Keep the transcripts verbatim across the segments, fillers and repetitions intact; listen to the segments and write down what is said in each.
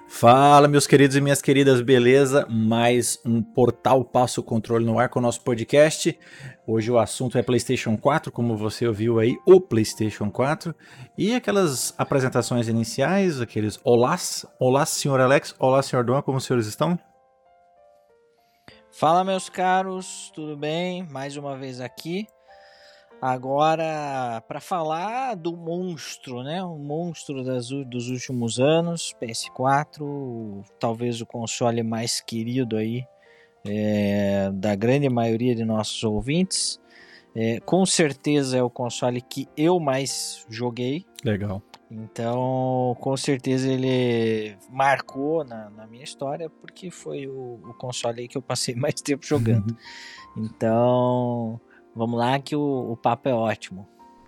Fala, meus queridos e minhas queridas, beleza? Mais um Portal Passa o Controle no ar com o nosso podcast. Hoje o assunto é PlayStation quatro, como você ouviu aí, o PlayStation quatro. E aquelas apresentações iniciais, aqueles olás. Olá, senhor Alex. Olá, senhor Dom. Como os senhores estão? Fala, meus caros, tudo bem? Mais uma vez aqui. Agora, para falar do monstro, né? O monstro das, dos últimos anos, P S quatro, talvez o console mais querido aí é, da grande maioria de nossos ouvintes. É, com certeza é o console que eu mais joguei. Legal. Então, com certeza ele marcou na, na minha história, porque foi o, o console aí que eu passei mais tempo jogando. Então, vamos lá que o, o papo é ótimo.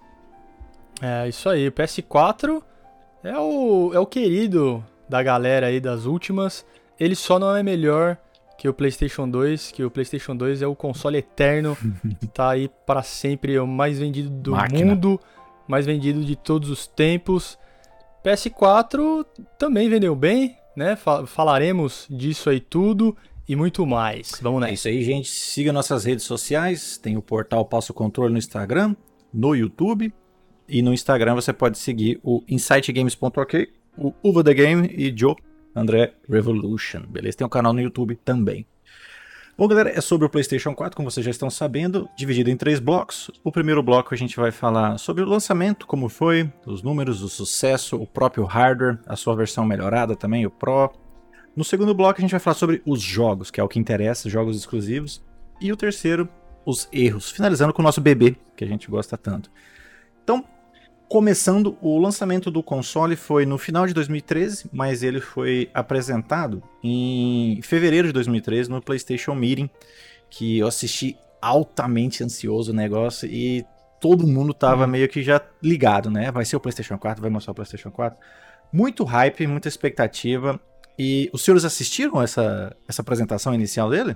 É, isso aí, o P S quatro é o, é o querido da galera aí das últimas. Ele só não é melhor que o PlayStation dois, que o PlayStation dois é o console eterno, tá aí para sempre, é o mais vendido do Máquina. mundo, mais vendido de todos os tempos. P S quatro também vendeu bem, né? Falaremos disso aí tudo e muito mais. Vamos nessa. É isso aí, gente. Siga nossas redes sociais. Tem o Portal Passa o Controle no Instagram, no YouTube. E no Instagram você pode seguir o insight games ponto ok, o Uva The Game e Joe André Revolution. Beleza? Tem um canal no YouTube também. Bom, galera, é sobre o PlayStation quatro, como vocês já estão sabendo, dividido em três blocos. O primeiro bloco a gente vai falar sobre o lançamento, como foi, os números, o sucesso, o próprio hardware, a sua versão melhorada também, o Pro. No segundo bloco a gente vai falar sobre os jogos, que é o que interessa, jogos exclusivos. E o terceiro, os erros, finalizando com o nosso bebê, que a gente gosta tanto. Então, começando, o lançamento do console foi no final de dois mil e treze, mas ele foi apresentado em fevereiro de dois mil e treze no PlayStation Meeting, que eu assisti altamente ansioso o negócio e todo mundo tava hum. meio que já ligado, né? Vai ser o PlayStation quatro, vai mostrar o PlayStation quatro. Muito hype, muita expectativa. E os senhores assistiram essa, essa apresentação inicial dele?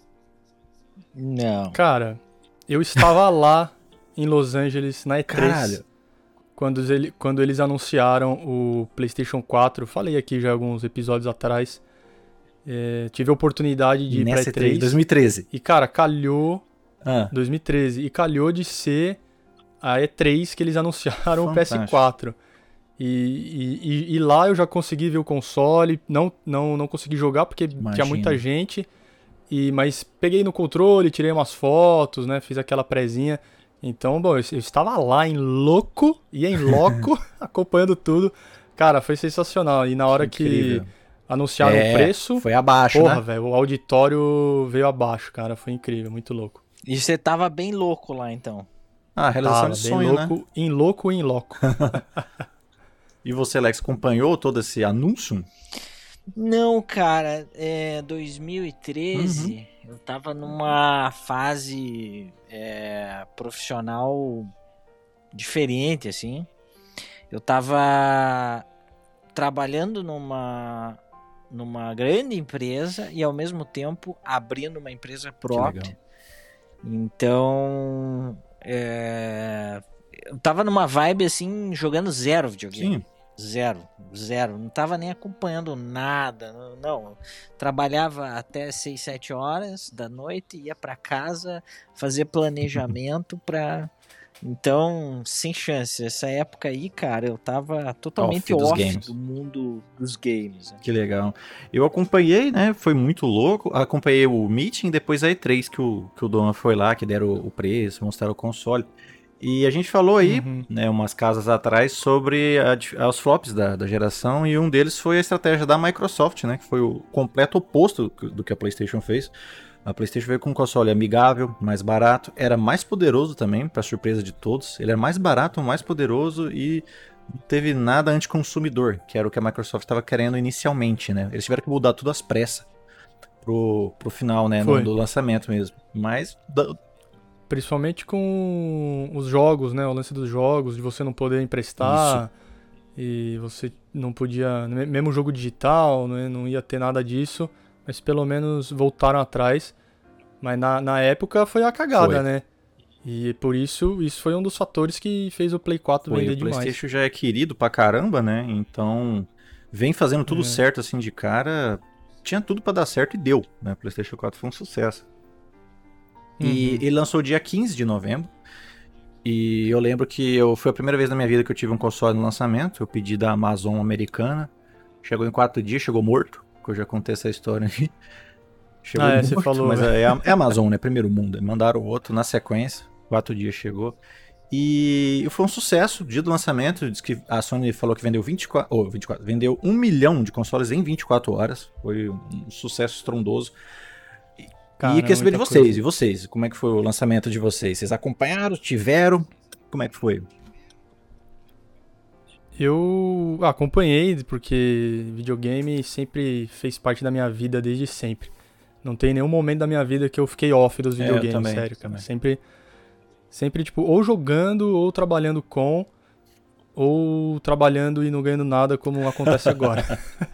Não. Cara, eu estava lá em Los Angeles, na E três. Caralho. Quando, ele, quando eles anunciaram o PlayStation quatro, falei aqui já alguns episódios atrás, é, tive a oportunidade de ir Nessa pra E três. dois mil e treze. E, cara, calhou... Ah. dois mil e treze. E calhou de ser a E três que eles anunciaram. Fantástico. O P S quatro. E, e, e lá eu já consegui ver o console, não, não, não consegui jogar porque Imagina. Tinha muita gente, e, mas peguei no controle, tirei umas fotos, né, fiz aquela prezinha. Então, bom, eu, eu estava lá em louco e em loco, acompanhando tudo. Cara, foi sensacional. E na hora que, que anunciaram é, o preço... Foi abaixo, porra, né? velho, o auditório veio abaixo, cara. Foi incrível, muito louco. E você tava bem louco lá, então? Ah, realização tava de bem sonho, louco, né? Em louco e em loco. E você, Alex, acompanhou todo esse anúncio? Não, cara. É dois mil e treze... Uhum. Eu tava numa fase é, profissional diferente, assim. Eu tava trabalhando numa, numa grande empresa e, ao mesmo tempo, abrindo uma empresa própria. Então, é, eu tava numa vibe, assim, jogando zero videogame. Sim. Zero, zero, não tava nem acompanhando nada, não, não. Trabalhava até seis, sete horas da noite, ia pra casa fazer planejamento pra... Então, sem chance, essa época aí, cara, eu tava totalmente off, off do mundo dos games. Né? Que legal. Eu acompanhei, né, foi muito louco, acompanhei o meeting, depois a E três que o, que o Dona foi lá, que deram o preço, mostraram o console. E a gente falou aí, uhum. né, umas casas atrás, sobre a, os flops da, da geração, e um deles foi a estratégia da Microsoft, né, que foi o completo oposto do que a PlayStation fez. A PlayStation veio com um console amigável, mais barato, era mais poderoso também, para surpresa de todos. Ele era mais barato, mais poderoso e não teve nada anticonsumidor, que era o que a Microsoft estava querendo inicialmente, né. Eles tiveram que mudar tudo às pressas pro, pro final, né, no, do lançamento mesmo. Mas... Principalmente com os jogos, né? O lance dos jogos, de você não poder emprestar. Isso. E você não podia... Mesmo jogo digital, né? Não ia ter nada disso. Mas pelo menos voltaram atrás. Mas na, na época foi a cagada, foi. né? E por isso, isso foi um dos fatores que fez o Play quatro foi, vender o demais. O PlayStation já é querido pra caramba, né? Então... vem fazendo tudo É. certo assim de cara. Tinha tudo pra dar certo e deu, né? O PlayStation quatro foi um sucesso. E Uhum. ele lançou dia quinze de novembro. E eu lembro que eu, foi a primeira vez na minha vida que eu tive um console no lançamento. Eu pedi da Amazon americana. Chegou em quatro dias, chegou morto. Que eu já contei essa história aqui. Chegou Ah, é, morto, você falou, mas né? é, a- é a Amazon, né? Primeiro mundo. Mandaram outro na sequência. Quatro dias chegou. E foi um sucesso. Dia do lançamento, diz que a Sony falou que vendeu vinte e quatro, oh, vinte e quatro, vendeu um milhão de consoles em vinte e quatro horas. Foi um sucesso estrondoso. E Cara, queria saber de muita vocês. coisa. E vocês? Como é que foi o lançamento de vocês? Vocês acompanharam? Tiveram? Como é que foi? Eu acompanhei, porque videogame sempre fez parte da minha vida desde sempre. Não tem nenhum momento da minha vida que eu fiquei off dos É, eu videogames, também, sério, cara. também. Sempre, sempre, tipo, ou jogando, ou trabalhando com, ou trabalhando e não ganhando nada, como acontece agora.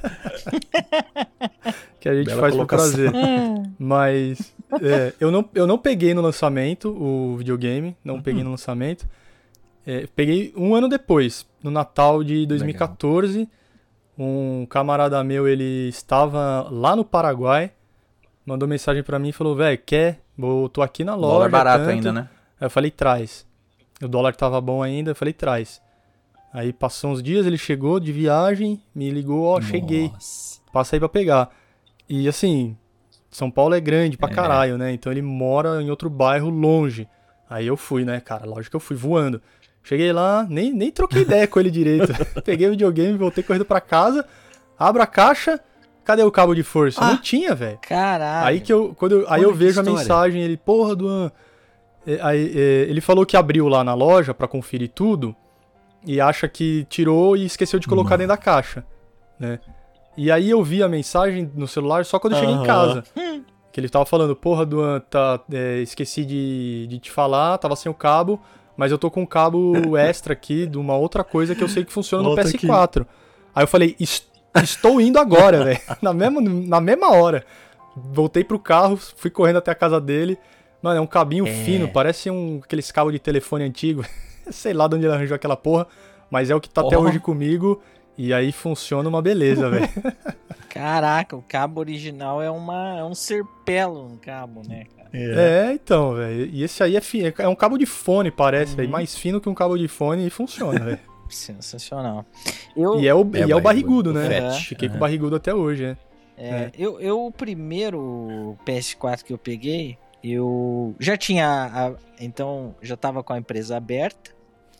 Que a gente Bela faz por colocação. prazer. Mas é, eu, não, eu não peguei no lançamento o videogame, não Uhum. peguei no lançamento. É, peguei um ano depois, no Natal de dois mil e quatorze. Um camarada meu, ele estava lá no Paraguai, mandou mensagem pra mim e falou: velho, quer? Eu tô aqui na loja. Dólar barato tanto. ainda, né? Aí eu falei: traz. O dólar tava bom ainda, eu falei: traz. Aí passou uns dias, ele chegou de viagem, me ligou: ó, cheguei, Nossa. passa aí pra pegar. E assim, São Paulo é grande pra É. caralho, né? Então ele mora em outro bairro longe. Aí eu fui, né, cara? Lógico que eu fui voando. Cheguei lá, nem, nem troquei ideia com ele direito. Peguei o videogame, voltei correndo pra casa, abro a caixa, cadê o cabo de força? Ah. Não tinha, velho. Caralho. Aí que eu, quando eu, aí Olha eu que vejo a história. mensagem, ele, porra, Duan. É, Aí, é, ele falou que abriu lá na loja pra conferir tudo e acha que tirou e esqueceu de colocar Não. dentro da caixa, né? E aí eu vi a mensagem no celular só quando eu cheguei em Aham. casa. Que ele tava falando: porra, Duan, tá, é, esqueci de, de te falar, tava sem o cabo, mas eu tô com um cabo extra aqui de uma outra coisa que eu sei que funciona no Volta P S quatro. Aí eu falei: "Es- estou indo agora, velho." Na mesma, na mesma hora. Voltei pro carro, fui correndo até a casa dele. Mano, é um cabinho É. fino, parece um, aqueles cabos de telefone antigo. Sei lá de onde ele arranjou aquela porra, mas é o que tá até Oh. hoje comigo. E aí funciona uma beleza, velho. Caraca, o cabo original é, uma, é um serpelo um cabo, né, cara? É, então, velho. E esse aí é, fi- é um cabo de fone, parece, velho. Uhum. Mais fino que um cabo de fone e funciona, velho. Sensacional. Eu, E é o, É e é o barrigudo, barrigudo, o né? fat. Fiquei com o Aham. barrigudo até hoje, né? É, eu, eu, o primeiro P S quatro que eu peguei, eu já tinha, a- então já tava com a empresa aberta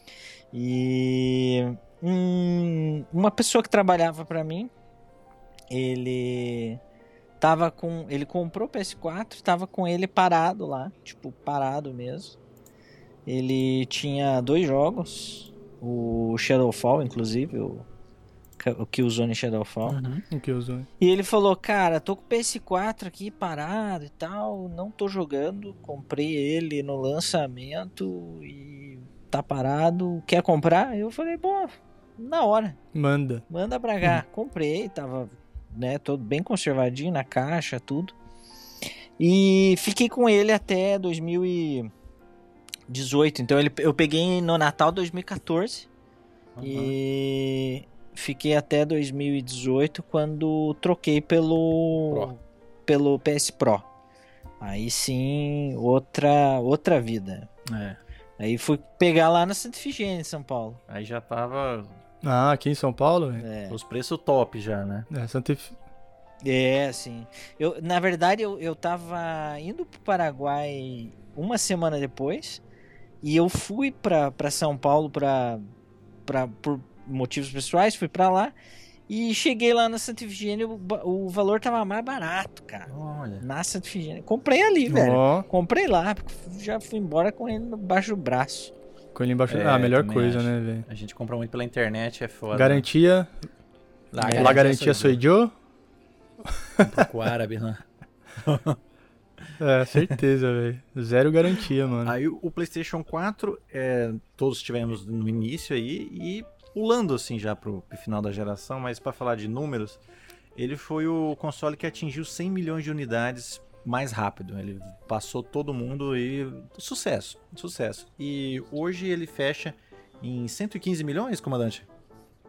e um- uma pessoa que trabalhava pra mim, ele tava com, ele comprou o P S quatro, tava com ele parado lá, tipo parado mesmo. Ele tinha dois jogos, o Shadowfall, inclusive, o, o Killzone Shadowfall. Uhum. O que eu uso. E ele falou: cara, tô com o P S quatro aqui parado e tal, não tô jogando, comprei ele no lançamento e tá parado, quer comprar? Eu falei: bom, na hora, Manda. manda pra cá. Comprei, tava, né, todo bem conservadinho na caixa, tudo. E fiquei com ele até dois mil e dezoito, então ele, eu peguei no Natal dois mil e quatorze e fiquei até dois mil e dezoito quando troquei pelo Pro. pelo P S Pro. Aí sim, outra outra vida. É. Aí fui pegar lá na Santa Efigênia, em São Paulo. Aí já tava Ah, aqui em São Paulo, velho? É, os preços top já, né? É, Santa Ef- é sim. Eu, na verdade, eu, eu tava indo pro Paraguai uma semana depois e eu fui pra, pra São Paulo pra, pra, por motivos pessoais, fui pra lá e cheguei lá na Santa Efigênia, o, ba- o valor tava mais barato, cara. Olha. Na Santa Efigênia. Comprei ali, velho. Ó, Comprei lá, porque já fui embora com ele embaixo do braço. com ele embaixo. É, ah, a melhor também coisa, acho. né, velho? A gente compra muito pela internet, é foda. Garantia. Lá, La garantia sou eu. Compra com o árabe, né? É, certeza, velho. Zero garantia, mano. Aí o PlayStation quatro, é, todos tivemos no início aí, e pulando assim já pro, pro final da geração, mas pra falar de números, ele foi o console que atingiu cem milhões de unidades mais rápido. Ele passou todo mundo e sucesso, sucesso. E hoje ele fecha em cento e quinze milhões, comandante?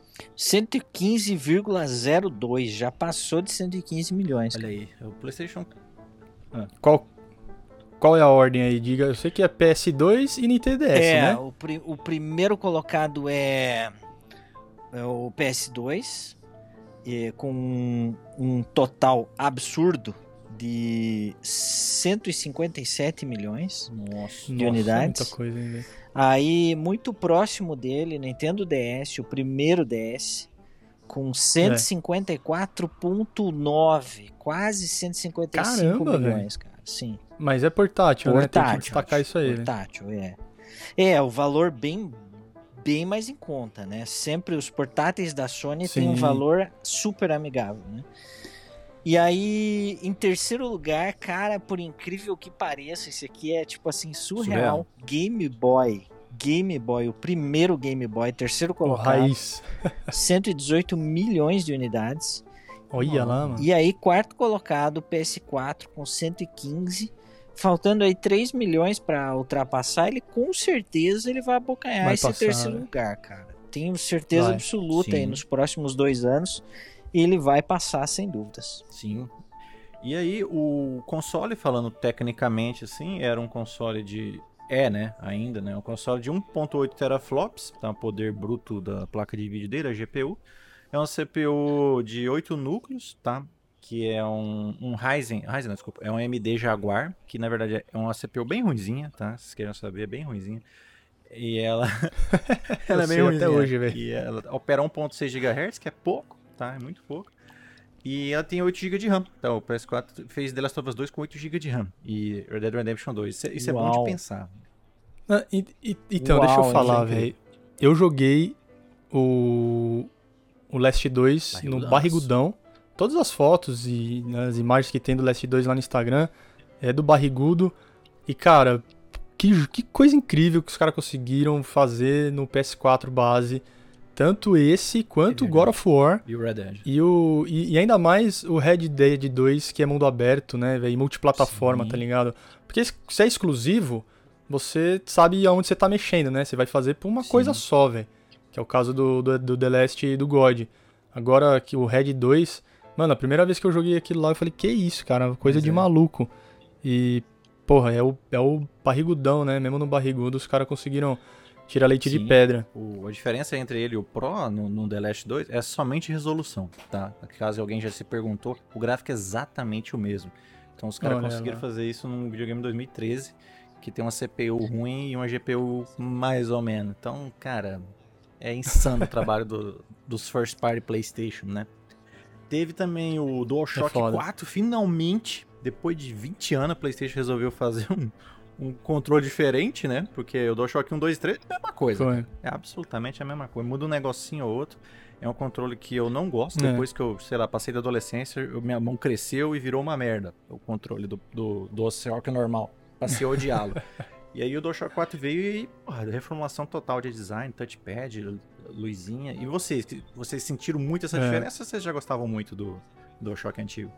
cento e quinze vírgula zero dois, já passou de cento e quinze milhões. Olha aí, o PlayStation... Ah. Qual, qual é a ordem aí? Diga, eu sei que é P S dois e Nintendo D S, é, né? O, pri- o primeiro colocado é, é o P S dois, e, com um, um total absurdo de cento e cinquenta e sete milhões Nossa, de Nossa, unidades. muita coisa ainda. Aí, muito próximo dele, Nintendo D S, o primeiro D S, com cento e cinquenta e quatro vírgula nove, quase cento e cinquenta e cinco Caramba, milhões, cara. Sim. Mas é portátil, né? Tem que Portátil. destacar isso aí, né? Portátil, é. É, o valor bem, bem mais em conta, né? Sempre os portáteis da Sony têm um Sim. valor super amigável, né? E aí, em terceiro lugar, cara, por incrível que pareça, esse aqui é tipo assim, surreal. Surreal. Game Boy. Game Boy, o primeiro Game Boy, terceiro O colocado, raiz. cento e dezoito milhões de unidades. Olha lá, mano. E aí, quarto colocado, P S quatro com cento e quinze, faltando aí três milhões para ultrapassar, ele com certeza ele vai abocanhar Vai esse passar, terceiro né? lugar, cara. Tenho certeza Vai. absoluta aí Sim. nos próximos dois anos ele vai passar sem dúvidas. Sim. E aí, o console, falando tecnicamente assim, era um console de... É, né? Ainda, né? Um console de um ponto oito teraflops, tá? O poder bruto da placa de vídeo dele, a G P U. É um C P U de oito núcleos, tá? Que é um, um Ryzen... Ryzen, não, desculpa. É um A M D Jaguar, que na verdade é uma C P U bem ruinzinha, tá? Se vocês querem saber, é bem ruinzinha. E ela... ela é bem sei ruinzinha. até hoje, velho. E ela opera um ponto seis gigahertz, que é pouco, tá? É muito pouco. E ela tem oito gigas de RAM. Então, o P S quatro fez The Last of Us dois com oito gigas de RAM. E Red Dead Redemption dois. Isso, é- isso é bom Uau. de pensar. Ah, e- e- então, Uau, deixa eu isso falar, é incrível. velho. Eu joguei o, o Last dois no Barrigudaço. Barrigudão. Todas as fotos e né, as imagens que tem do Last dois lá no Instagram é do Barrigudo. E, cara, que, que coisa incrível que os caras conseguiram fazer no P S quatro base. Tanto esse quanto o É God of War. E o Red Dead. E, o, e, e ainda mais o Red Dead dois, que é mundo aberto, né, velho? Multiplataforma, Sim. tá ligado? Porque se é exclusivo, você sabe aonde você tá mexendo, né? Você vai fazer por uma Sim. coisa só, velho. Que é o caso do, do, do The Last e do God. Agora, que o Red dois... Mano, a primeira vez que eu joguei aquilo lá, eu falei, que isso, cara? Coisa Pois de é. maluco. E, porra, é o, é o barrigudão, né? Mesmo no barrigudo, os caras conseguiram tirar leite de Sim. pedra. O- a diferença entre ele e o Pro no, no The Last dois é somente resolução, tá? Caso alguém já se perguntou, o gráfico é exatamente o mesmo. Então os caras Olha conseguiram lá. fazer isso num videogame dois mil e treze, que tem uma C P U ruim e uma G P U mais ou menos. Então, cara, é insano o trabalho do- dos first party PlayStation, né? Teve também o DualShock É foda. quatro, finalmente, depois de vinte anos, a PlayStation resolveu fazer um, um controle diferente, né? Porque o DualShock um, dois, três é a mesma coisa. Foi. É absolutamente a mesma coisa. Muda um negocinho ou outro. É um controle que eu não gosto. É. Depois que eu, sei lá, passei da adolescência, eu- minha mão cresceu e virou uma merda. O controle do, do, do DualShock normal. Passei a odiá-lo. E aí o DualShock quatro veio e, porra, reformulação total de design, touchpad, luzinha. E vocês? Vocês sentiram muito essa É. diferença ou vocês já gostavam muito do DualShock antigo?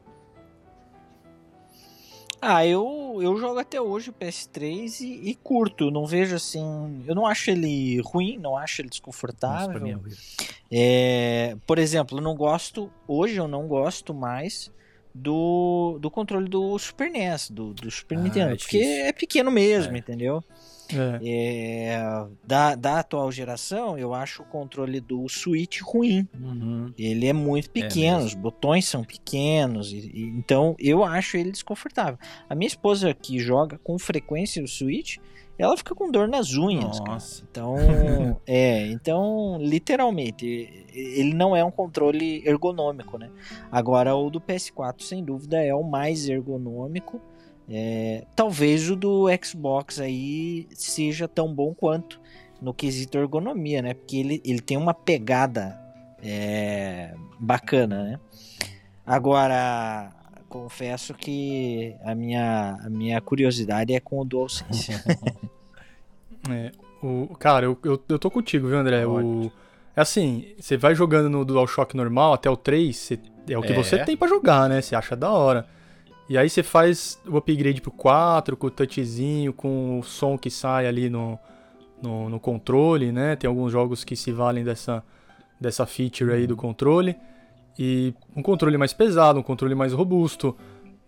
Ah, eu, eu jogo até hoje o P S três e, e curto, não vejo assim, eu não acho ele ruim, não acho ele Nossa, desconfortável. pra mim é horrível. É, por exemplo, eu não gosto, hoje eu não gosto mais do, do controle do Super N E S, do, do Super Ah, Nintendo, é porque difícil. é pequeno mesmo, É. entendeu? É. É, da, da atual geração, eu acho o controle do Switch ruim. Uhum. Ele é muito pequeno, mesmo. os botões são pequenos, e, e- então eu acho ele desconfortável. A minha esposa, que joga com frequência o Switch, ela fica com dor nas unhas, cara. Nossa. Então, é, então, literalmente, e- ele não é um controle ergonômico, né? Agora, o do P S quatro, sem dúvida, é o mais ergonômico. É, talvez o do Xbox aí seja tão bom quanto no quesito ergonomia, né? Porque ele, ele tem uma pegada é, bacana, né? Agora, confesso que a minha, a minha curiosidade é com o DualSense. É, o, cara, eu, eu, eu tô contigo, viu, André? O, Ótimo. é assim, você vai jogando no DualShock normal até o três, você- é o que É. você tem pra jogar, né? Você acha da hora. E aí você faz o upgrade pro quatro, com o touchzinho, com o som que sai ali no, no, no controle, né? Tem alguns jogos que se valem dessa, dessa feature aí do controle. E um controle mais pesado, um controle mais robusto.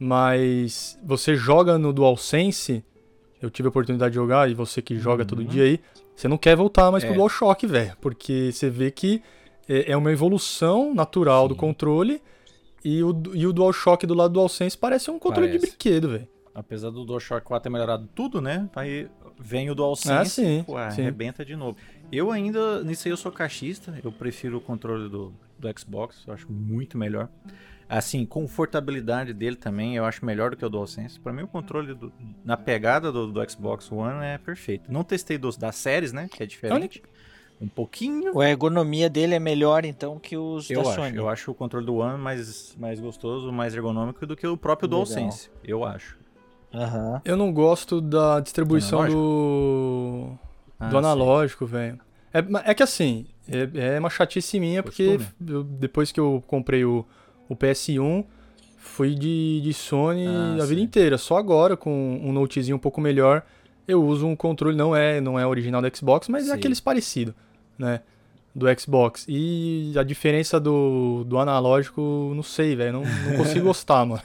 Mas você joga no DualSense, eu tive a oportunidade de jogar, e você que joga uhum. todo dia aí, você não quer voltar mais é. pro DualShock, velho. Porque você vê que é uma evolução natural Sim. do controle, e o, e o DualShock do lado do DualSense parece um controle parece. de brinquedo, velho. Apesar do DualShock quatro ter melhorado tudo, né? Aí vem o DualSense, ah, sim, pô, sim. arrebenta de novo. Eu ainda, nisso aí eu sou caixista, eu prefiro o controle do, do Xbox, eu acho muito melhor. Assim, confortabilidade dele também, eu acho melhor do que o DualSense. Pra mim o controle do, na pegada do, do Xbox One é perfeito. Não testei dos, das séries, né? Que é diferente. Um pouquinho. A ergonomia dele é melhor, então, que os eu da acho, Sony. Eu acho o controle do One mais, mais gostoso, mais ergonômico do que o próprio Legal. DualSense. Eu acho. Uhum. Eu não gosto da distribuição do, ah, do analógico, velho. É, é que assim, é, é uma chatice minha, porque eu, depois que eu comprei o, o P S um, fui de, de Sony ah, a sim. vida inteira. Só agora, com um notezinho um pouco melhor, eu uso um controle, não é, não é original do Xbox, mas sim. é aqueles parecidos, né? Do Xbox. E a diferença do, do analógico, não sei, velho. Não, não consigo gostar, mano.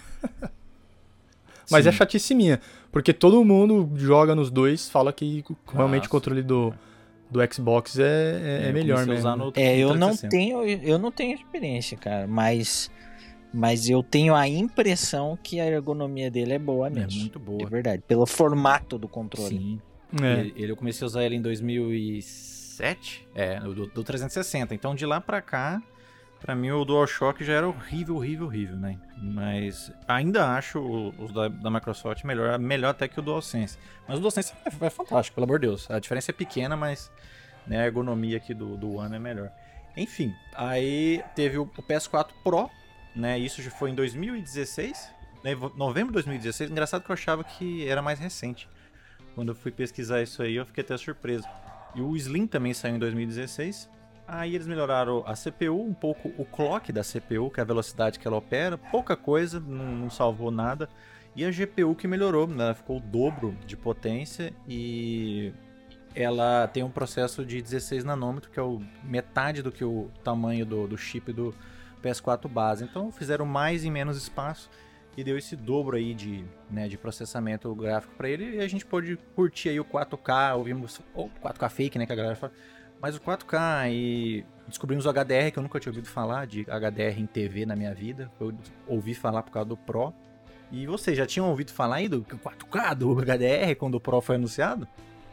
Mas Sim. é chatice minha. Porque todo mundo joga nos dois, fala que realmente Nossa. o controle do, do Xbox é, é, é melhor mesmo. No, é, eu não, tenho, eu não tenho experiência, cara. Mas, mas eu tenho a impressão que a ergonomia dele é boa mesmo. É muito boa. É verdade. Pelo formato do controle. Sim. É. Ele, ele, eu comecei a usar ele em dois mil e sete. É, do, do trezentos e sessenta. Então de lá pra cá, pra mim o DualShock já era horrível, horrível, horrível, né? Mas ainda acho os da, da Microsoft melhor, melhor até que o DualSense. Mas o DualSense é, é fantástico, pelo amor de Deus. A diferença é pequena, mas né, a ergonomia aqui do, do One é melhor. Enfim, aí teve o, o P S quatro Pro, né? Isso já foi em dois mil e dezesseis, né, novembro de dois mil e dezesseis. Engraçado que eu achava que era mais recente. Quando eu fui pesquisar isso aí, eu fiquei até surpreso. E o Slim também saiu em dois mil e dezesseis. Aí eles melhoraram a C P U, um pouco o clock da C P U, que é a velocidade que ela opera, pouca coisa, não, não salvou nada. E a G P U que melhorou, né? Ela ficou o dobro de potência e ela tem um processo de dezesseis nanômetros, que é o, metade do que o tamanho do, do chip do P S quatro base. Então fizeram mais em menos espaço e deu esse dobro aí de, né, de processamento gráfico para ele. E a gente pôde curtir aí o quatro K, ouvimos o quatro K fake, né, que a galera fala. Mas o quatro K e descobrimos o H D R, que eu nunca tinha ouvido falar de H D R em T V na minha vida. Eu ouvi falar por causa do Pro. E vocês já tinham ouvido falar aí do quatro K, do H D R, quando o Pro foi anunciado?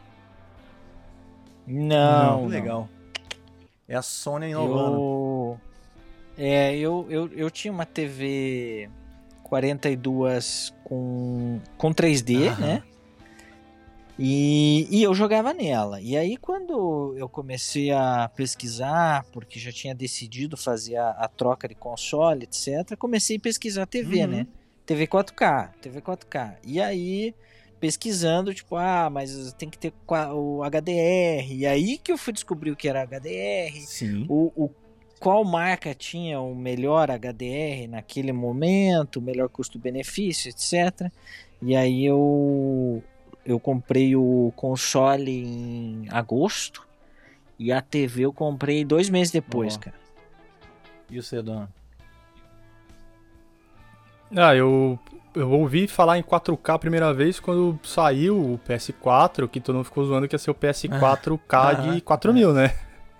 Não, não. Legal. É a Sony inovando. Eu... É, eu, eu, eu tinha uma T V quarenta e dois com, com três D, Aham. né? E, e eu jogava nela. E aí quando eu comecei a pesquisar, porque já tinha decidido fazer a, a troca de console, etcétera, comecei a pesquisar T V, uhum. né? T V quatro K, T V quatro K. E aí, pesquisando, tipo, ah, mas tem que ter o H D R. E aí que eu fui descobrir o que era H D R. Sim. O, o, qual marca tinha o melhor H D R naquele momento, o melhor custo-benefício, etcétera. E aí eu... Eu comprei o console em agosto e a T V eu comprei dois meses depois, oh. cara. E o Sedão? Ah, eu, eu ouvi falar em quatro K a primeira vez quando saiu o P S quatro, que todo mundo ficou zoando que ia ser o P S quatro K de quatro mil, né?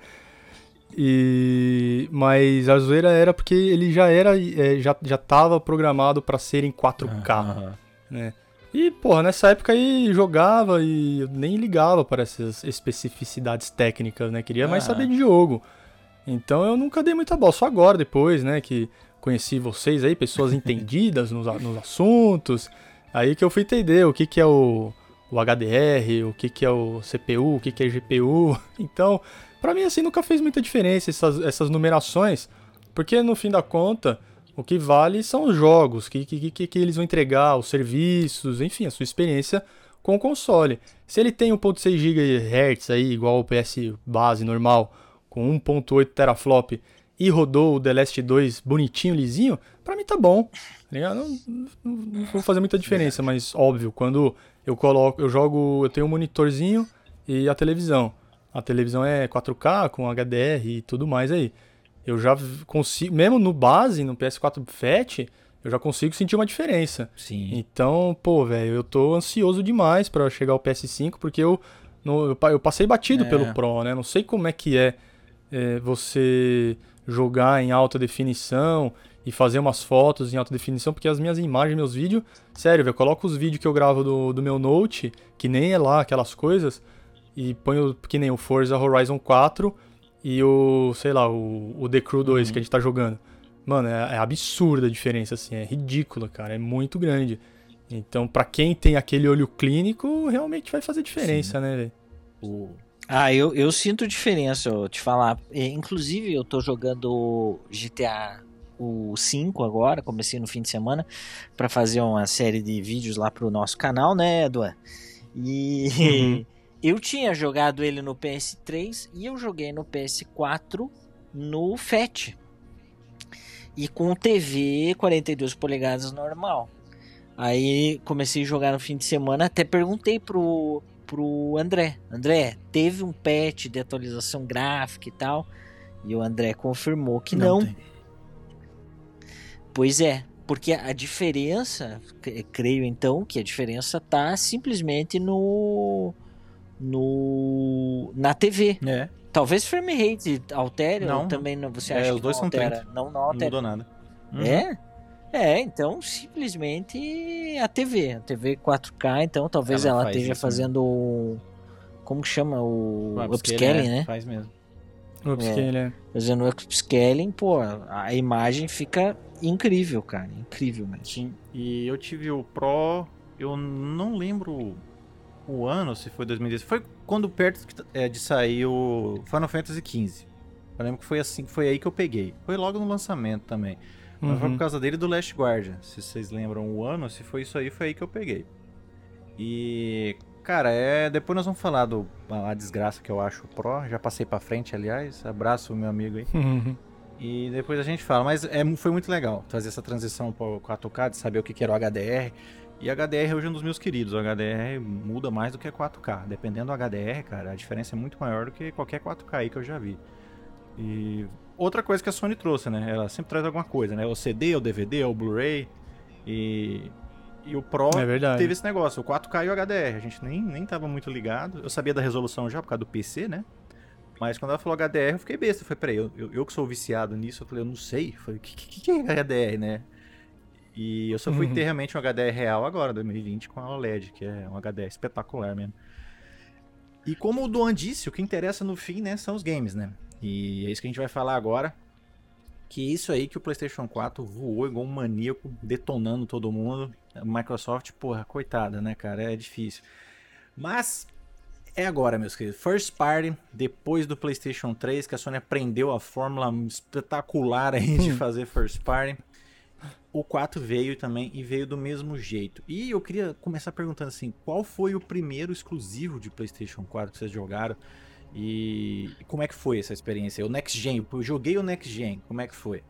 E... Mas a zoeira era porque ele já era, é, já, já tava programado para ser em quatro K, uh-huh. né? E, porra, nessa época aí jogava e eu nem ligava para essas especificidades técnicas, né? Queria mais ah. saber de jogo. Então eu nunca dei muita bola. Só agora, depois, né, que conheci vocês aí, pessoas entendidas nos, nos assuntos. Aí que eu fui entender o que, que é o, o H D R, o que, que é o C P U, o que, que é G P U. Então, pra mim, assim, nunca fez muita diferença essas, essas numerações. Porque, no fim da conta... O que vale são os jogos, que, que, que, que eles vão entregar, os serviços, enfim, a sua experiência com o console. Se ele tem um ponto seis gigahertz aí, igual o P S base normal, com um ponto oito teraflop, e rodou o The Last dois bonitinho, lisinho, pra mim tá bom. Não, não, não vou fazer muita diferença, mas óbvio, quando eu coloco, eu jogo, eu tenho um monitorzinho e a televisão. A televisão é quatro K com H D R e tudo mais aí. eu já consigo, mesmo no base, no P S quatro Fat, eu já consigo sentir uma diferença. Sim. Então, pô, velho, eu tô ansioso demais pra chegar ao P S cinco, porque eu, no, eu passei batido É. pelo Pro, né? Não sei como é que é, é você jogar em alta definição e fazer umas fotos em alta definição, porque as minhas imagens, meus vídeos, sério, eu coloco os vídeos que eu gravo do, do meu Note, que nem é lá aquelas coisas, e ponho que nem o Forza Horizon quatro e o, sei lá, o, o The Crew dois, uhum, que a gente tá jogando. Mano, é, é absurda a diferença, assim, é ridícula, cara, é muito grande. Então, pra quem tem aquele olho clínico, realmente vai fazer diferença, sim, né, velho? O... Ah, eu, eu sinto diferença, eu te falar. É, inclusive, eu tô jogando G T A o cinco agora, comecei no fim de semana, pra fazer uma série de vídeos lá pro nosso canal, né, Eduardo? E uhum, eu tinha jogado ele no P S três e eu joguei no P S quatro no Fat. E com T V quarenta e duas polegadas normal. Aí comecei a jogar no fim de semana, até perguntei pro, pro André. André, teve um patch de atualização gráfica e tal? E o André confirmou que não. não. Pois é, porque a diferença, creio então, que a diferença tá simplesmente no, no na T V. É. Talvez frame rate altere, não, ou também não, você é, acha os que dois não são altera? trinta. Não, não altera. Não mudou nada. Uhum. É? É, então simplesmente a T V, a T V quatro K, então talvez ela, ela esteja fazendo o, como que chama, o, o upscaling, é, né? Faz mesmo. O upscaling, é. Fazendo o upscaling, pô, a imagem fica incrível, cara, incrível mesmo. Sim, e eu tive o Pro, eu não lembro o ano, se foi dois mil e dez, foi quando perto de sair o Final Fantasy quinze. Eu lembro que foi assim, foi aí que eu peguei. Foi logo no lançamento também. Mas uhum, foi por causa dele do Last Guardian. Se vocês lembram o ano, se foi isso aí, foi aí que eu peguei. E, cara, é... depois nós vamos falar do a desgraça que eu acho o Pro. Já passei pra frente, aliás. Abraço, meu amigo aí. Uhum. E depois a gente fala. Mas é, foi muito legal fazer essa transição pro quatro K, de saber o que era o H D R. E H D R hoje é um dos meus queridos. O H D R muda mais do que quatro K. Dependendo do H D R, cara, a diferença é muito maior do que qualquer quatro K aí que eu já vi. E outra coisa que a Sony trouxe, né? Ela sempre traz alguma coisa, né? O C D, o D V D, o Blu-ray. E, e o Pro é teve esse negócio, o quatro K e o H D R. A gente nem, nem tava muito ligado. Eu sabia da resolução já por causa do P C, né? Mas quando ela falou H D R, eu fiquei besta. Eu falei, peraí, eu, eu, eu que sou viciado nisso, eu falei, eu não sei. Eu falei, o que, que, que é H D R, né? E eu só fui uhum, ter realmente um H D R real agora, dois mil e vinte, com a OLED, que é um H D R espetacular mesmo. E como o Duan disse, o que interessa no fim, né, são os games, né? E é isso que a gente vai falar agora. Que é isso aí que o PlayStation quatro voou igual um maníaco, detonando todo mundo. A Microsoft, porra, coitada, né, cara? É difícil. Mas é agora, meus queridos. First Party, depois do PlayStation três, que a Sony aprendeu a fórmula espetacular aí de fazer First Party. O quatro veio também e veio do mesmo jeito. E eu queria começar perguntando assim, qual foi o primeiro exclusivo de PlayStation quatro que vocês jogaram? E como é que foi essa experiência? O Next Gen, eu joguei o Next Gen, como é que foi?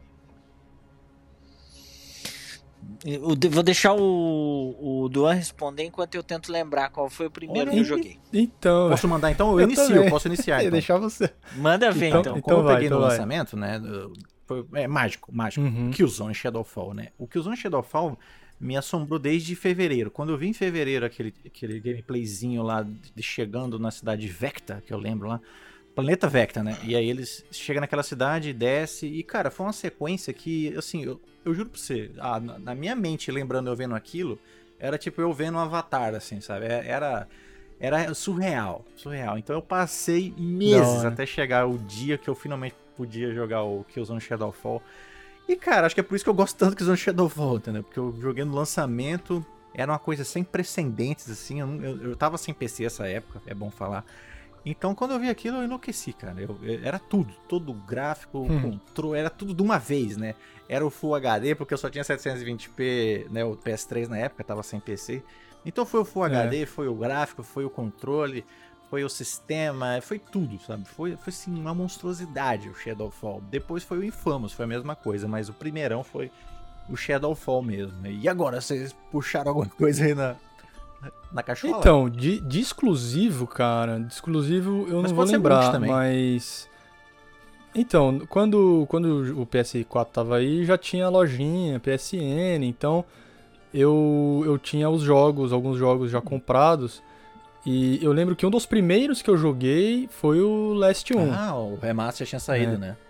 Eu vou deixar o, o Duan responder enquanto eu tento lembrar qual foi o primeiro Olha, que eu joguei. Então, posso mandar então? Eu, eu inicio, também. Posso iniciar então. deixar você. Manda ver então. então. então. Como então eu peguei vai, no então lançamento, vai. né? Foi, é mágico, mágico. Uhum. Killzone Shadowfall, né? O Killzone Shadowfall me assombrou desde fevereiro. Quando eu vi em fevereiro aquele, aquele gameplayzinho lá de chegando na cidade de Vecta, que eu lembro lá. Planeta Vecta, né? E aí eles chegam naquela cidade, desce e, cara, foi uma sequência que, assim, eu, eu juro pra você, ah, na, na minha mente, lembrando eu vendo aquilo, era tipo eu vendo um Avatar, assim, sabe? Era, era surreal, surreal. Então eu passei meses Não, até chegar o dia que eu finalmente podia jogar o Killzone Shadowfall. E, cara, acho que é por isso que eu gosto tanto do Killzone Shadowfall, entendeu? Porque eu joguei no lançamento, era uma coisa sem precedentes, assim, eu, eu, eu tava sem P C essa época, é bom falar. Então, quando eu vi aquilo, eu enlouqueci, cara. Eu, eu, era tudo, todo o gráfico, o hum. controle, era tudo de uma vez, né? Era o Full H D, porque eu só tinha setecentos e vinte p, né? O P S três na época, tava sem P C. Então foi o Full é. H D, foi o gráfico, foi o controle, foi o sistema, foi tudo, sabe? Foi, foi assim, uma monstruosidade o Shadowfall. Depois foi o Infamous, foi a mesma coisa, mas o primeirão foi o Shadowfall mesmo. E agora, vocês puxaram alguma coisa aí na... na cachola? Então, de, de exclusivo, cara, de exclusivo eu mas não vou lembrar, mas... Então, quando, quando o P S quatro tava aí, já tinha lojinha, P S N, então eu, eu tinha os jogos, alguns jogos já comprados. E eu lembro que um dos primeiros que eu joguei foi o Last um. Ah, o remaster já tinha saído, É. né?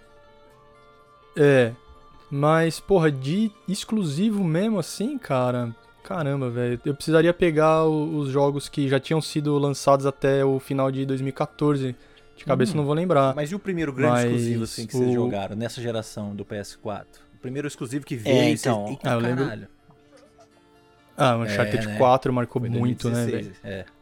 É, mas, porra, de exclusivo mesmo assim, cara, caramba, velho. Eu precisaria pegar o- os jogos que já tinham sido lançados até o final de dois mil e catorze. De cabeça Hum, eu não vou lembrar. Mas e o primeiro grande Mas exclusivo assim, que o- vocês jogaram nessa geração do P S quatro? O primeiro exclusivo que veio É, e vocês... então. Eita, Ah, eu lembro- caralho. Ah, o Uncharted É, né? quatro marcou Foi muito, né, dois mil e dezesseis, velho? É.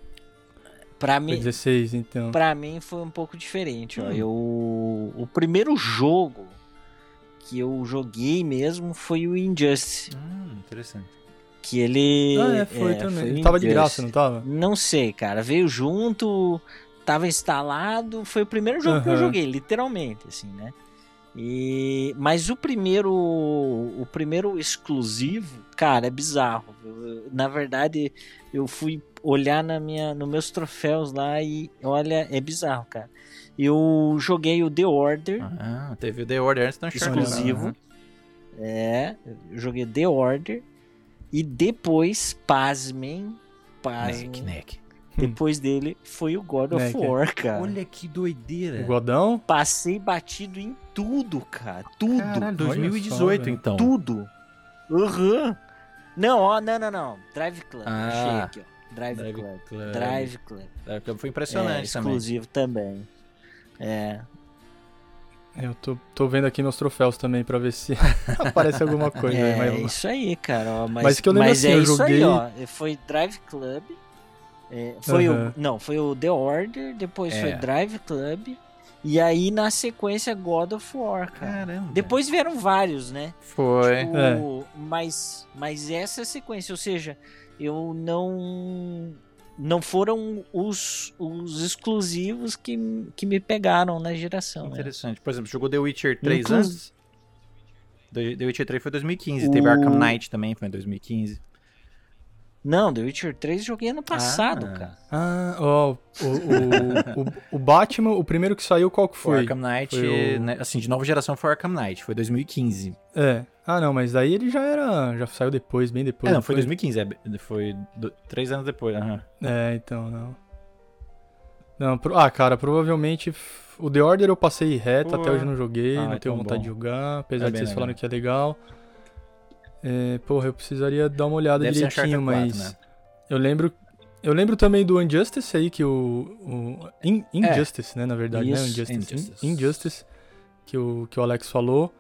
Pra Foi mim, dezesseis, então. pra mim foi um pouco diferente, ó. Hum. Eu, o primeiro jogo que eu joguei mesmo foi o Injustice. Hum, interessante. Que ele. Ah, é, foi é, também. foi o Tava de Injustice. graça, não tava? Não sei, cara. Veio junto, tava instalado. Foi o primeiro jogo que eu Aham. joguei, literalmente, assim, né? E... Mas o primeiro. O primeiro exclusivo, cara, é bizarro. Eu- eu- na verdade, eu fui olhar na minha, nos meus troféus lá e olha, é bizarro, cara. Eu joguei o The Order. Ah, teve o The Order antes do Uncharted. Exclusivo. Aham. É, eu joguei The Order. E depois, pasmem, pasmem, Neck, neck. depois dele foi o God of Neck, é. War, cara. Olha que doideira. O Godão? Passei batido em tudo, cara. Tudo. Caralho, dois mil e dezoito velho. então. Tudo. Aham. Não, ó, não, não, não. Drive Club. Ah. Achei aqui, ó. Drive, Drive Club. Club. Drive Club. Drive Club foi É, impressionante também. exclusivo também. É. Eu tô, tô vendo aqui meus troféus também pra ver se aparece alguma coisa. É, aí, mas... isso aí, cara. Ó, mas, Mas que eu lembro mas assim, é eu isso joguei- aí, ó. Foi Drive Club. é, foi Aham. o, não, foi o The Order, depois É. foi Drive Club. E aí, na sequência, God of War, cara. Caramba. Depois vieram vários, né? foi. Tipo, É. mas, mas essa é a sequência, ou seja, eu não. Não foram os, os exclusivos que, que me pegaram na geração. Né? Interessante. Por exemplo, jogou The Witcher três Inclu- antes? The The Witcher três foi em dois mil e quinze. O- Teve Arkham Knight também, foi em dois mil e quinze. Não, The Witcher três joguei ano passado, Ah. cara. Ah, ó, o, o, o, o Batman, o primeiro que saiu, qual que Foi foi? Arkham Knight, Foi o- né, assim, de nova geração foi Arkham Knight, foi dois mil e quinze. É. Ah, não, mas daí ele já era. Já saiu depois, bem depois. É, não, foi dois mil e quinze, é, foi do- três anos depois. aham. É, então, não. Não, pro- ah, cara, provavelmente f- o The Order eu passei reto, Pô. até hoje não joguei, Ah, não então tenho vontade bom. de jogar, apesar É de bem vocês legal. falarem que é legal. É, porra, eu precisaria dar uma olhada Deve ser direitinho, Uncharted mas quatro, né? eu lembro. Eu lembro também do Injustice aí, que o. o In- Injustice, né, na verdade, né? Isso, Injustice. Injustice. In- Injustice, que o, que o Alex falou.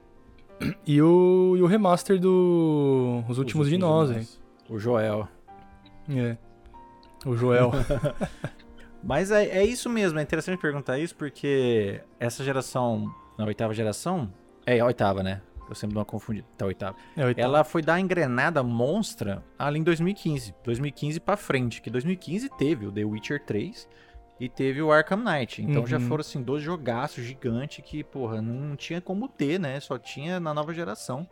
E o, e o remaster do Os Últimos de Nós, hein? O Joel. É. O Joel. Mas é, é isso mesmo, é interessante perguntar isso porque essa geração, na oitava geração, é a oitava, né? Eu sempre dou uma confundida, tá oitava. É, o oitavo. Ela foi dar a engrenada monstra ali em dois mil e quinze. dois mil e quinze pra frente, que dois mil e quinze teve o The Witcher três e teve o Arkham Knight. Então Uhum. já foram assim dois jogaços gigantes que, porra, não tinha como ter, né? Só tinha na nova geração.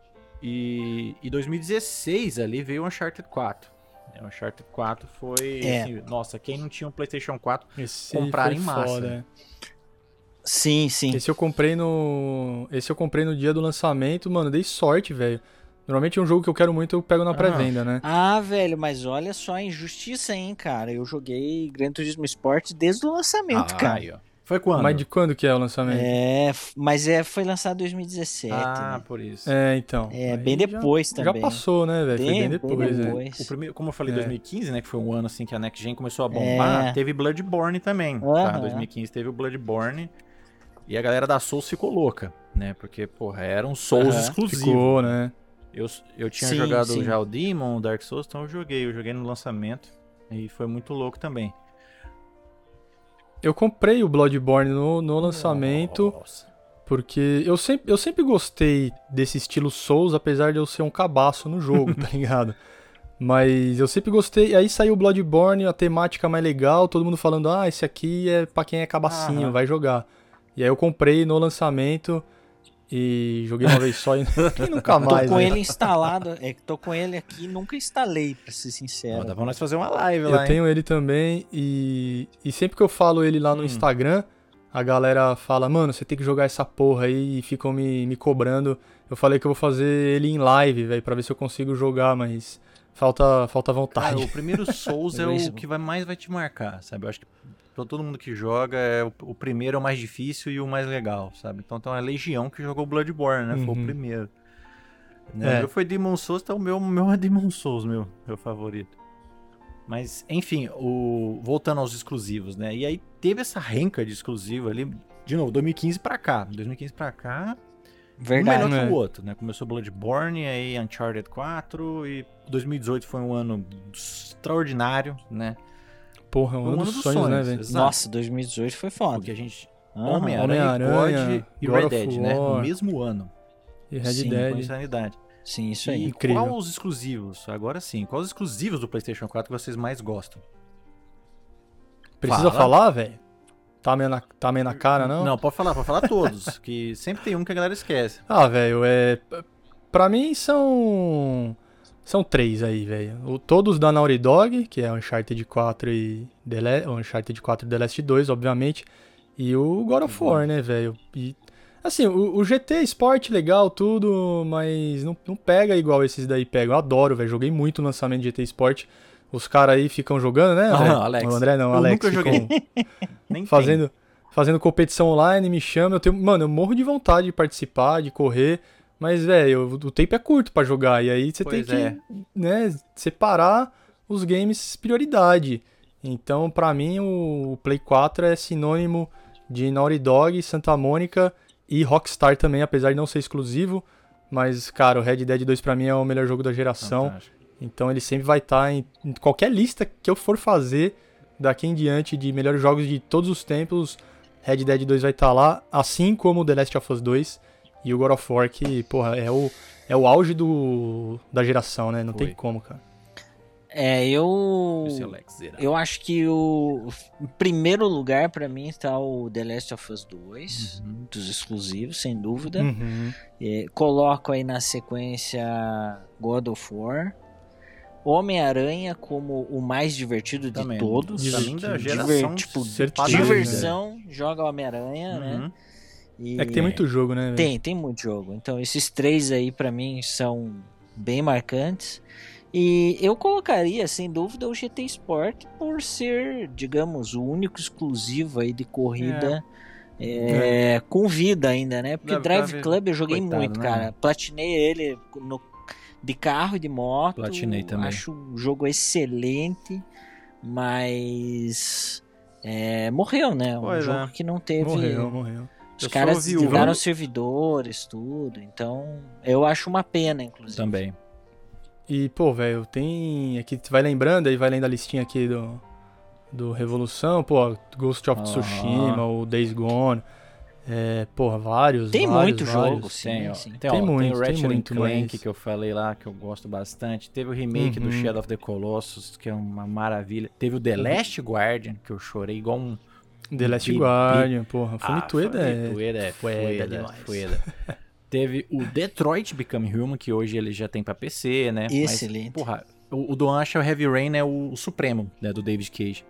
E em dois mil e dezesseis ali veio o Uncharted quatro. O Uncharted quatro foi, É. assim, nossa, quem não tinha um PlayStation quatro Esse comprar foi em massa. foda, é. Sim, sim. Esse eu comprei no. Esse eu comprei no dia do lançamento, mano. Dei sorte, velho. Normalmente é um jogo que eu quero muito, eu pego na Ah. pré-venda, né? Ah, velho, mas olha só a injustiça, hein, cara. Eu joguei Gran Turismo Sport desde o lançamento, Ah, cara. aí, ó. Foi quando? Mas de quando que é o lançamento? É, f- mas é, foi lançado em dois mil e dezessete. Ah, né? por isso. É, então. É, Aí bem já- depois Já também. passou, né, velho? Foi Bem- bem bem depois, né? depois. O primeiro, como eu falei, É. dois mil e quinze, né? Que foi um ano assim que a Next Gen começou a bombar. É. Teve Bloodborne também. Tá? Aham. dois mil e quinze teve o Bloodborne. E a galera da Souls ficou louca, né? Porque, porra, era um Souls Aham. exclusivo. Ficou, né? Eu, eu tinha Sim, jogado sim. já o Demon, o Dark Souls, então eu joguei. Eu joguei no lançamento. E foi muito louco também. Eu comprei o Bloodborne no, no lançamento, Nossa. porque eu sempre, eu sempre gostei desse estilo Souls, apesar de eu ser um cabaço no jogo, tá ligado? Mas eu sempre gostei. Aí saiu o Bloodborne, a temática mais legal, todo mundo falando, ah, esse aqui é pra quem é cabacinho, Aham. vai jogar. E aí eu comprei no lançamento e joguei uma vez só e e nunca Tô mais. com né? ele instalado, é que tô com ele aqui, nunca instalei, pra ser Ó, sincero. dá pra nós fazer uma live lá, Eu hein? tenho ele também e, e sempre que eu falo ele lá no Hum. Instagram, a galera fala, mano, você tem que jogar essa porra aí e ficam me, me cobrando. Eu falei que eu vou fazer ele em live, velho, pra ver se eu consigo jogar, mas falta, falta vontade. Cara, o primeiro Souls é o que vai, mais vai te marcar, sabe? Eu acho que pra todo mundo que joga, é o, o primeiro é o mais difícil e o mais legal, sabe? Então tem uma legião que jogou Bloodborne, né? Uhum. Foi o primeiro. Né? É. O meu foi Demon Souls, então o meu, meu é Demon Souls, meu, meu favorito. Mas, enfim, o... voltando aos exclusivos, né? E aí teve essa renca de exclusivo ali, de novo, dois mil e quinze pra cá. dois mil e quinze pra cá, verdade, um melhor né? que o outro, né? Começou Bloodborne, aí Uncharted quatro, e dois mil e dezoito foi um ano extraordinário, né? Porra, um, um ano dos sonhos, sonhos, né, velho? Nossa, dois mil e dezoito foi foda. Porque a gente... Ah, Homem-Aranha, God e Red Dead, né? No mesmo ano. E Red sim, Dead. Com insanidade. Sim, isso aí. E incrível. qual os exclusivos? Agora sim, quais os exclusivos do PlayStation quatro que vocês mais gostam? Precisa Fala. falar, velho? Tá meio, na, tá meio na cara, não? Não, pode falar, pode falar todos. Que sempre tem um que a galera esquece. Ah, velho, é... Pra mim são... São três aí, velho. Todos da Naughty Dog, que é Uncharted quatro e... The La... Uncharted quatro e The Last dois, obviamente. E o God of War, né, velho? E... Assim, o, o G T Sport legal, tudo, mas não, não pega igual esses daí pegam. Eu adoro, velho. Joguei muito no lançamento de G T Sport. Os caras aí ficam jogando, né? Ah, não, Alex. O André não, eu Alex. Nunca joguei. Nem fazendo, fazendo competição online, me chama. Eu tenho, mano, eu morro de vontade de participar, de correr. Mas, velho, o tempo é curto pra jogar. E aí você pois tem que é. né, separar os games prioridade. Então, pra mim, o, o Play quatro é sinônimo de Naughty Dog, Santa Mônica e Rockstar também, apesar de não ser exclusivo. Mas, cara, o Red Dead dois pra mim é o melhor jogo da geração. Fantástico. Então ele sempre vai estar em, em qualquer lista que eu for fazer daqui em diante de melhores jogos de todos os tempos. Red Dead dois vai estar lá, assim como The Last of Us dois e o God of War, que, porra, é o, é o auge do, da geração, né? Não Foi. tem como, cara. É, eu... Eu acho que o, o primeiro lugar pra mim está o The Last of Us dois, uhum. dos exclusivos, sem dúvida. Uhum. É, coloco aí na sequência God of War. Homem-Aranha como o mais divertido de Também. todos. Divertido. Da geração, Diver, tipo, certeza, diversão, né? Joga Homem-Aranha, uhum. né? E é que tem muito jogo, né? Véio? Tem, tem muito jogo. Então esses três aí pra mim são bem marcantes. E eu colocaria, sem dúvida, o G T Sport por ser, digamos, o único exclusivo aí de corrida é. É, é. com vida ainda, né? Porque Drive, Drive Club eu joguei coitado, muito, né? Cara. Platinei ele no, de carro e de moto. Platinei também. Acho um jogo excelente, mas é, morreu, né? Um pois jogo é. que não teve... Morreu, morreu. Os eu caras desligaram servidores, tudo. Então, eu acho uma pena, inclusive. Também. E, pô, velho, tem... Aqui, tu vai lembrando, aí vai lendo a listinha aqui do, do Revolução, pô, Ghost of ah. Tsushima, o Days Gone, é, porra, vários, Tem vários, muito vários. jogo, sim, tem, ó, sim. Tem, tem ó, muito, tem o Ratchet tem muito, Clank, mas... que eu falei lá, que eu gosto bastante. Teve o remake uhum. do Shadow of the Colossus, que é uma maravilha. Teve o The Last Guardian, que eu chorei igual um... The Last Guardian, porra, Funitueda ah, é... Funitueda é fueda demais. Fueda. Teve o Detroit Become Human, que hoje ele já tem pra P C, né? Excelente. Mas, porra, o, o do acha o Heavy Rain é o, o supremo, né, do David Cage.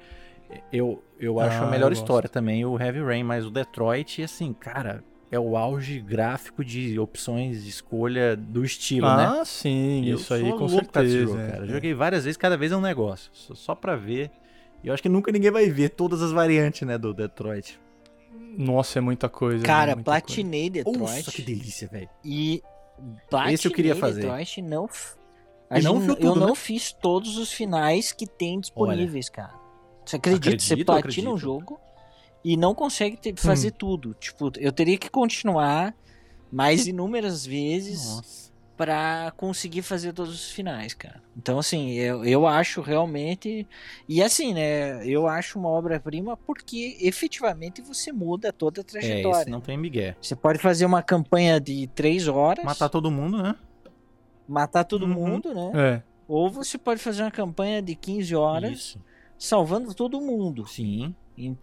Eu, eu acho ah, a melhor história também, o Heavy Rain, mas o Detroit, assim, cara, é o auge gráfico de opções de escolha do estilo, ah, né? Ah, sim, eu isso aí, com certeza. Jogo, é, cara. é. Joguei várias vezes, cada vez é um negócio, só, só pra ver. E eu acho que nunca ninguém vai ver todas as variantes, né, do Detroit. Nossa, é muita coisa. Cara, muita platinei coisa. Detroit. Nossa, que delícia, velho. E platinei Esse eu queria fazer. Detroit, não... A não gente, viu tudo, eu né? não fiz todos os finais que tem disponíveis, Olha, cara. Você acredita? Acredito, você platina acredito. um jogo e não consegue ter, fazer hum. tudo. Tipo, eu teria que continuar mais inúmeras vezes Nossa. pra conseguir fazer todos os finais, cara. Então, assim, eu, eu acho realmente... E assim, né? Eu acho uma obra-prima porque efetivamente você muda toda a trajetória. É, isso não tem migué. Você pode fazer uma campanha de três horas... Matar todo mundo, né? Matar todo uhum. mundo, né? É. Ou você pode fazer uma campanha de quinze horas Isso. salvando todo mundo. Sim.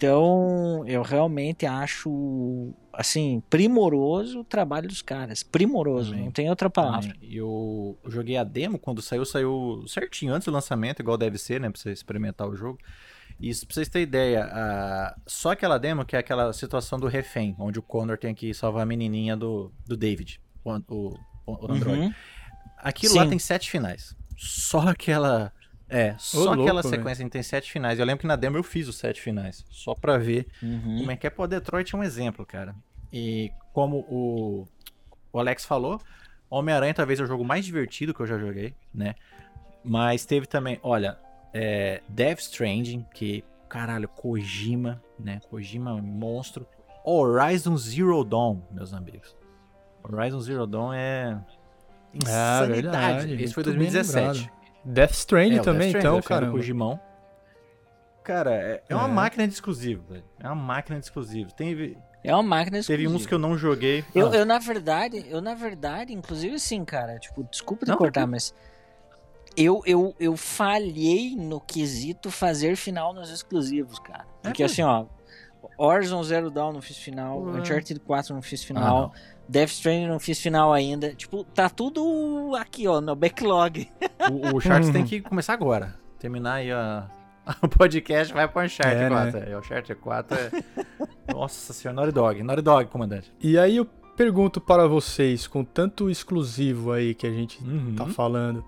Então, eu realmente acho, assim, primoroso o trabalho dos caras. Primoroso, Também. Não tem outra palavra. Também. Eu joguei a demo, quando saiu, saiu certinho antes do lançamento, igual deve ser, né? Pra você experimentar o jogo. Isso, pra vocês terem ideia, a... só aquela demo que é aquela situação do refém, onde o Connor tem que salvar a menininha do, do David, o, o, o Android. Uhum. Aquilo Sim. lá tem sete finais. Só aquela... É, só louco, aquela véio. sequência tem sete finais. Eu lembro que na demo eu fiz os sete finais, só pra ver Uhum. como é que é. Pô, Detroit é um exemplo, cara. E como o, o Alex falou, Homem-Aranha talvez é o jogo mais divertido que eu já joguei, né? Mas teve também, olha, é, Death Stranding, que, caralho, Kojima, né? Kojima monstro. Horizon Zero Dawn, meus amigos. Horizon Zero Dawn é Ah, insanidade. verdade. Esse foi Muito dois mil e bem dezessete. lembrado. Death Stranding É, o também, Death Stranding, então, Death Stranding do cara. Kojimão. Cara, é, é uma É. máquina de exclusivo, velho. É uma máquina de exclusivo. Teve, É uma máquina teve exclusiva. uns que eu não joguei. Eu, Ah, eu, na verdade, eu, na verdade, inclusive, sim, cara, tipo, desculpa te Não, cortar, tranquilo. mas eu, eu, eu falhei no quesito fazer final nos exclusivos, cara. Porque É, assim, ó, Horizon Zero Dawn não fiz final, Ué. Uncharted quatro não fiz Ah, final, não. Death Stranding não fiz final ainda. Tipo, tá tudo aqui, ó, no backlog. O, o Uncharted tem que começar agora. Terminar aí a, o podcast, vai pro Uncharted É, quatro. É, o Uncharted quatro é... Nossa senhora, Naughty Dog. Naughty Dog, comandante. E aí eu pergunto para vocês, com tanto exclusivo aí que a gente Uhum. tá falando,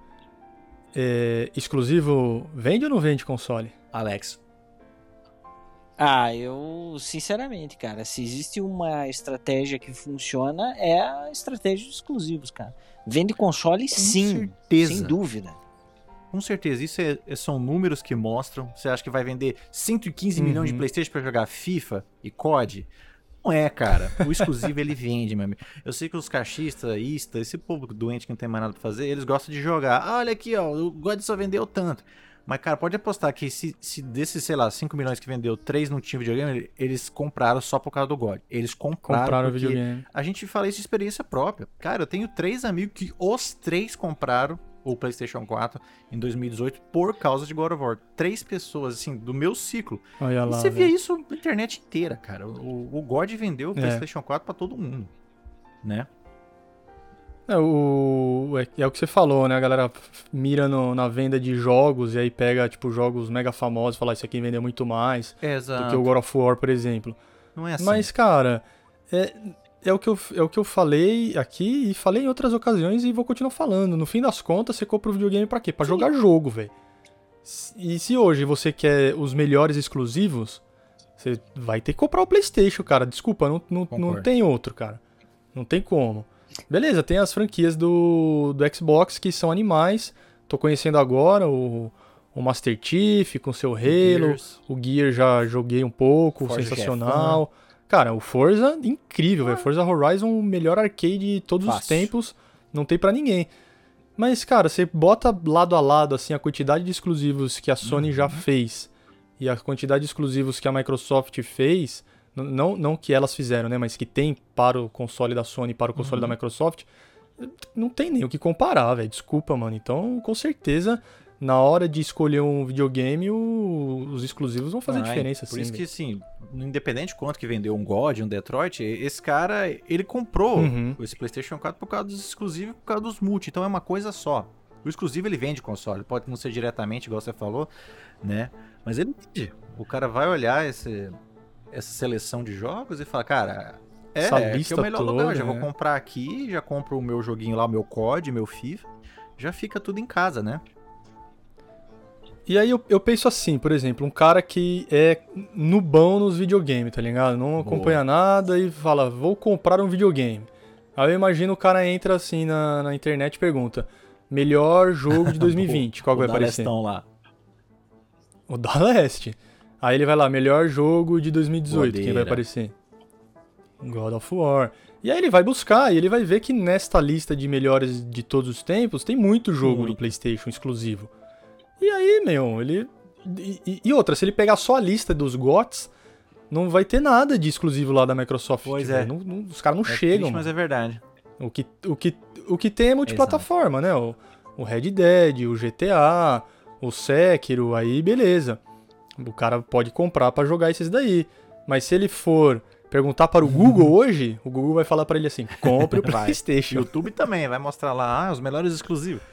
é, exclusivo vende ou não vende console? Alex. Ah, eu, sinceramente, cara, se existe uma estratégia que funciona, é a estratégia de exclusivos, cara. Vende console, sim, certeza. sem dúvida. Com certeza, isso é- é- são números que mostram. Você acha que vai vender cento e quinze Uhum. milhões de PlayStation pra jogar FIFA e C O D? Não é, cara. O exclusivo ele vende, meu amigo. Eu sei que os cachistas, istas, esse povo doente que não tem mais nada pra fazer, eles gostam de jogar. Ah, olha aqui, ó, o God só vendeu tanto. Mas, cara, pode apostar que se, se desses, sei lá, cinco milhões que vendeu, três não tinha videogame, eles compraram só por causa do God. Eles compraram, Compraram o porque videogame. a gente fala isso de experiência própria. Cara, eu tenho três amigos que os três compraram o PlayStation quatro em dois mil e dezoito por causa de God of War. Três pessoas, assim, do meu ciclo. Olha E lá. você via velho. isso na internet inteira, cara. O, o God vendeu o É. PlayStation quatro pra todo mundo, né? É o, é, é o que você falou, né? A galera f- mira no- na venda de jogos e aí pega, tipo, jogos mega famosos e fala, isso aqui vendeu muito mais Exato. do que o God of War, por exemplo. Não é assim. Mas, cara, é, é, o que eu, é o que eu falei aqui e falei em outras ocasiões e vou continuar falando. No fim das contas, você compra o videogame pra quê? Pra Sim. jogar jogo, velho. E se hoje você quer os melhores exclusivos, você vai ter que comprar o PlayStation, cara. Desculpa, não, não, não Concordo. tem outro, cara. Não tem como. Beleza, tem as franquias do, do Xbox que são animais. Tô conhecendo agora o, o Master Chief com seu Halo. Gears. O Gear já joguei um pouco, Forza, que é sensacional. Cara, o Forza, incrível, velho. Forza Horizon, o melhor arcade de todos os Fácil. tempos. Não tem pra ninguém. Mas, cara, você bota lado a lado, assim, a quantidade de exclusivos que a Sony já fez e a quantidade de exclusivos que a Microsoft fez, n- não, não que elas fizeram, né, mas que tem para o console da Sony e para o console da Microsoft, não tem nem o que comparar, velho. Desculpa, mano. Então, com certeza, na hora de escolher um videogame, o- os exclusivos vão fazer Ah, diferença, Por sim. isso que, velho. assim, independente de quanto que vendeu um God, um Detroit, esse cara, ele comprou Uhum. esse PlayStation quatro por causa dos exclusivos e por causa dos multi. Então é uma coisa só. O exclusivo ele vende console. Pode não ser diretamente, igual você falou, né? Mas ele vende. O cara vai olhar esse, essa seleção de jogos e fala, cara, é, Essa aqui é lista o melhor lugar. toda, Já vou né? comprar aqui, já compro o meu joguinho lá, o meu C O D, meu FIFA. Já fica tudo em casa, né? E aí eu, eu penso assim, por exemplo, um cara que é nubão nos videogames, tá ligado? Não Boa. acompanha nada e fala, vou comprar um videogame. Aí eu imagino o cara entra assim na, na internet e pergunta, melhor jogo de dois mil e vinte, qual que O vai da aparecer? Lestão lá. O da Leste. Aí ele vai lá, melhor jogo de dois mil e dezoito, quem vai Bodeira. aparecer? God of War. E aí ele vai buscar e ele vai ver que nesta lista de melhores de todos os tempos tem muito jogo Muito. do PlayStation exclusivo. E aí, meu, ele... E, e- e outra, se ele pegar só a lista dos G O Ts, não vai ter nada de exclusivo lá da Microsoft. Pois velho. é. Não- não- os caras não É chegam, triste, mas mano. é verdade. O que, o, que, o que tem é multiplataforma, né? O, o Red Dead, o G T A, o Sekiro, aí beleza. O cara pode comprar pra jogar esses daí. Mas se ele for perguntar para o Google hoje, o Google vai falar pra ele assim, compre o Vai. PlayStation. YouTube também vai mostrar lá ah, os melhores exclusivos.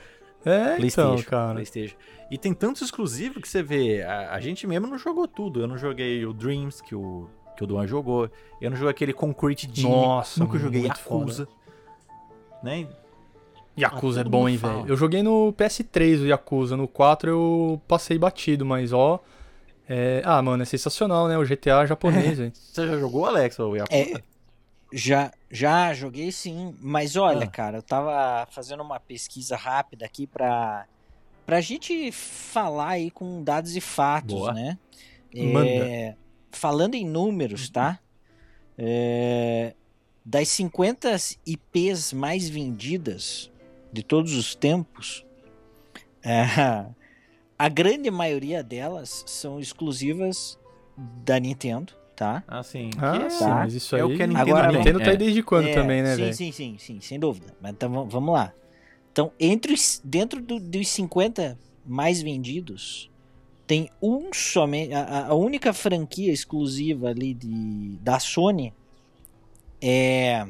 É, PlayStation, então, cara. PlayStation. E tem tantos exclusivos que você vê, a, a gente mesmo não jogou tudo. Eu não joguei o Dreams, que o, que o Duan jogou. Eu não joguei aquele Concrete Genie. Nossa, nunca joguei muito Yakuza. Né? Yakuza Ah, é todo bom, mundo hein, fala. velho. Eu joguei no P S três o Yakuza, no quatro eu passei batido, mas ó... é- Ah, mano, é sensacional, né? O G T A japonês, velho. Você já jogou, Alex, o Yakuza? É, já, já joguei sim, mas olha, Ah. cara, eu tava fazendo uma pesquisa rápida aqui pra, pra gente falar aí com dados e fatos, Boa. né? Manda. É, falando em números, tá? É, das cinquenta I Ps mais vendidas de todos os tempos, é, a grande maioria delas são exclusivas da Nintendo, tá? Ah, sim. Ah, Que sim, é- mas isso aí... é o que a Nintendo Agora, a tem. Nintendo tá aí É. desde quando É, também, né, sim, velho? sim, sim, sim, sem dúvida. Mas então vamos- vamos lá. Então, entre os, dentro do- dos cinquenta mais vendidos, tem um somente. A, a única franquia exclusiva ali de, da Sony é.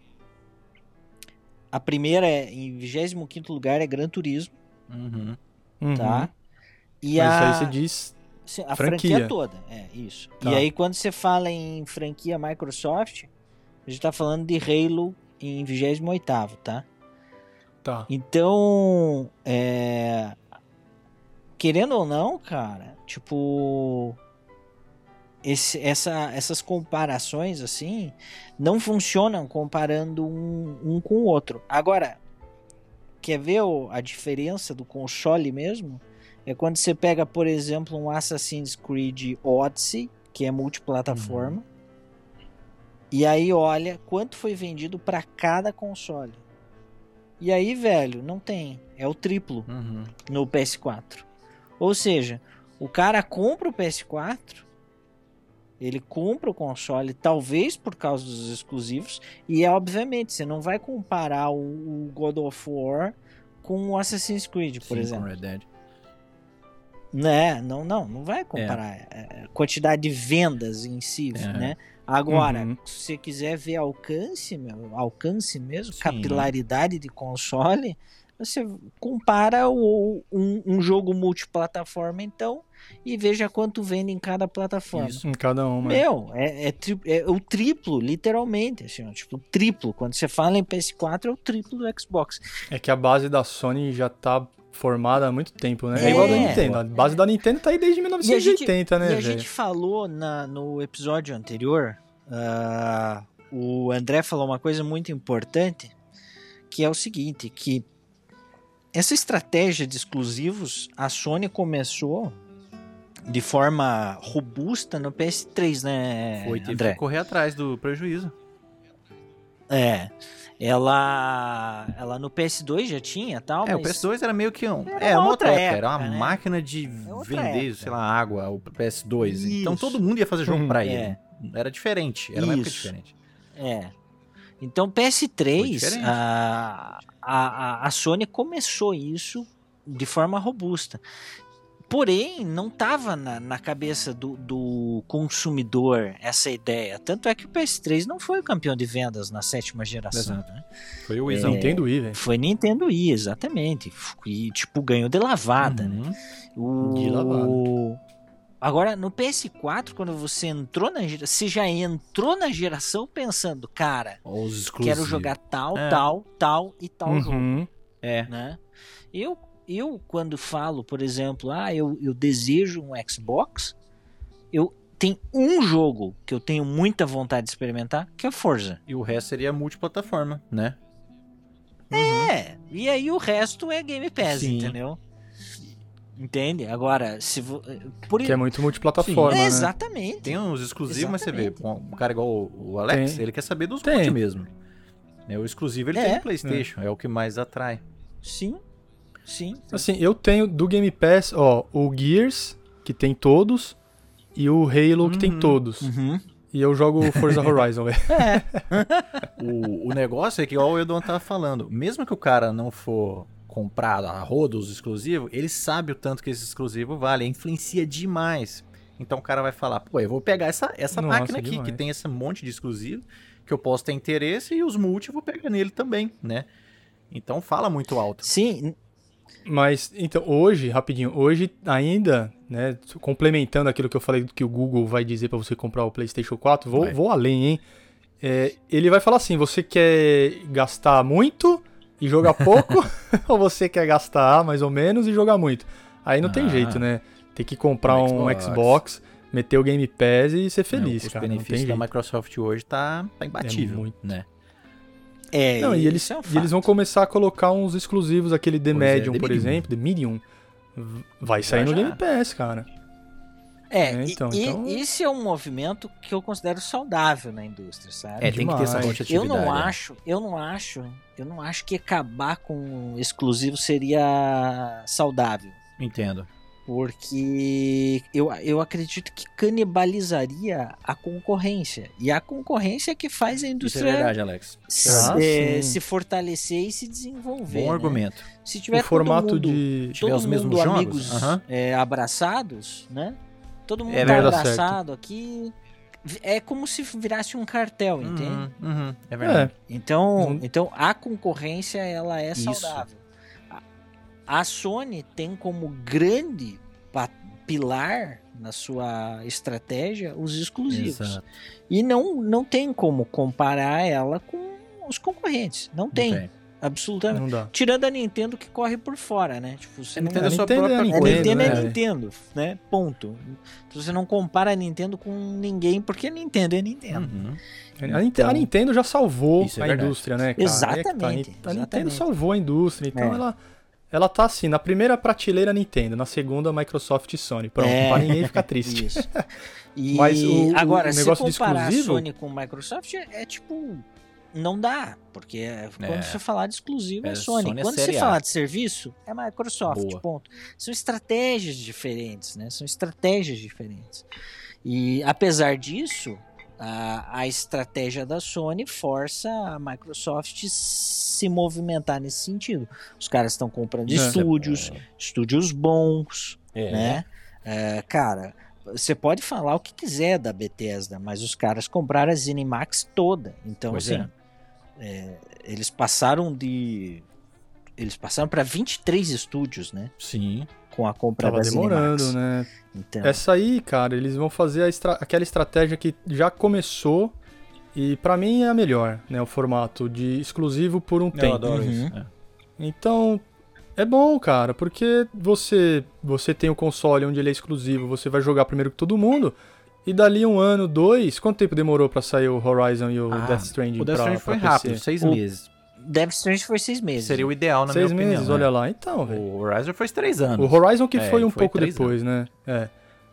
A primeira é em vigésimo quinto lugar é Gran Turismo, Uhum. Uhum. tá? E Mas isso a, aí você diz... sim, a franquia. franquia toda, é isso. Tá. E aí quando você fala em franquia Microsoft, a gente tá falando de Halo em vigésimo oitavo, tá? Tá. Então, é... querendo ou não, cara, tipo, esse, essa, essas comparações assim não funcionam comparando um, um com o outro. Agora, quer ver o- a diferença do console mesmo? É quando você pega, por exemplo, um Assassin's Creed Odyssey, que é multiplataforma, e aí olha quanto foi vendido para cada console. E aí, velho, não tem. É o triplo Uhum. no P S quatro. Ou seja, o cara compra o P S quatro, ele compra o console, talvez por causa dos exclusivos, e é obviamente, você não vai comparar o, o God of War com o Assassin's Creed, por Sim, exemplo. com Red Dead. Né? Não, não, não vai comparar é. a quantidade de vendas em si, É. né? Agora, Uhum. se você quiser ver alcance, meu, alcance mesmo, Sim. capilaridade de console, você compara o, um, um jogo multiplataforma, então, e veja quanto vende em cada plataforma. Isso. Em cada uma. Meu, é, é, tri- é o triplo, literalmente, assim, ó, tipo, triplo. Quando você fala em P S quatro, é o triplo do Xbox. É que a base da Sony já tá formada há muito tempo, né? É, É. igual a da Nintendo. A base da Nintendo tá aí desde mil novecentos e oitenta, e né, a velho? gente falou na, no episódio anterior, ah, o André falou uma coisa muito importante, que é o seguinte, que essa estratégia de exclusivos, a Sony começou de forma robusta no P S três, né, Foi, teve André? que correr atrás do prejuízo. É, ela, ela no P S dois já tinha tal, É, mas o P S dois era meio que um. Era É, uma uma outra outra época, era época, uma né? máquina de É outra vender, época. sei lá, água, o P S dois. Então Isso. todo mundo ia fazer jogo Hum, pra é. ele. Era diferente, era uma época Isso. diferente. É. Então, P S três, Foi diferente. a, a, a Sony começou isso de forma robusta. Porém, não estava na, na cabeça do, do consumidor essa ideia. Tanto é que o P S três não foi o campeão de vendas na sétima geração. Exato. Né? Foi o É. Wii. Nintendo Wii, velho. Foi Nintendo Wii, exatamente. E, tipo, ganhou de lavada. Né? Uhum. O... De lavada. Agora, no P S quatro, quando você entrou na geração, você já entrou na geração pensando, cara, Os exclusivos. quero jogar tal, É. tal, tal e tal jogo, Uhum. É. né? Eu, eu quando falo, por exemplo, ah, eu, eu desejo um Xbox, eu tenho um jogo que eu tenho muita vontade de experimentar, que é Forza. E o resto seria multiplataforma, né? É, e aí o resto é Game Pass, Sim. entendeu? Entende? Agora, se vo... por Que é muito multiplataforma, É, né? exatamente. Tem uns exclusivos, mas você vê, Exatamente. um cara igual o o Alex, Tem. ele quer saber dos Tem. multi mesmo. É, o exclusivo ele É. tem no PlayStation, é. o que mais atrai. Sim, sim. Assim, eu tenho do Game Pass, ó, o Gears, que tem todos, e o Halo, que tem Uhum. todos. Uhum. E eu jogo o Forza Horizon, velho. O, o negócio é que, igual o Edon tava falando, mesmo que o cara não for comprar a roda os exclusivos, ele sabe o tanto que esse exclusivo vale, influencia demais. Então o cara vai falar, pô, eu vou pegar essa, essa Nossa, máquina aqui, demais. que tem esse monte de exclusivo, que eu posso ter interesse, e os multi eu vou pegar nele também, né? Então fala muito alto. Sim, Mas, então, hoje, rapidinho, hoje ainda, né, complementando aquilo que eu falei que o Google vai dizer pra você comprar o PlayStation quatro, vou, vou além, hein? É, ele vai falar assim, você quer gastar muito e jogar pouco, ou você quer gastar mais ou menos e jogar muito? Aí não ah, tem jeito, né? Tem que comprar um Xbox. Xbox, meter o Game Pass e ser feliz, não, os cara. Os benefícios da Microsoft hoje tá, tá imbatível, é muito, né? É, não, e eles, é um e eles vão começar a colocar uns exclusivos, aquele The pois Medium, é, The por Medium. exemplo, The Medium, vai sair já, no já. Game Pass, cara. É, é então, e, então... esse é um movimento que eu considero saudável na indústria, sabe? É, tem que ter essa rotatividade. Eu não é. acho, eu não acho, eu não acho que acabar com exclusivo seria saudável. Entendo. Porque eu, eu acredito que canibalizaria a concorrência. E a concorrência é que faz a indústria Isso é verdade, Alex. Se, ah, é, se fortalecer e se desenvolver. Bom né? argumento. Se tiver o formato todo mundo, de tiver todo os mundo mesmos amigos jogos, uh-huh. é, abraçados, né? Todo mundo é tá abraçado aqui. É como se virasse um cartel, uhum, entende? Uhum, é verdade. É. Então, uhum. então a concorrência ela é Isso. saudável. A Sony tem como grande pilar na sua estratégia os exclusivos. Exato. E não, não tem como comparar ela com os concorrentes. Não tem. Não tem. Absolutamente. Não dá. Tirando a Nintendo que corre por fora, né? Tipo, você a não... Nintendo é sua Nintendo própria é A coisa, Nintendo né? é Nintendo, né? Ponto. Então, você não compara a Nintendo com ninguém porque a Nintendo é Nintendo. Uhum. A, então, a Nintendo já salvou é a verdade. indústria, né, cara? Exatamente. É tá, a exatamente. Nintendo salvou a indústria, então é. ela... Ela tá assim, na primeira prateleira Nintendo, na segunda Microsoft e Sony. Pronto, é, pra ninguém ficar triste. Isso. E Mas o, agora, o negócio se comparar de exclusivo... a Sony com a Microsoft, é, é tipo... Não dá, porque é, quando é. você falar de exclusivo é, é Sony. Sony quando é você falar de serviço, é Microsoft, Boa. ponto. São estratégias diferentes, né? São estratégias diferentes. E apesar disso... A, a estratégia da Sony força a Microsoft se movimentar nesse sentido. Os caras estão comprando é. estúdios, é. estúdios bons, é. né? É, cara, você pode falar o que quiser da Bethesda, mas os caras compraram a ZeniMax toda. Então, pois assim, é. eles passaram de... Eles passaram para vinte e três estúdios, né? Sim. Com a compra Tava da demorando, ZeniMax. né? Então. Essa aí, cara, eles vão fazer a estra... aquela estratégia que já começou e pra mim é a melhor, né? O formato de exclusivo por um Eu tempo. adoro uhum. isso. É. Então, é bom, cara, porque você, você tem o console onde ele é exclusivo, você vai jogar primeiro que todo mundo e dali um ano, dois... Quanto tempo demorou pra sair o Horizon e o Ah, Death Stranding o Death pra, Stranding foi pra rápido, P C? seis o... meses. Death Stranding foi seis meses. Seria o ideal, na Seis minha opinião. meses, né? olha lá. Então, velho. O Horizon foi três anos. O Horizon que é, foi um foi pouco depois, anos. né? É.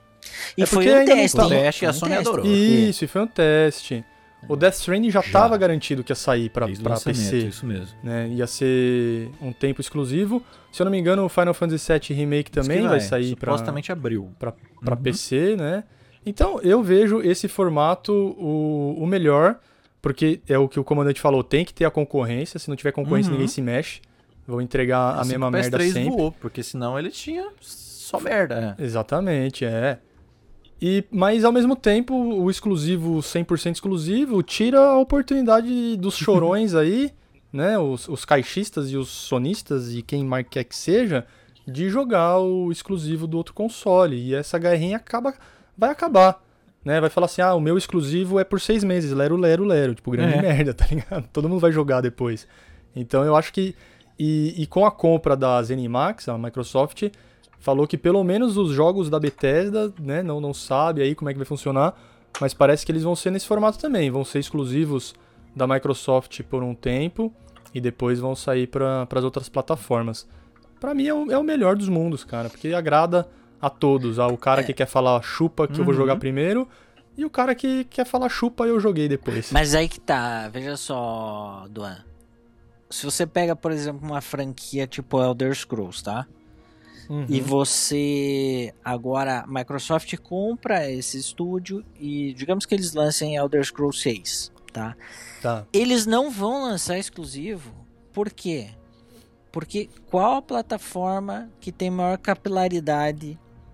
E é foi um teste. Tava... teste e a um Sony teste. adorou. Isso, e foi um teste. O Death Stranding já estava garantido que ia sair pra, pra P C. Isso mesmo. Né? Ia ser um tempo exclusivo. Se eu não me engano, o Final Fantasy sete Remake também vai, vai sair pra... Supostamente abril. Pra, pra uhum. P C, né? Então, eu vejo esse formato o, o melhor, porque é o que o comandante falou, tem que ter a concorrência. Se não tiver concorrência, uhum. ninguém se mexe. Vão entregar assim a mesma merda sempre. O P S três voou, porque senão ele tinha só merda. É. Exatamente, é. E, mas, ao mesmo tempo, o exclusivo, cem por cento exclusivo, tira a oportunidade dos chorões aí, né? Os, os caixistas e os sonistas e quem mais quer que seja, de jogar o exclusivo do outro console. E essa guerrinha acaba, vai acabar. Né? Vai falar assim, ah, o meu exclusivo é por seis meses, lero, lero, lero. Tipo, grande é. merda, tá ligado? Todo mundo vai jogar depois. Então, eu acho que... E, e com a compra da ZeniMax, a Microsoft falou que pelo menos os jogos da Bethesda, né, não, não sabe aí como é que vai funcionar, mas parece que eles vão ser nesse formato também, vão ser exclusivos da Microsoft por um tempo e depois vão sair para as outras plataformas. Pra mim é o, é o melhor dos mundos, cara, porque agrada a todos, ah, o cara é. que quer falar chupa que uhum. eu vou jogar primeiro e o cara que quer falar chupa eu joguei depois. Mas aí que tá, veja só, Duan. Se você pega, por exemplo, uma franquia tipo Elder Scrolls, tá? Uhum. E você agora, Microsoft compra esse estúdio e digamos que eles lancem Elder Scrolls seis, tá? Tá. Eles não vão lançar exclusivo, por quê? Porque qual a plataforma que tem maior capilaridade,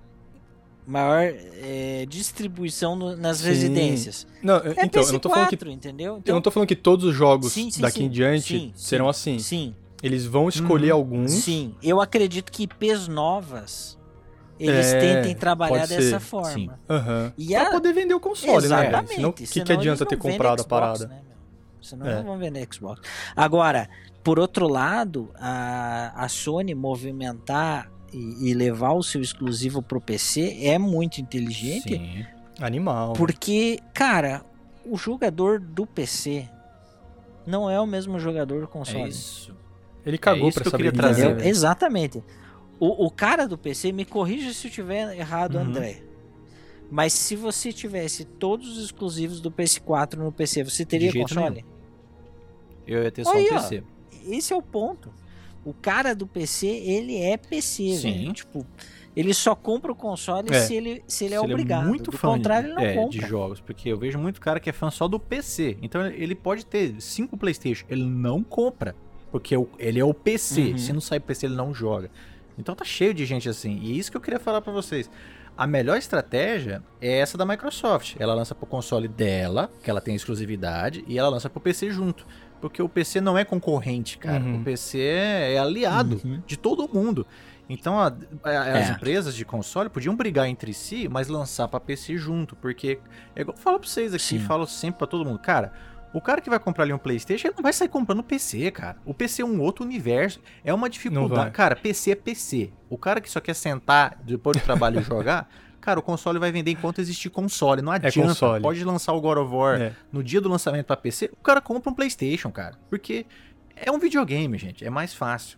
maior é, distribuição no, nas sim. residências? Não, é então, P S quatro, eu não tô falando que entendeu? Então, eu não tô falando que todos os jogos sim, sim, daqui sim, em diante sim, serão sim, assim. Sim. Eles vão escolher Uhum. alguns. Sim, eu acredito que I Ps novas eles É, tentem trabalhar pode dessa ser, forma. sim. Aham. E Pra a- poder vender o console, né? velho? Exatamente. Senão, o que, que senão eles adianta não ter vendem comprado a Xbox, parada? né, meu? Senão É. não vão vender Xbox. Agora, por outro lado, a, a Sony movimentar e, e levar o seu exclusivo pro P C é muito inteligente, Sim. Animal. porque, cara, o jogador do P C não é o mesmo jogador do É console. isso. Ele cagou É isso pra que eu essa queria briguinha, trazer. né, Entendeu? velho? Exatamente. O, o cara do P C, me corrija se eu estiver errado, Uhum. André. Mas se você tivesse todos os exclusivos do P S quatro no P C, você teria jeito console? Eu ia ter só Aí, um ó. P C. Esse é o ponto. O cara do P C, ele é P C, Sim. velho. Tipo, ele só compra o console É. se ele, se ele é Se obrigado. muito do fã contrário, de, ele não é, compra. de jogos, porque eu vejo muito cara que é fã só do P C. Então ele pode ter cinco PlayStation, ele não compra, porque o- ele é o P C. Uhum. Se não sai P C, ele não joga. Então tá cheio de gente assim. E isso que eu queria falar pra vocês. A melhor estratégia é essa da Microsoft. Ela lança pro console dela, que ela tem exclusividade, e ela lança pro P C junto. Porque o P C não é concorrente, cara. Uhum. O P C é, é aliado Uhum. de todo mundo. Então a- a- as É. empresas de console podiam brigar entre si, mas lançar pra P C junto. Porque, é igual eu falo pra vocês aqui, Sim. falo sempre pra todo mundo, cara. O cara que vai comprar ali um PlayStation, ele não vai sair comprando P C, cara. O P C é um outro universo. É uma Não dificuldade. vai. Cara, P C é P C. O cara que só quer sentar depois do trabalho e jogar, cara, o console vai vender enquanto existir console. Não adianta. console. Pode lançar o God of War É. no dia do lançamento pra P C, o cara compra um PlayStation, cara. Porque é um videogame, gente. É mais fácil.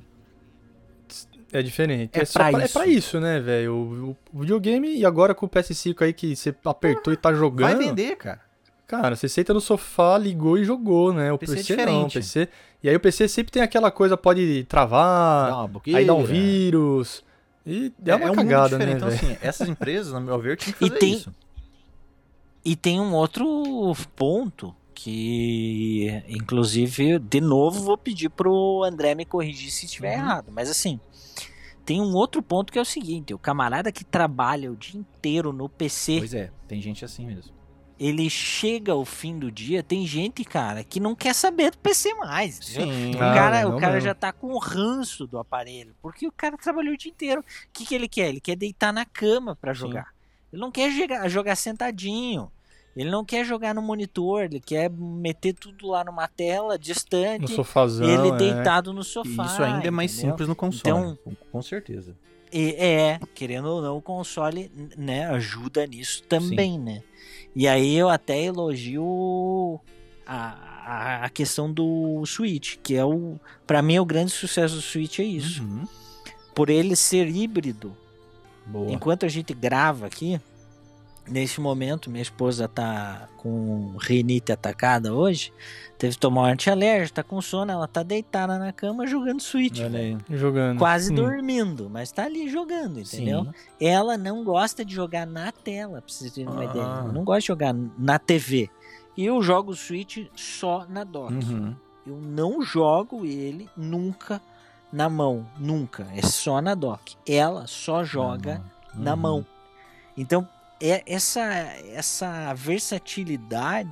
É diferente. É É, só pra pra, é isso. pra isso, né, velho? O, o videogame, e agora com o P S cinco aí que você apertou e tá jogando. Vai vender, cara. Cara, você senta no sofá, ligou e jogou, né? O P C P C, é não, o diferente. P C. E aí o P C sempre tem aquela coisa, pode travar, Dá uma boqueira. aí dá um vírus. E é, uma um mundo cagada, né, diferente. Então, velho? assim, essas empresas, no meu ver, tinham que E fazer tem- isso. E tem um outro ponto que, inclusive, de novo, vou pedir pro André me corrigir se estiver Uhum. errado. Mas assim, tem um outro ponto que é o seguinte: o camarada que trabalha o dia inteiro no P C, Pois é, tem gente assim mesmo. ele chega ao fim do dia, tem gente, cara, que não quer saber do P C mais. entendeu? Sim. O Ah, cara, não o cara mesmo. já tá com o ranço do aparelho, porque o cara trabalhou o dia inteiro. O que, que ele quer? Ele quer deitar na cama pra Sim. jogar. Ele não quer jogar, jogar sentadinho. Ele não quer jogar no monitor, ele quer meter tudo lá numa tela No distante, sofazão, ele é. deitado no E sofá. isso ainda é mais entendeu? simples no console. Então- com, com certeza. E- é, querendo ou não, o console, né, ajuda nisso também, né? E aí eu até elogio a, a, a questão do Switch, que é o, pra mim, o grande sucesso do Switch é isso. Uhum. Por ele ser híbrido. Boa. Enquanto a gente grava aqui, nesse momento, minha esposa tá com rinite atacada hoje, teve que tomar um antialérgico, tá com sono, ela tá deitada na cama jogando Switch. Olha aí. Jogando. Quase Hum. dormindo, mas tá ali jogando, entendeu? Sim. Ela não gosta de jogar na tela, pra vocês terem uma Ah. ideia. Ela não gosta de jogar na T V. E eu jogo o Switch só na dock. Uhum. Eu não jogo ele nunca na mão. Nunca. É só na dock. Ela só joga Uhum. na mão. Então, é, essa, essa versatilidade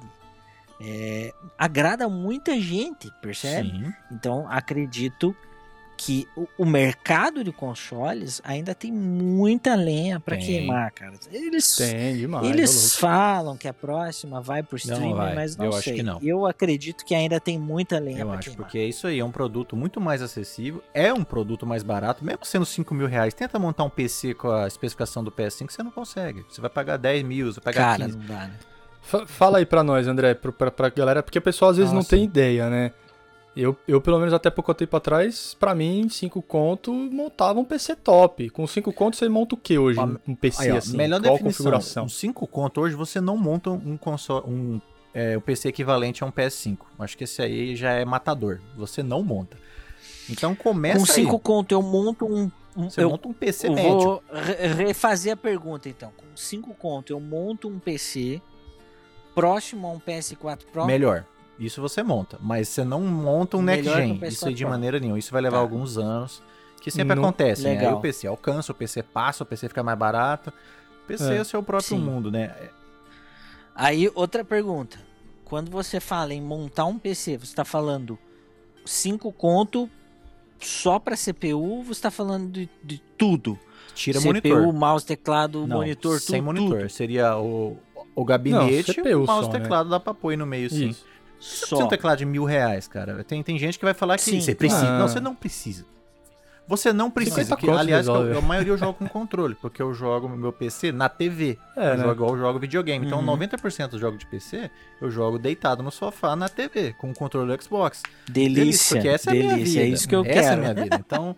é, agrada muita gente, percebe? Sim. Então, acredito que o, o mercado de consoles ainda tem muita lenha para Tem. queimar, cara. Eles, Tem demais. eles ô louco. falam que a próxima vai pro streaming, vai. mas não Eu acho sei. que não. Eu acredito que ainda tem muita lenha Eu para acho, queimar. porque é isso aí, é um produto muito mais acessível, é um produto mais barato, mesmo sendo cinco mil reais. Tenta montar um P C com a especificação do P S cinco, você não consegue. Você vai pagar dez mil, você vai pagar Cara, quinze. não dá, né? Fa- Fala aí pra nós, André, pro- pra, pra galera, porque o pessoal às vezes não Nossa. tem ideia, né? Eu, eu, pelo menos até pouco tempo atrás, pra mim, cinco conto, montava um P C top. Com cinco conto você monta o que hoje? Ó, Um P C Aí, ó, assim? melhor Qual a definição, configuração? um cinco conto hoje você não monta um console, um, é, um P C equivalente a um P S cinco. Acho que esse aí já é matador. Você não monta. Então começa Com cinco aí. conto eu monto um... um- Você eu monta um P C eu médio. vou re- refazer a pergunta, então. Com cinco conto eu monto um P C próximo a um P S quatro Pro? Melhor. Isso você monta. Mas você não monta um Next Melhor que Gen. o P S Isso aí de quatro Pro. maneira nenhuma. Isso vai levar Tá. alguns anos. Que sempre Não- acontece, né? Aí Legal. o P C alcança, o P C passa, o P C fica mais barato. O P C é, É. o seu próprio Sim. mundo, né? Aí, outra pergunta. Quando você fala em montar um P C, você está falando cinco conto só para C P U, você está falando de, de tudo? Tira C P U, monitor. mouse, teclado, Não, monitor, sem tudo. monitor. Tudo. Seria o, o gabinete, Não, C P U o mouse, só, teclado, né? Dá pra pôr no meio, sim. Isso. Você precisa de um teclado de mil reais, cara. Tem, tem gente que vai falar que Sim, você precisa. ah. Não, você não precisa. Você não precisa. cinquenta Que, conto aliás, que eu, resolve. a maioria eu jogo com controle, porque eu jogo no meu P C na T V. É, eu né? jogo, eu jogo videogame. Então, Uhum. noventa por cento dos jogos de P C, eu jogo deitado no sofá na T V, com o controle do Xbox. Delícia, porque essa é a minha delícia, vida. é isso que eu essa quero. é a minha vida. Então,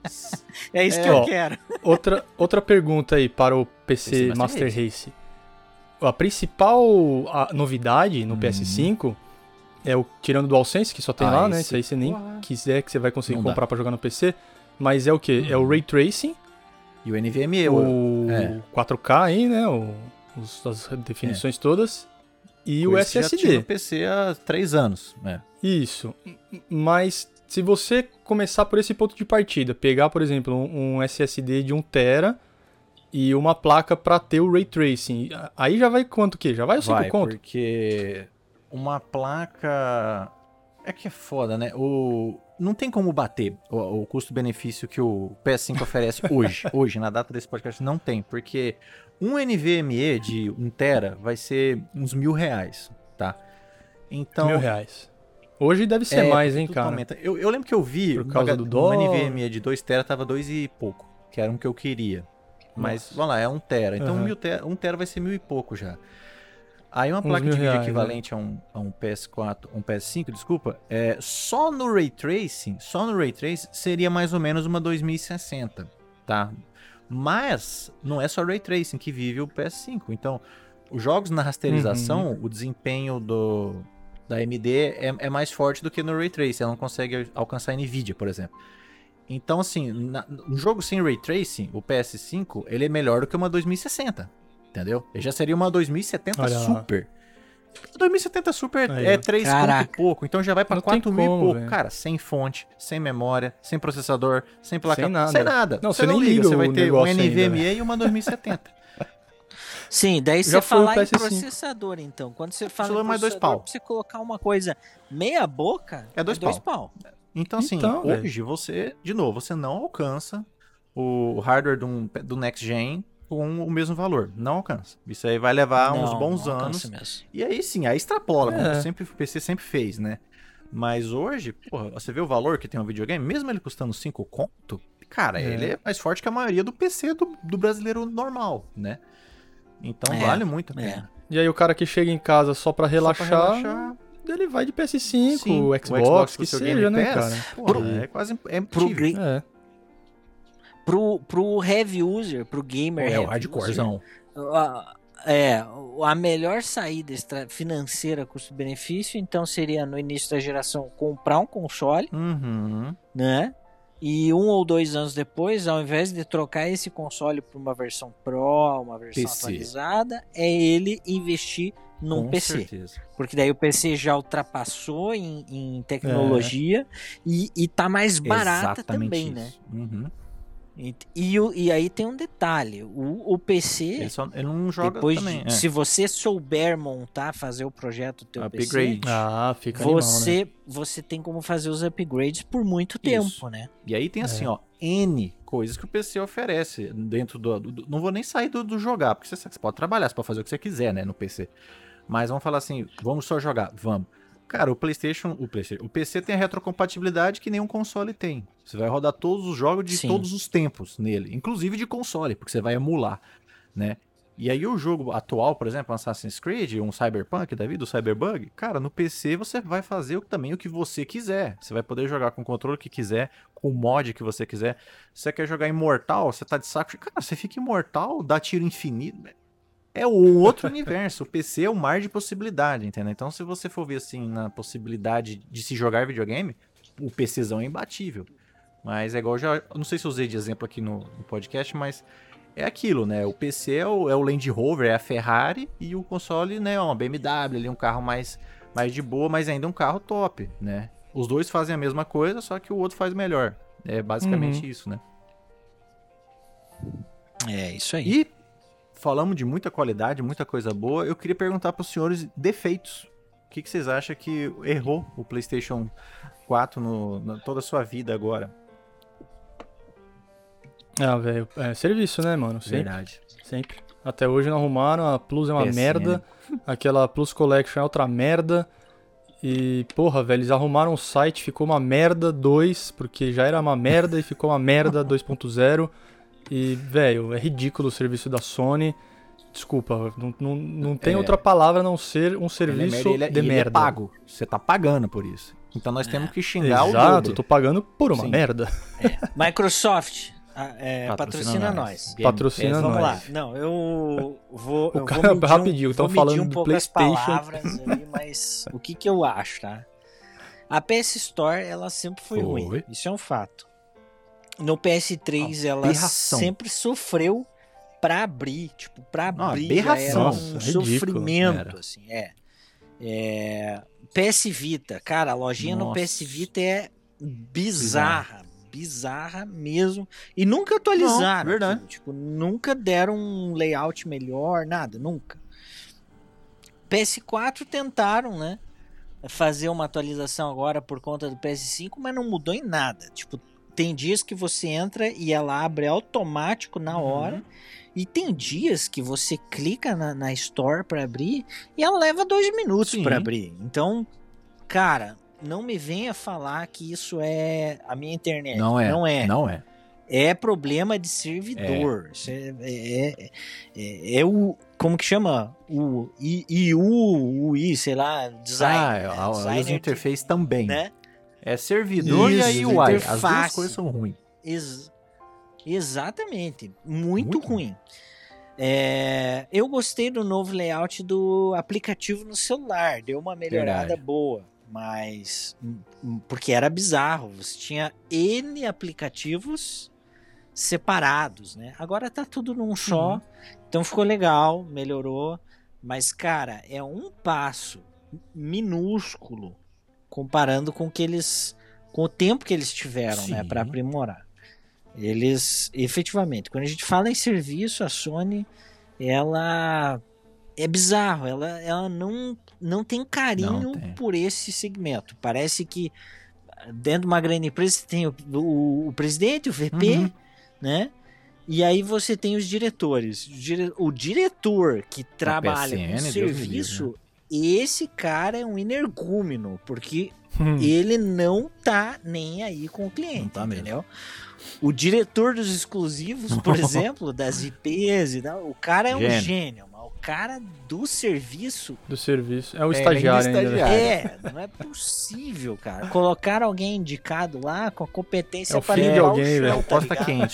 É isso É, que eu ó. quero. Outra, outra pergunta aí para o P P C C Master, Master Race. A principal a novidade no Uhum. P S cinco é o tirando o DualSense, que só tem Ah, lá, né? esse- Isso aí você nem Porra. quiser que você vai conseguir Não dá. comprar para jogar no P C. Mas é o que? É o Uhum. Ray Tracing, e o N V M E, o é. quatro K aí, né? O, os- as definições todas. E o coisa que já tinha S S D. no P C há três anos. né? Isso. Mas se você começar por esse ponto de partida, pegar, por exemplo, um, um S S D de um tera e uma placa para ter o Ray Tracing, aí já vai quanto que? Já vai o cinco Vai, conto? porque uma placa... É que é foda, né? O... Não tem como bater o, o custo-benefício que o P S cinco oferece hoje. Hoje, na data desse podcast, não tem. Porque um N V M E de um tera vai ser uns mil reais, tá? Então... Mil reais. Hoje deve ser é, mais, porque hein, tudo cara? aumenta. Eu, eu lembro que eu vi Por uma causa H- do um dólar. N V M E de dois tera tava dois e pouco, que era um que eu queria. Mas, Nossa. vamos lá, é um tera. Então, Aham. mil tera, um tera vai ser mil e pouco já. Aí uma Uns placa mil de vídeo reais, equivalente a, um, a um P S quatro, um P S cinco, desculpa, é, só no Ray Tracing, só no Ray Tracing seria mais ou menos uma dois mil e sessenta, tá? Mas não é só Ray Tracing que vive o P S cinco. Então, os jogos na rasterização, o desempenho do, da A M D é, é mais forte do que no Ray Tracing. Ela não consegue alcançar a Nvidia, por exemplo. Então, assim, na, um jogo sem Ray Tracing, o P S cinco, ele é melhor do que uma dois mil e sessenta. Entendeu? Ele já seria uma dois mil e setenta Olha lá. Super. dois mil e setenta Super Aí, é ó. três Caraca. ponto e pouco, então já vai pra Não tem quatro mil e como, pouco. velho. Cara, sem fonte, sem memória, sem processador, sem placa... Sem nada. Sem nada. Não, você você não nem liga, liga você vai o ter um negócio N V M E ainda, e uma dois mil e setenta. Sim, daí Já você foi o falar P em S cinco. processador, então. Quando você fala Processador em mais dois processador, pau. pra você colocar uma coisa meia boca, É dois pau. Então, assim, Então, velho. hoje você, de novo, você não alcança o hardware do, do Next Gen com o mesmo valor. Não alcança. Isso aí vai levar uns Não, bons não anos. alcança mesmo. E aí sim, aí extrapola, como É. sempre, o P C sempre fez, né? Mas hoje, porra, você vê o valor que tem um videogame, mesmo ele custando cinco conto, cara, É. ele é mais forte que a maioria do P C do, do brasileiro normal, né? Então É, vale muito a é. pena. E aí o cara que chega em casa só pra relaxar, Só pra relaxar. ele vai de P S cinco, Sim, o Xbox, que o seu seja, Game né, Pass, cara? porra, Pro- é quase é Pro, impossível. gra- É. pro, pro heavy user, pro gamer É o heavy hardcorezão. user, a- é, a melhor saída extra- financeira custo-benefício, então seria no início da geração comprar um console, Uhum. né? E um ou dois anos depois, ao invés de trocar esse console por uma versão Pro, uma versão P C. atualizada, é ele investir num Com P C. certeza. Porque daí o P C já ultrapassou em, em tecnologia e, e tá mais barata Exatamente também, né? isso. Uhum. E, e, o- e aí tem um detalhe, o, o P C, Ele, só, ele não joga depois também. de, é. se você souber montar, fazer o projeto do teu Upgrade. P C, Ah, fica animal, né? você, você tem como fazer os upgrades por muito tempo, Isso. né? E aí tem assim, ó, N coisas que o P C oferece dentro do... do- do- não vou nem sair do, do jogar, porque você, sabe que você pode trabalhar, você pode fazer o que você quiser, né, no P C. Mas vamos falar assim, vamos só jogar, vamos. Cara, o PlayStation, o PlayStation, o P C tem a retrocompatibilidade que nenhum console tem. Você vai rodar todos os jogos de Sim. todos os tempos nele, inclusive de console, porque você vai emular, né? E aí o jogo atual, por exemplo, um Assassin's Creed, um Cyberpunk da vida, o Cyberbug, cara, no P C você vai fazer o- também o que você quiser. Você vai poder jogar com o controle que quiser, com o mod que você quiser. Se você quer jogar Imortal, você tá de saco cheio. Cara, você fica imortal, dá tiro infinito. É um outro universo. O P C é um mar de possibilidade, entendeu? Então, se você for ver assim na possibilidade de se jogar videogame, o PCzão é imbatível. Mas é igual já. Eu não sei se eu usei de exemplo aqui no, no podcast, mas é aquilo, né? O P C é o, é o Land Rover, é a Ferrari, e o console, né, é uma B M W, ali, um carro mais, mais de boa, mas ainda um carro top, né? Os dois fazem a mesma coisa, só que o outro faz melhor. É basicamente Uhum. isso, né? É isso aí. E falamos de muita qualidade, muita coisa boa. Eu queria perguntar para os senhores defeitos. O que, que vocês acham que errou o PlayStation quatro no, na toda a sua vida agora? Ah, velho, é serviço, né, mano? Sempre. Verdade. Sempre. Até hoje não arrumaram, a Plus é uma P S N. merda, aquela Plus Collection é outra merda. E, porra, velho, eles arrumaram o site, ficou uma merda dois, porque já era uma merda e ficou uma merda dois ponto zero. E, velho, é ridículo o serviço da Sony. Desculpa, não, não, não tem É. outra palavra a não ser um Ele é serviço merda, ele é- de e ele merda. é pago. Você tá pagando por isso. Então nós temos que xingar o Exato, dobro. tô pagando por uma Sim. merda. Microsoft, ah, é, Patrocina patrocina nós. nós. Game Patrocina Pass, Vamos nós. lá. Não, eu vou. O eu cara- vou medir rapidinho, um, tão vou medir falando um do pouco PlayStation. as palavras aí, mas o que, que eu acho, tá? A P S Store, ela sempre foi, Foi. ruim. Isso é um fato. No P S três, ela Aberração. sempre sofreu pra abrir. Tipo, pra abrir já era aberração. um Nossa, ridículo. sofrimento, Era. assim, é. É, P S Vita, cara, a lojinha no Nossa. P S Vita é bizarra, bizarra mesmo. E nunca atualizaram. Não, verdade. aquilo, Tipo, nunca deram um layout melhor, nada, nunca. P S quatro tentaram, né? Fazer uma atualização agora por conta do P S cinco, mas não mudou em nada. Tipo, tem dias que você entra e ela abre automático na hora. Uhum. E tem dias que você clica na, na Store pra abrir e ela leva dois minutos Sim. pra abrir. Então, cara, não me venha falar que isso é a minha internet. Não é. Não é. Não é. É problema de servidor. Isso é, é, é, é o. Como que chama? O I- I U, U I, sei lá, design. Ah, né? a, a Designer user interface também. né? É servidor Isso, e a U I. As interface. duas coisas são ruins. Ex- exatamente. Muito, Muito ruim. É, eu gostei do novo layout do aplicativo no celular. Deu uma melhorada Verdade. boa. Mas. hum, Porque era bizarro. Você tinha N aplicativos separados, né? Agora tá tudo num só. Uhum. Então ficou legal, melhorou. Mas, cara, é um passo minúsculo comparando com o que eles. Com o tempo que eles tiveram, né? Sim. Pra aprimorar. Eles, efetivamente, quando a gente fala em serviço, a Sony, ela é bizarro, ela, ela não, não tem carinho Não tem. por esse segmento. Parece que dentro de uma grande empresa você tem o, o, o presidente, o V P, Uhum. né? E aí você tem os diretores. O, dire, o diretor que trabalha P S N, com Deus me serviço, livre, esse cara é um energúmeno, porque Hum. ele não tá nem aí com o cliente, Não tá mesmo. entendeu? O diretor dos exclusivos, por exemplo, das I Ps e tal, o cara é um Gênio. gênio, mas o cara do serviço Do serviço. É o É, estagiário ainda ainda. né? estagiário. é, não é possível, cara. Colocar alguém indicado lá com a competência É o pra filho de limpar alguém, o chão, velho. É o tá Costa ligado? Quente.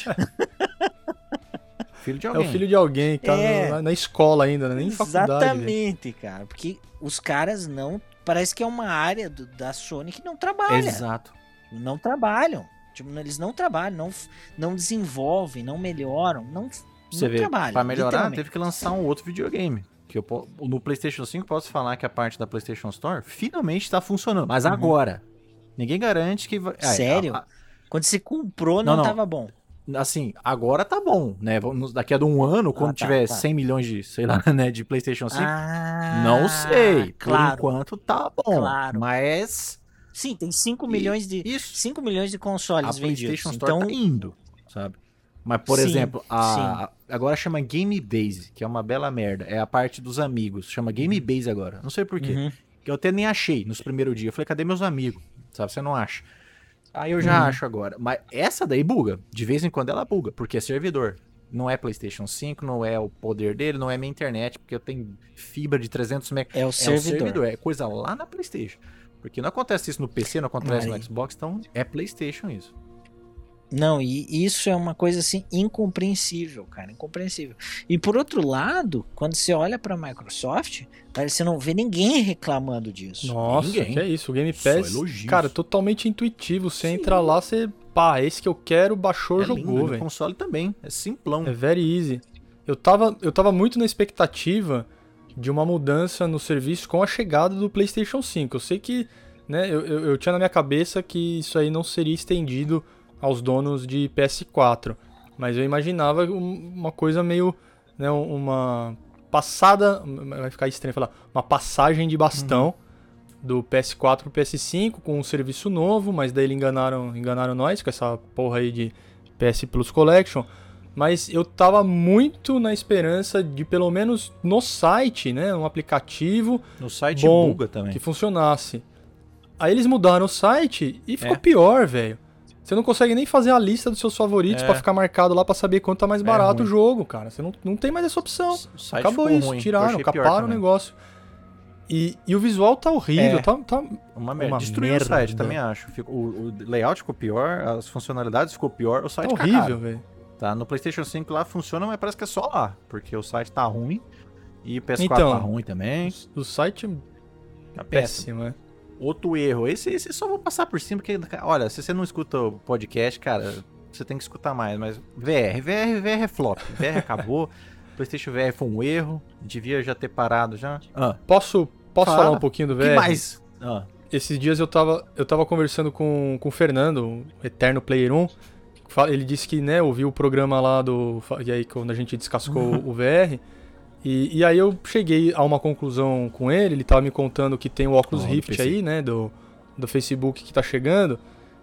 Filho de É alguém. o filho de alguém, tá É. no- na escola ainda, né? Nem faculdade. velho. Exatamente, cara, porque os caras não, parece que é uma área do- da Sony que não trabalha. Exato. Não trabalham. Tipo, eles não trabalham, não, não desenvolvem, não melhoram, não, Você não vê, trabalham. pra melhorar, literalmente. teve que lançar um outro videogame. Que eu, po- no PlayStation cinco, posso falar que a parte da PlayStation Store finalmente tá funcionando. Mas agora, ninguém garante que vai. Ah, Sério? a- Quando você comprou, não, Não, não. tava bom. a- assim, agora tá bom, né? Vamos- Daqui a um ano, quando tá, tiver tá. cem milhões de, sei lá, né, de PlayStation cinco, Ah, não sei. Por Claro. enquanto tá bom. Claro. Mas. Sim, tem cinco E- milhões de Isso. cinco milhões de A consoles vendidos. PlayStation Store Então, tá indo, sabe? Mas, por Sim, exemplo, a, a- agora chama Game Base, que é uma bela merda. É a parte dos amigos. Chama Game Base agora. Não sei por quê. Uhum. Que eu até nem achei nos primeiros dias. Eu falei, cadê meus amigos? Sabe, você não acha. Aí eu já Uhum. acho agora. Mas essa daí buga. De vez em quando ela buga, porque é servidor. Não é PlayStation cinco, não é o poder dele, não é minha internet, porque eu tenho fibra de trezentos megas. É o É o servidor. servidor, é coisa lá na PlayStation. Porque não acontece isso no P C, não acontece Aí. no Xbox, então é PlayStation isso. Não, e isso é uma coisa assim incompreensível, cara, incompreensível. E por outro lado, quando você olha pra Microsoft, cara, você não vê ninguém reclamando disso. Nossa, Ninguém. que é isso. O Game Só Pass, elogios. cara, totalmente intuitivo. Você entra lá, você. Pá, esse que eu quero, baixou, É lindo, jogou, no velho. console também, é simplão. É very easy. Eu tava, eu tava muito na expectativa de uma mudança no serviço com a chegada do PlayStation cinco. Eu sei que, né, eu, eu, eu tinha na minha cabeça que isso aí não seria estendido aos donos de P S quatro. Mas eu imaginava um- uma coisa meio, né, uma passada, vai ficar estranho falar, uma passagem de bastão do P S quatro pro P S cinco com um serviço novo, mas daí eles enganaram, enganaram nós com essa porra aí de P S Plus Collection, mas eu tava muito na esperança de pelo menos no site, né, um aplicativo no site bom buga também. que funcionasse. Aí eles mudaram o site e ficou É. pior, velho. Você não consegue nem fazer a lista dos seus favoritos É. pra ficar marcado lá pra saber quanto tá mais barato ruim. o jogo, cara. Você não, não tem mais essa opção. O site Acabou ficou isso, ruim. Eu tiraram, achei pior caparam o também. negócio. E, e o visual tá horrível, É. tá, tá Uma merda. Uma Destruiu merda. o site, também acho. Ficou- O, o layout ficou pior, as funcionalidades ficou pior, o site Tá cagaram. horrível, velho. Tá, no PlayStation cinco lá funciona, mas parece que é só lá, porque o site tá ruim e o P S quatro Então, tá ruim também. O site é Tá péssimo. péssimo, é. Outro erro, esse, esse eu só vou passar por cima, porque, olha, se você não escuta o podcast, cara, você tem que escutar mais, mas V R, V R, V R é flop, V R acabou, PlayStation V R foi um erro, devia já ter parado já. Ah, Posso, posso Fala. falar um pouquinho do o V que R? mais? Ah, Esses dias eu tava, eu tava conversando com, com o Fernando, o eterno Player um. Fa- Ele disse que, né, ouviu o programa lá do... fa- E aí, quando a gente descascou o V R. E, e aí eu cheguei a uma conclusão com ele. Ele tava me contando que tem o Oculus Oh, do Rift P C. aí, né, do, do Facebook que tá chegando.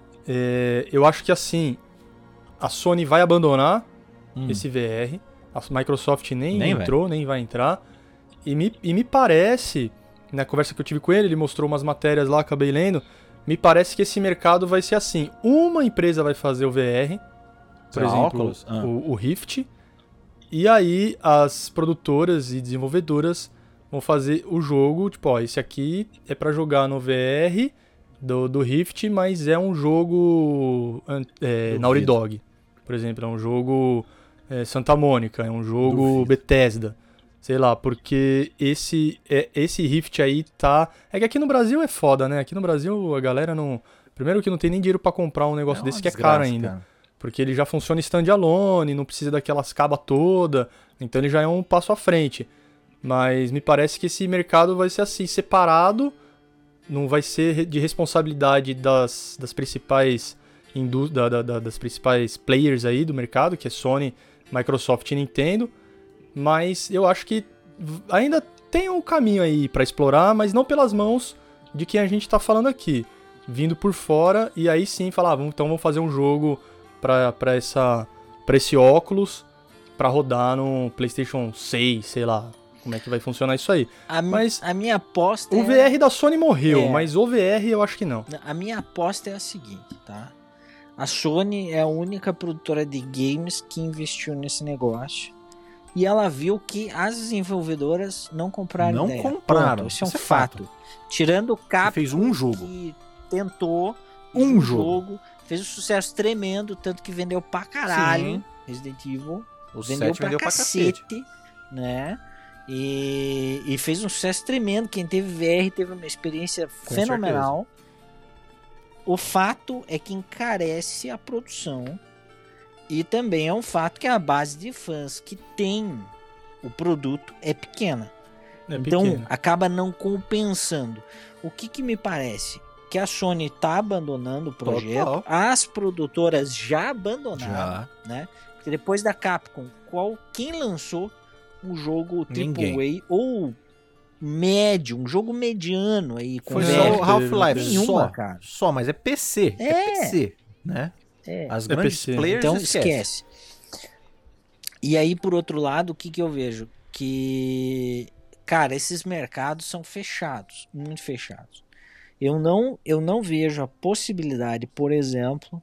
É, eu acho que, assim, a Sony vai abandonar hum, esse V R. A Microsoft nem, Nem entrou, nem vai entrar. E me, e me parece, na conversa que eu tive com ele, ele mostrou umas matérias lá, acabei lendo. Me parece que esse mercado vai ser assim: uma empresa vai fazer o V R, por Ah, exemplo, Oculus? Ah. o, o Rift, e aí as produtoras e desenvolvedoras vão fazer o jogo, tipo, ó, esse aqui é pra jogar no V R do, do Rift, mas é um jogo an- é, Duvido. Naughty Dog, por exemplo, é um jogo é, Santa Mônica, é um jogo Duvido. Bethesda. Sei lá, porque esse, é, esse Rift aí tá... É que aqui no Brasil é foda, né? Aqui no Brasil a galera não... Primeiro que não tem nem dinheiro pra comprar um negócio uma desse que é desgraça, caro ainda. cara. Porque ele já funciona standalone, não precisa daquelas cabas toda. Então ele já é um passo à frente. Mas me parece que esse mercado vai ser assim, separado. Não vai ser de responsabilidade das, das principais indú- da, da, da- das principais players aí do mercado, que é Sony, Microsoft e Nintendo. Mas eu acho que v- ainda tem um caminho aí pra explorar, mas não pelas mãos de quem a gente tá falando aqui. Vindo por fora e aí sim falar, ah, vamos, então vamos fazer um jogo pra, pra, essa, pra esse óculos pra rodar no PlayStation seis, sei lá como é que vai funcionar isso aí. A, mi- Mas a minha aposta O é... V R da Sony morreu, É. mas o V R eu acho que não. A minha aposta é a seguinte, tá? A Sony é a única produtora de games que investiu nesse negócio. E ela viu que as desenvolvedoras não compraram Não ideia. compraram, Ponto. Isso é um isso é fato. Tirando o Você Capcom, fez um jogo. que tentou Um um jogo. fez um sucesso tremendo, tanto que vendeu pra caralho Sim. Resident Evil. O vendeu sete pra vendeu pra cacete, cacete. né? E, e fez um sucesso tremendo. Quem teve V R teve uma experiência Com fenomenal. O fato é que encarece a produção. E também é um fato que a base de fãs que tem o produto é pequena. É então pequeno. acaba não compensando. O que, que me parece? Que a Sony está abandonando o projeto. Total. As produtoras já abandonaram. Já. Né? Porque depois da Capcom, qual, quem lançou um jogo Ninguém. triplo A ou médio, um jogo mediano aí com Foi Não, só V R? o Half-Life. Nenhuma, Só, cara. só, mas é P C. É, É. P C, né? É. As É grandes P C. players Então esquece. esquece. E aí, por outro lado, o que, que eu vejo? Que, cara, esses mercados são fechados, muito fechados. Eu não, eu não vejo a possibilidade, por exemplo,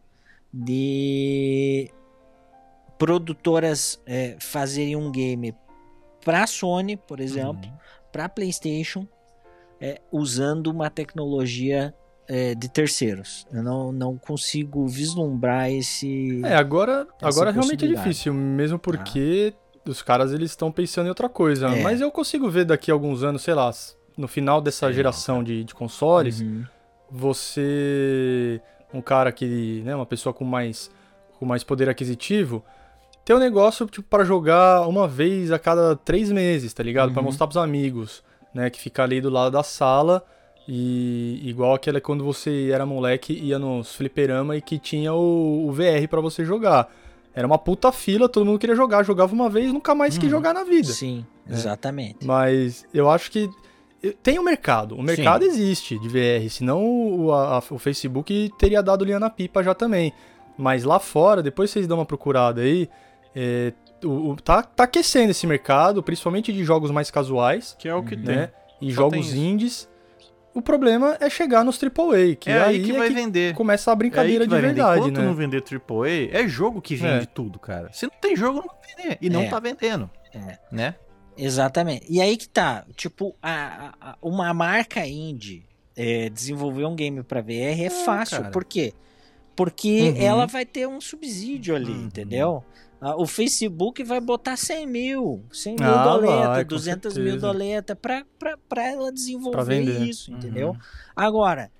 de produtoras é, fazerem um game para Sony, por exemplo, Uhum. para PlayStation, é, usando uma tecnologia é, de terceiros. Eu não, não consigo vislumbrar esse. É, agora, Essa agora realmente é possibilidade. difícil, mesmo porque os caras eles estão pensando em outra coisa. É. Mas eu consigo ver daqui a alguns anos, sei lá, no final dessa Sei geração de, de consoles, Uhum. você, um cara que, né, uma pessoa com mais, com mais poder aquisitivo, ter um negócio tipo para jogar uma vez a cada três meses, tá ligado? Pra Uhum. mostrar pros amigos, né, que fica ali do lado da sala. E igual aquela quando você era moleque, ia nos fliperama e que tinha o, o V R pra você jogar. Era uma puta fila, todo mundo queria jogar, jogava uma vez, nunca mais quis Uhum. jogar na vida. Sim, É. exatamente. Mas eu acho que tem o mercado, o mercado existe de V R, senão o, a- o Facebook teria dado linha na pipa já também. Mas lá fora, depois vocês dão uma procurada aí, é, o, o, tá, tá aquecendo esse mercado, principalmente de jogos mais casuais. Que é o que né? tem. E Só jogos tem indies. O problema é chegar nos triplo A, que é aí, aí que é vai que vender. começa a brincadeira é aí que de vai verdade, vender. Enquanto né? não vender triplo A, é jogo que vende É. tudo, cara. Se não tem jogo, não vai vender. E não É. tá vendendo. É. Né? Exatamente. E aí que tá, tipo, a, a- uma marca indie é, desenvolver um game pra V R é, É, fácil. cara. Por quê? Porque Uhum. ela vai ter um subsídio ali, Uhum. entendeu? Ah, O Facebook vai botar cem mil, cem mil Ah, doleta, vai, com duzentos mil certeza. doleta pra, pra, pra ela Pra desenvolver vender. isso, entendeu? Uhum. Agora,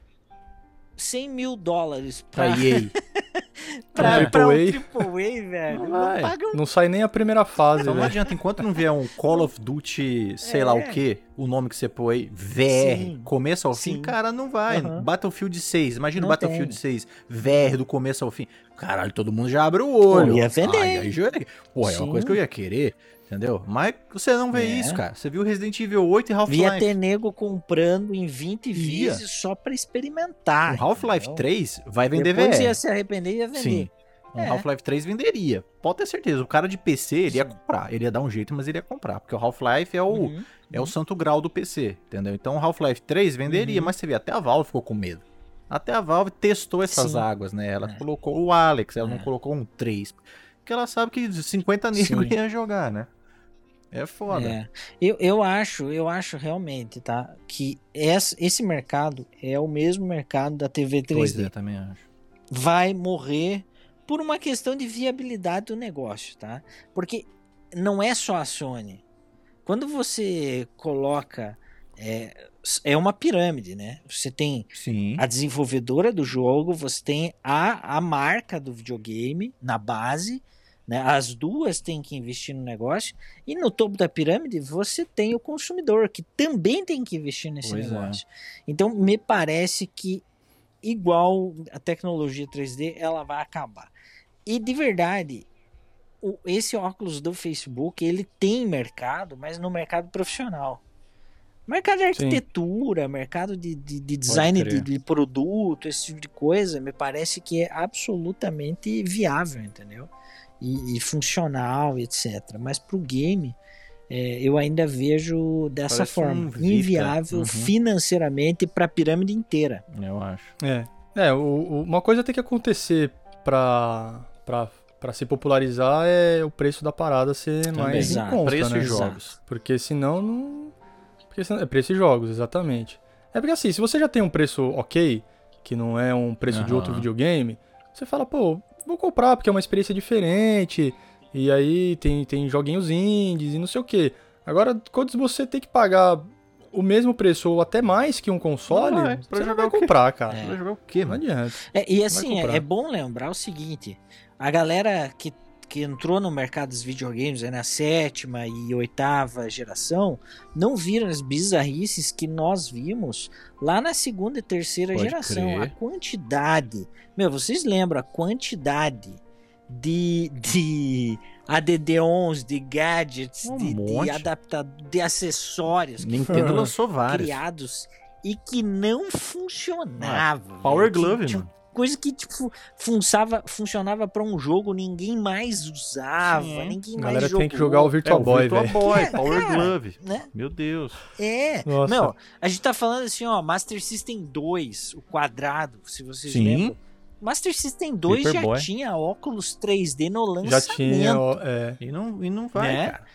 cem mil dólares Pra pra, E A. pra, É. pra um Triple A. triple A, velho, Não não vai. paga um... Não sai nem a primeira fase, Então não velho. adianta, enquanto não vier um Call of Duty, sei É. lá o que, o nome que você põe aí, V R, Sim. começo ao fim, Sim. cara, não vai. Aham. Battlefield seis, imagina o Não Battlefield tem. seis, V R do começo ao fim. Caralho, todo mundo já abre o olho. Pô, ia vender. Ai, aí já... Porra, é uma Sim. coisa que eu ia querer, entendeu? Mas você não vê É. isso, cara. Você viu Resident Evil oito e Ia Half-Life. ter nego comprando em vinte Ia. vezes só pra experimentar. Um Half-Life entendeu? três vai vender Depois V R. ia se arrepender e ia vender. Sim. Um É. Half-Life três venderia. Pode ter certeza. O cara de P C, ele ia Sim. comprar. Ele ia dar um jeito, mas ele ia comprar. Porque o Half-Life é o, Uhum. é o santo grau do P C, entendeu? Então o Half-Life três venderia, Uhum. mas você vê, até a Valve ficou com medo. Até a Valve testou essas Sim. águas, né? Ela É. colocou o Alex, ela não É. colocou um três. Porque ela sabe que cinquenta negros Sim. ia jogar, né? É foda. É. Eu, eu acho, eu acho realmente, tá? Que esse, esse mercado é o mesmo mercado da T V Pois três D. é, também acho. Vai morrer por uma questão de viabilidade do negócio, tá? Porque não é só a Sony. Quando você coloca... É, é uma pirâmide, né? Você tem Sim. a desenvolvedora do jogo, você tem a, a marca do videogame na base, né? As duas têm que investir no negócio, e no topo da pirâmide você tem o consumidor, que também tem que investir nesse Pois é. negócio. Então me parece que igual a tecnologia três D, ela vai acabar. E de verdade, o, esse óculos do Facebook, ele tem mercado, mas no mercado profissional. Mercado de arquitetura, mercado de, de, de design de, de produto, esse tipo de coisa, me parece que é absolutamente viável, entendeu? E, e funcional, etcétera. Mas pro game, é, eu ainda vejo dessa Parece forma, um Vita. inviável Uhum. financeiramente para a pirâmide inteira. Eu acho. É, é o, o- uma coisa tem que acontecer pra, pra, pra se popularizar é o preço da parada ser Também. mais em Exato. conta, Preço né? e Exato. jogos. Porque senão não... Porque senão... É preço e jogos, exatamente. É porque assim, se você já tem um preço ok, que não é um preço de Aham. outro videogame, você fala, pô, vou comprar porque é uma experiência diferente, e aí tem, tem joguinhos indies e não sei o quê. Agora, quando você tem que pagar o mesmo preço ou até mais que um console, Não vai, pra você não jogar vai o quê? comprar, cara. É. Vai jogar o quê, Não mano? adianta. É, e assim, é, comprar. é bom lembrar o seguinte: a galera que, que entrou no mercado dos videogames aí na sétima e oitava geração não viram as bizarrices que nós vimos lá na segunda e terceira Pode geração. crer. A quantidade. Meu, vocês lembram a quantidade de, de A D D onze, de gadgets, Um de, de monte. adaptador, de acessórios que Nintendo foram lançou vários. criados e que não funcionava. Power velho. Que Glove, tinha mano. coisa que tipo funcionava, funcionava para um jogo, ninguém mais usava, Sim. ninguém A mais galera jogou. tem que jogar o Virtual é, o Boy, Virtual velho. Boy, É, Power cara. Glove. Né? Meu Deus. É, Nossa. meu, a gente tá falando assim, ó, Master System dois, o quadrado, se vocês Sim. lembram. Master System dois já Paperboy. tinha óculos três D no Já lançamento. tinha, ó, é, E não, e não vai, Né? cara.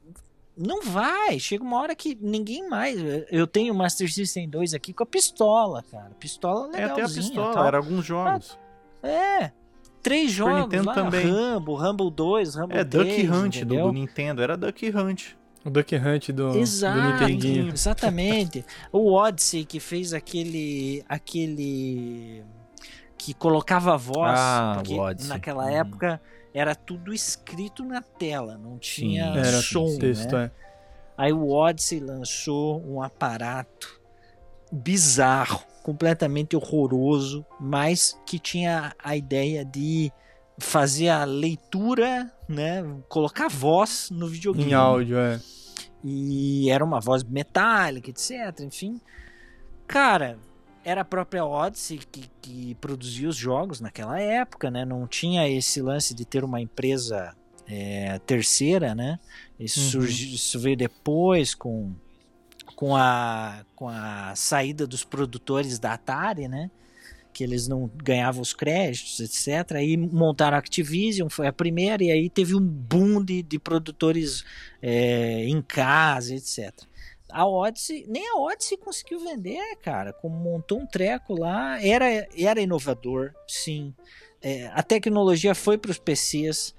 Não vai, chega uma hora que ninguém mais. Eu tenho o Master System dois aqui com a pistola, cara. Pistola É legalzinha. até a pistola, tal. era alguns jogos. É. Três Super jogos Nintendo lá, também. Rambo, Rambo dois, Rambo É três, Duck Hunt do, entendeu? do Nintendo, era Duck Hunt. o Duck Hunt do, do Exato, Nintendinho. exatamente. O Odyssey que fez aquele aquele que colocava voz, Ah, porque o Odyssey. naquela Hum. época era tudo escrito na tela, não tinha Sim. Era som, texto, né? é. Aí o Odyssey lançou um aparato bizarro, completamente horroroso, mas que tinha a ideia de fazer a leitura, né, colocar voz no videogame. Em áudio, é. E era uma voz metálica, etc, enfim. Cara, era a própria Odyssey que, que produzia os jogos naquela época, né? Não tinha esse lance de ter uma empresa é, terceira, né? Isso, uhum. surgiu, isso veio depois com, com, a, com a saída dos produtores da Atari, né? Que eles não ganhavam os créditos, etcétera. Aí montaram a Activision, foi a primeira, e aí teve um boom de, de produtores é, em casa, etcétera. A Odyssey, nem a Odyssey conseguiu vender, cara. Como montou um treco lá, era, era inovador, sim. É, a tecnologia foi para os P Cs,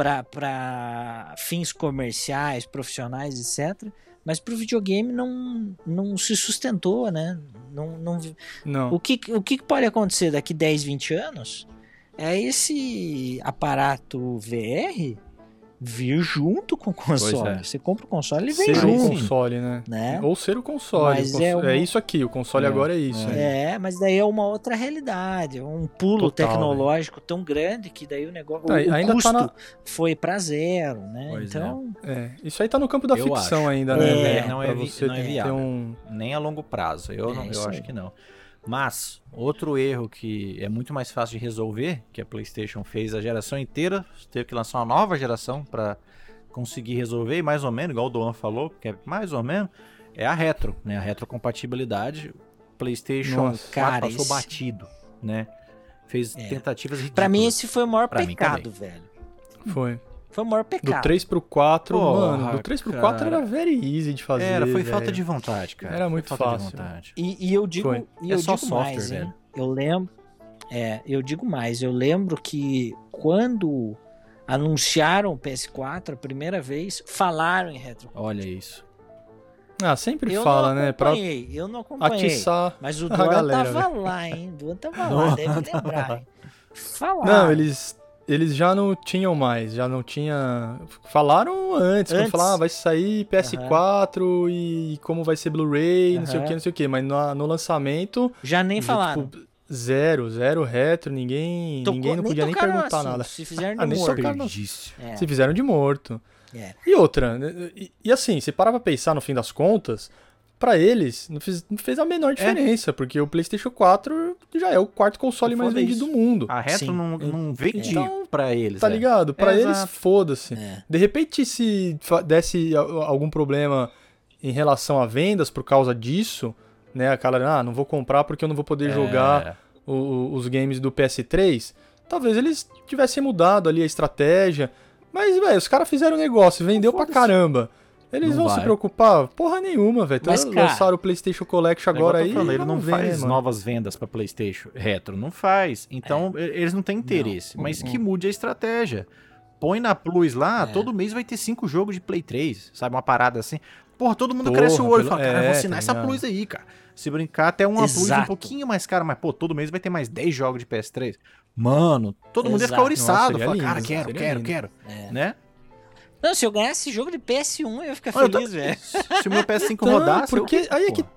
para fins comerciais, profissionais, etcétera. Mas para o videogame não, não se sustentou, né? Não, não... não. O, que, o que pode acontecer daqui dez, vinte anos é esse aparato V R vir junto com o console. É. Você compra o console e vem ser junto. Ser o console, né? né? Ou ser o console. Mas o console. É, uma... é isso aqui, o console é, agora é isso. É. é, mas daí é uma outra realidade. Um pulo Total, tecnológico véio. Tão grande que daí o negócio. Tá, o ainda custo tá na... foi para zero, né? Pois então. É. É. Isso aí tá no campo da eu ficção acho. ainda, né? É, não é, vi... não é viável. Um... Nem a longo prazo. Eu, é não, eu acho que não. Mas, outro erro que é muito mais fácil de resolver, que a PlayStation fez a geração inteira, teve que lançar uma nova geração para conseguir resolver, e mais ou menos, igual o Doan falou, que é mais ou menos, é a retro, né? A retrocompatibilidade. O PlayStation Nossa, quatro cara, passou esse... batido, né? Fez é. tentativas ridículas. Pra mim esse foi o maior pra pecado, velho. Foi. Foi o maior pecado. Do três pro quatro, Porra, mano, do três pro quatro era very easy de fazer. Era, foi velho. falta de vontade, cara. Era muito foi fácil. Falta de vontade. E, e eu digo, e eu é só digo software, mais, velho. Hein? Eu lembro, é, eu digo mais, eu lembro que quando anunciaram o P S quatro a primeira vez, falaram em retro. Olha isso. Ah, sempre eu fala, não né? Pra eu não acompanhei. Atiçar mas o Duan galera, tava véio. lá, hein? O Duan tava lá, deve lembrar, hein? Falaram. Não, eles, eles já não tinham mais, já não tinha... Falaram antes, antes. quando falaram, ah, vai sair P S quatro uhum. e como vai ser Blu-ray, uhum. não sei o que, não sei o que, mas no, no lançamento... Já nem já, falaram. Tipo, zero, zero retro, ninguém, Tocou, ninguém não podia nem perguntar assim, nada. Se fizeram de ah, morto. É. Se fizeram de morto. É. E outra, e, e assim, se parar pra pensar no fim das contas, pra eles não fez, não fez a menor diferença, é. porque o PlayStation quatro já é o quarto console mais vendido do mundo. A retro Sim. não, não vende então, pra eles. Tá é. ligado? Pra é eles, foda-se. É. De repente, se desse algum problema em relação a vendas por causa disso, né, a cara, ah, não vou comprar porque eu não vou poder é. jogar o, os games do P S três, talvez eles tivessem mudado ali a estratégia. Mas, velho, os caras fizeram negócio, vendeu pra caramba. Eles não vão vai. se preocupar? Porra nenhuma, velho. Então, lançaram o PlayStation Collection agora aí. Falando, ele não ver, faz mano. novas vendas pra PlayStation retro. Não faz. Então, é. eles não têm interesse. Não. Mas uhum. que mude a estratégia. Põe na Plus lá, é. todo mês vai ter cinco jogos de Play três. Sabe? Uma parada assim. Porra, todo mundo Porra, cresce o olho e fala, cara, é, eu vou assinar tá essa Plus aí, cara. Se brincar, até uma Exato. Plus um pouquinho mais cara. Mas, pô, todo mês vai ter mais dez jogos de P S três. Mano, todo Exato. mundo ia ficar oriçado. Fala, cara, quero, quero, lindo. quero. É. Né? Não, se eu ganhasse jogo de P S um, eu ia ficar feliz, velho. Se o meu P S cinco então, rodasse, porque eu... aí é que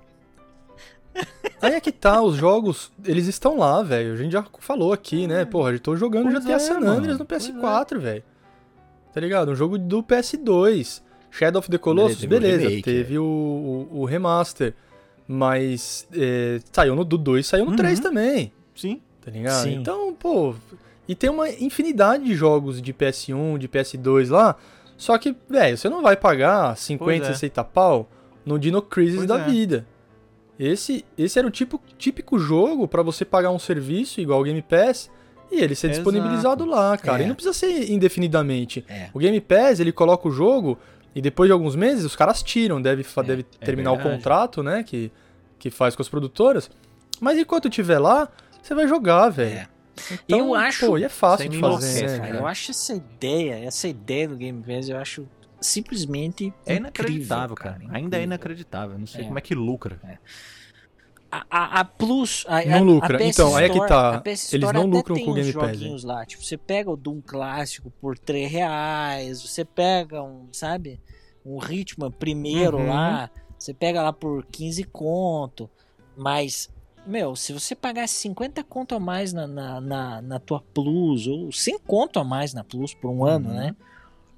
Aí é que tá, os jogos, eles estão lá, velho. A gente já falou aqui, né? Porra, eu tô jogando G T A é, San Andreas no P S quatro, velho. Tá ligado? Um jogo do P S dois. Shadow of the Colossus, beleza, beleza. Teve o, o, o remaster. Mas é, saiu no do dois, saiu no uhum. três também. Sim. Tá ligado? Sim. Então, pô... E tem uma infinidade de jogos de P S um, de P S dois lá. Só que, velho, você não vai pagar cinquenta, é. sessenta pau no Dino Crisis pois da é. vida. Esse, esse era o tipo, típico jogo pra você pagar um serviço igual o Game Pass e ele ser Exato. disponibilizado lá, cara. É. E não precisa ser indefinidamente. É. O Game Pass, ele coloca o jogo e depois de alguns meses os caras tiram. Deve, é. deve terminar o contrato, né, que, que faz com as produtoras. Mas enquanto tiver lá, você vai jogar, velho. É. Então, eu acho, pô, e é fácil de fazer, né, cara? Eu acho essa ideia, essa ideia do Game Pass, eu acho simplesmente é inacreditável, cara. cara. Ainda é inacreditável. Não sei é. como é que lucra. É. A, a, a Plus, a, não a, lucra. A P S então, Store, aí é que tá. Eles não lucram com o Game Pass. Joguinhos lá. Tipo, você pega o Doom clássico por três reais, você pega um, sabe, um Hitman primeiro uhum. lá, você pega lá por quinze conto, mas meu, se você pagasse cinquenta conto a mais na, na, na, na tua Plus, ou cem conto a mais na Plus por um uhum. ano, né?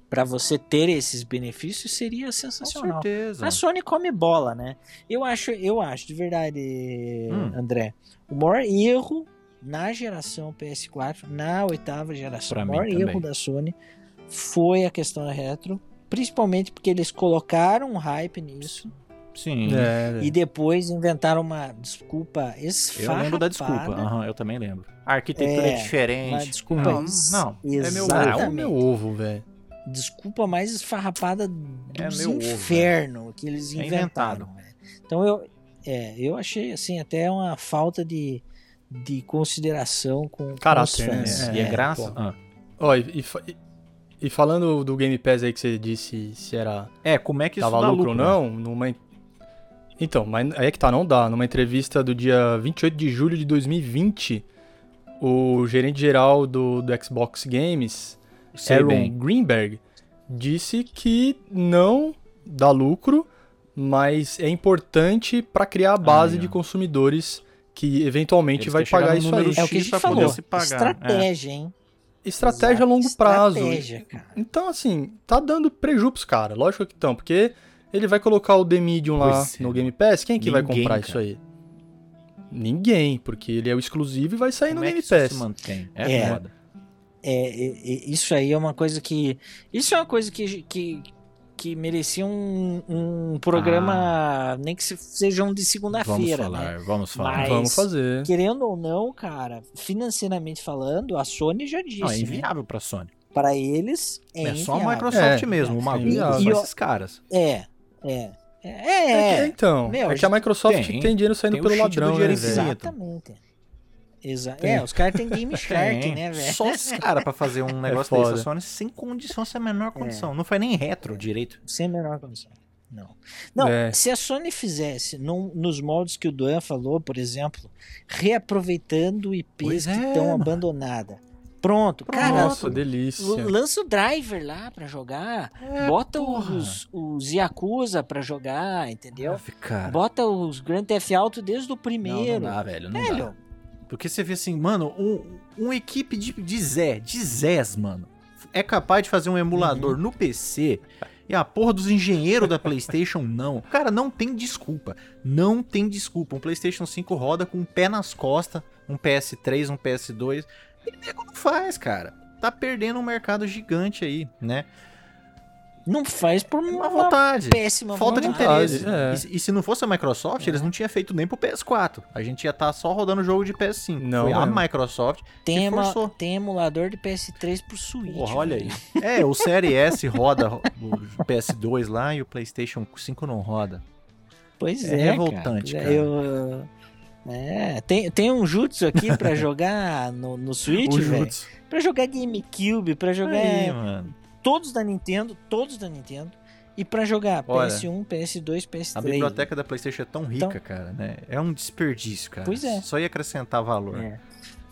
para você ter esses benefícios seria sensacional. Com certeza. A Sony come bola, né? Eu acho, eu acho, de verdade, hum. André, o maior erro na geração P S quatro, na oitava geração, pra o maior erro também. da Sony foi a questão da retro, principalmente porque eles colocaram um hype nisso. Sim. É, e depois inventaram uma desculpa esfarrapada. Eu lembro da desculpa, uhum, eu também lembro. A arquitetura é, é diferente. Uma desculpa não, is... não, exatamente. É meu ovo, velho. Desculpa mais esfarrapada dos é infernos ovo, que eles é inventaram. Então eu, é, eu achei assim até uma falta de, de consideração com, caráter, com os fãs. Né? É, e é graça. Ah. Ó, e, e, e falando do Game Pass aí que você disse se era... É, como é que isso tava dá lucro, lucro ou não, numa... Então, mas aí é que tá, não dá. Numa entrevista do dia vinte e oito de julho de dois mil e vinte, o gerente geral do, do Xbox Games, Sei Aaron bem. Greenberg, disse que não dá lucro, mas é importante para criar a base ah, de consumidores que eventualmente Eles vai pagar isso aí. É o que a gente falou, estratégia, é. hein? Estratégia Exato. a longo prazo. Cara. Então, assim, tá dando prejuízo pros caras, lógico que estão, porque ele vai colocar o The Medium lá pois no Game Pass, quem que Ninguém, vai comprar cara. isso aí? Ninguém, porque ele é o exclusivo e vai sair Como no é Game que Pass. Isso se mantém? É, é foda. É, é, isso aí é uma coisa que... Isso é uma coisa que, que, que merecia um, um programa, ah, nem que seja um de segunda-feira, vamos falar, né? Vamos falar, Mas, vamos fazer. Querendo ou não, cara, financeiramente falando, a Sony já disse, não, é inviável né? pra Sony. Para eles, é, é só a Microsoft é, mesmo, é, uma Google, só esses caras. É, é. É, é, é que, então, meu, é que a Microsoft tem, tem dinheiro saindo tem pelo ladrão, né, exatamente. Exa é, os caras têm Game Shark, tem. né, velho? Só os caras pra fazer um negócio é desse, a Sony sem condição, sem a menor condição. É. Não faz nem retro direito. Sem a menor condição. Não. Não, é. se a Sony fizesse num, nos moldes que o Duan falou, por exemplo, reaproveitando I Ps pois que estão é, abandonadas. Pronto, Pronto, cara. Nossa, delícia. Lança o driver lá pra jogar. É, bota os, os Yakuza pra jogar, entendeu? Ah, bota os Grand Theft Auto desde o primeiro. Não, não dá, velho. Não velho. Dá. Porque você vê assim, mano, um, um equipe de, de Zé, de Zés, mano, é capaz de fazer um emulador uhum. no P C e a porra dos engenheiros da PlayStation não. Cara, não tem desculpa. Não tem desculpa. Um PlayStation cinco roda com um pé nas costas, um P S três, um P S dois. E nego não faz, cara. Tá perdendo um mercado gigante aí, né? Não faz por uma, uma vontade. Péssima falta vontade. de interesse. É. E, e se não fosse a Microsoft, é. eles não tinham feito nem pro P S quatro. A gente ia estar tá só rodando jogo de P S cinco. Não, Foi não. a Microsoft tem que forçou. Uma, tem emulador de P S três pro Switch. Porra, olha aí. É, o Série S roda o P S dois lá e o PlayStation cinco não roda. Pois é. É revoltante, cara. cara. Eu, é, tem, tem um jutsu aqui pra jogar no, no Switch, velho. Pra jogar GameCube, pra jogar... Aí, mano. Todos da Nintendo, todos da Nintendo. E pra jogar Olha, P S um, P S dois, P S três. A biblioteca da PlayStation é tão rica, então, cara, né? É um desperdício, cara. Pois é. Só ia acrescentar valor. É.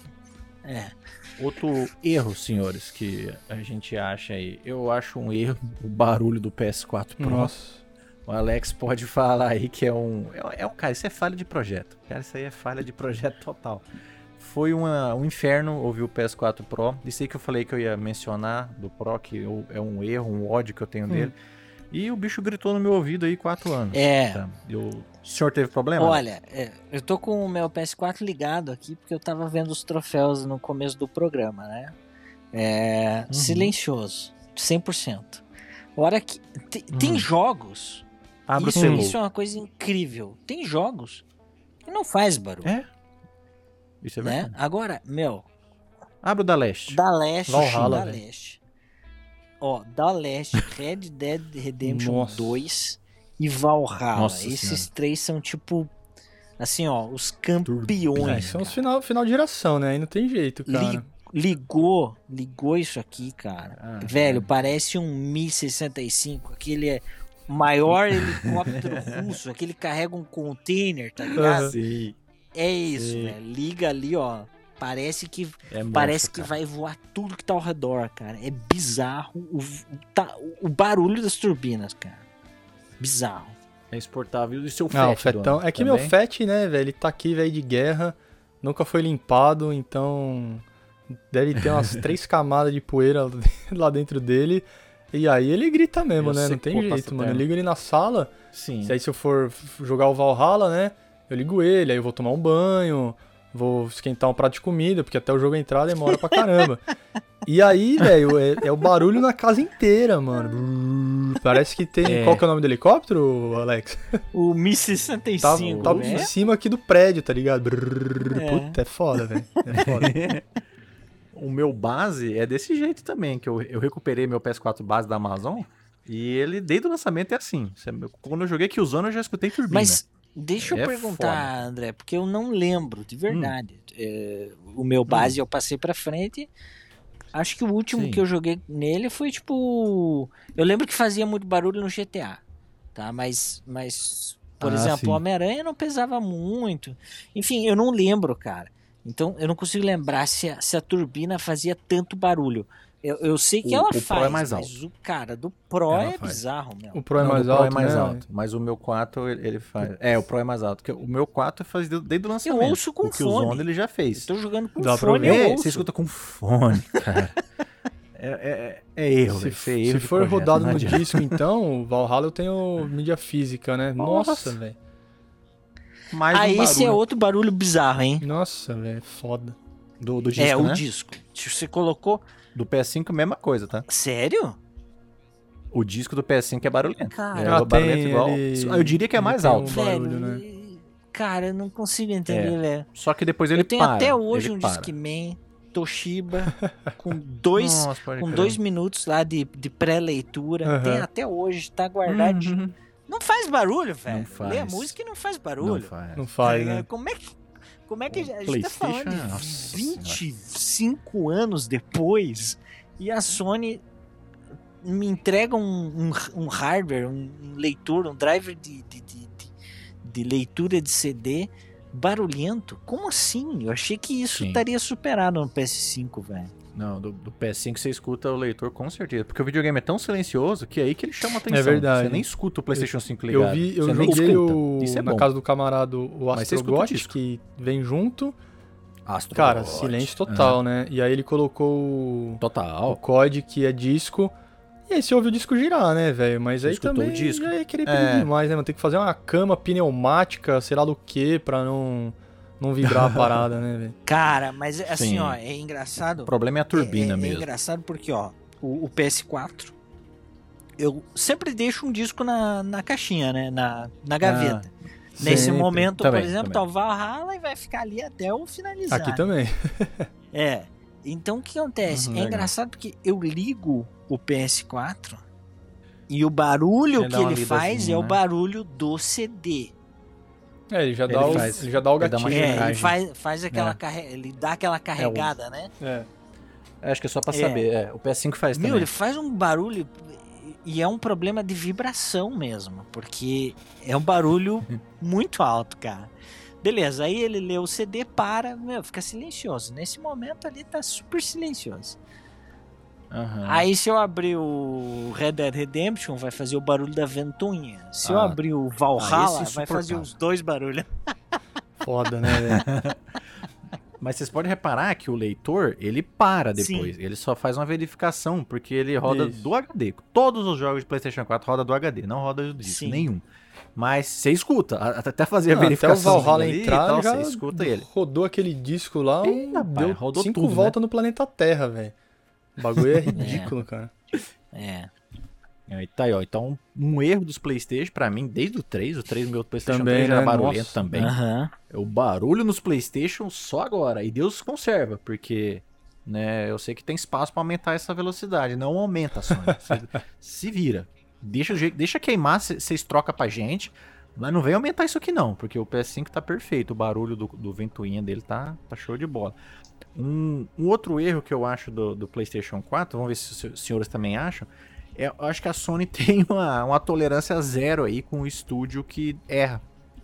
é. Outro erro, senhores, que a gente acha aí. Eu acho um erro o barulho do P S quatro Pro. Nossa. O Alex pode falar aí que é um... É, é um cara, isso é falha de projeto. Cara, isso aí é falha de projeto total. Foi uma, um inferno ouvir o P S quatro Pro. Isso aí que eu falei que eu ia mencionar do Pro, que eu, é um erro, um ódio que eu tenho hum. dele. E o bicho gritou no meu ouvido aí quatro anos. É. Tá? Eu, o senhor teve problema? Olha, é, eu tô com o meu P S quatro ligado aqui porque eu tava vendo os troféus no começo do programa, né? É, uhum. Silencioso, cem por cento. Hora que te, uhum. tem jogos. Abre isso, o isso é uma coisa incrível. Tem jogos que não faz barulho. É? Isso é verdade. Né? Agora, meu. Abre o da Leste. Da Leste. Valhalla, da Leste. Ó, da Leste, Red Dead Redemption Nossa. dois e Valhalla. Nossa Esses senhora. três são tipo, assim, ó, os campeões. É, são os final, final de geração, né? Aí não tem jeito, cara. Li, ligou, ligou isso aqui, cara. Ah, Velho, é. parece um Mi sessenta e cinco, aquele é maior helicóptero russo, aquele carrega um container, tá ligado? Sim. É isso, Sim. velho. Liga ali, ó. Parece que é monstro, parece que cara. vai voar tudo que tá ao redor, cara. É bizarro o, tá, o barulho das turbinas, cara. Bizarro. É exportável. E seu Não, Fat, Fetão. É que também? Meu Fat, né, velho, ele tá aqui, velho, de guerra. Nunca foi limpado, então deve ter umas três camadas de poeira lá dentro dele. E aí ele grita mesmo, Eu né? sei Não que tem pô, jeito, passa mano. Eu terra. ligo ele na sala, Sim. e aí se eu for jogar o Valhalla, né? Eu ligo ele, aí eu vou tomar um banho, vou esquentar um prato de comida, porque até o jogo entrar demora pra caramba. E aí, velho, é, é o barulho na casa inteira, mano. Brrr, parece que tem... É. Qual que é o nome do helicóptero, Alex? O Mi sessenta e Tá, cinco, tá né? em cima aqui do prédio, tá ligado? Brrr, É. Puta, é foda, velho. É foda. O meu base é desse jeito também, que eu, eu recuperei meu P S quatro base da Amazon e ele, desde o lançamento, é assim. Quando eu joguei Killzone, eu já escutei turbina. Mas deixa eu É perguntar, foda. André, porque eu não lembro, de verdade. É, o meu base eu passei pra frente. Acho que o último Sim. que eu joguei nele foi tipo. Eu lembro que fazia muito barulho no G T A. Tá? Mas, mas por Ah, exemplo, sim. o Homem-Aranha não pesava muito. Enfim, eu não lembro, cara. Então eu não consigo lembrar se a, se a turbina fazia tanto barulho. Eu, eu sei que O- ela o Pro faz, é mais mas alto. o cara do Pro Ela é faz. bizarro, meu. O Pro é Não, mais o Pro alto, é mais né? alto, mas o meu quatro ele, ele faz. É, o Pro é mais alto. Porque o meu quatro faz desde, desde o Eu lançamento. ouço com o Killzone fone. ele já Eu fez. tô jogando com Dá pra fone, ouvir. eu É, ouço. você escuta com fone, cara. É, é, é erro, Se, velho. Isso é erro se de for projeto, rodado não no adianta. disco, então, o Valhalla eu tenho mídia física, né? Nossa, Nossa. velho. Mais Ah, um esse é barulho outro barulho bizarro, hein? Nossa, velho, foda. do, do disco, é, o né? disco. Se você colocou. Do P S cinco, mesma coisa, tá? Sério? O disco do P S cinco é barulhento. Cara, é Ah, barulhento tem, igual. ele- Eu diria que é ele mais tem alto. um barulho, velho, né? cara, eu não consigo entender, É. velho. Só que depois ele Eu tenho para. até hoje ele um para. Discman Toshiba com dois, Nossa, pode com crer. dois minutos lá de, de pré-leitura. Aham. Tem até hoje, tá guardado. Uhum. Não faz barulho, velho. Não faz. Lê a música e não faz Não barulho. faz. Não faz, É, né? Como é que. Como é que O a gente tá PlayStation, falando de nossa vinte e cinco anos depois e a Sony me entrega um, um, um hardware, um, um leitor, um driver de, de, de, de, de leitura de C D barulhento? Como assim? Eu achei que isso Sim. estaria superado no P S cinco, velho. Não, do, do P S cinco você escuta o leitor com certeza. Porque o videogame é tão silencioso que é aí que ele chama atenção. É verdade. Você nem escuta o PlayStation cinco ligado. Eu vi, eu você nem joguei escuta. o, Isso é na bom. casa do camarada o Mas você escuta o Astrogot, disco. que vem junto. Astro Cara, Bot. silêncio total, né? E aí ele colocou o, o Total. C O D, que é disco. E aí você ouve o disco girar, né, velho? Mas Você aí escutou também o disco? já é querer É. pedir demais, né, mano? Tem que fazer uma cama pneumática, sei lá do que, pra não, não vibrar a parada, né, velho? Cara, mas assim, Sim. ó, é engraçado. O problema é a turbina é, é, mesmo. É engraçado porque, ó, o, o P S quatro, eu sempre deixo um disco na, na caixinha, né? Na, na gaveta. Ah, Nesse sempre. momento, Também, por exemplo, também. tá o Valhalla e vai ficar ali até eu finalizar. Aqui também. É. Então o que acontece? Uhum, é legal. engraçado porque eu ligo o P S quatro e o barulho Ele dá que uma ele faz lidazinha, é o né? barulho do C D. É, ele já Ele dá, o, faz- ele já dá o ele dá uma gatilho. É, né? ele checagem. faz, faz aquela É. carre... ele dá aquela carregada, né? É. Acho que é só pra É. saber. É, o P S cinco faz Meu, também. ele faz um barulho e é um problema de vibração mesmo, porque é um barulho muito alto, cara. Beleza, aí ele lê o C D, para, meu, fica silencioso. Nesse momento ali tá super silencioso. Aham. Aí se eu abrir o Red Dead Redemption, vai fazer o barulho da ventoinha. Se eu Ah. abrir o Ah, Valhalla, esse é vai fazer insuportável. os dois barulhos. Foda, né, velho? Mas vocês podem reparar que o leitor, ele para depois. Sim. Ele só faz uma verificação, porque ele roda Isso. do H D. Todos os jogos de PlayStation quatro rodam do H D, não roda do disco, Sim. nenhum. Mas você escuta, a- até fazer a Não, até o verificação Valhalla ali e entrar, tal, já você escuta ele. rodou aquele disco lá, Ih, um- rapaz, deu rodou cinco tudo, né? voltas no planeta Terra, velho. O bagulho é ridículo, cara. É. Aí tá aí, ó. Então, um erro dos PlayStation, pra mim, desde o três, o três, o meu PlayStation Também, três era né? barulhento Nossa. também. Aham. O barulho nos PlayStation só agora. E Deus conserva, porque né, eu sei que tem espaço pra aumentar essa velocidade. Não aumenta, Sony. Você se vira. Deixa, o jeito- deixa queimar, vocês trocam pra gente. Mas não vem aumentar isso aqui não, porque o P S cinco tá perfeito. O barulho do, do ventoinha dele tá, tá show de bola. Um, um outro erro que eu acho do, do PlayStation quatro, vamos ver se os senhores também acham, é, eu acho que a Sony tem uma, uma tolerância zero aí com o estúdio que erra.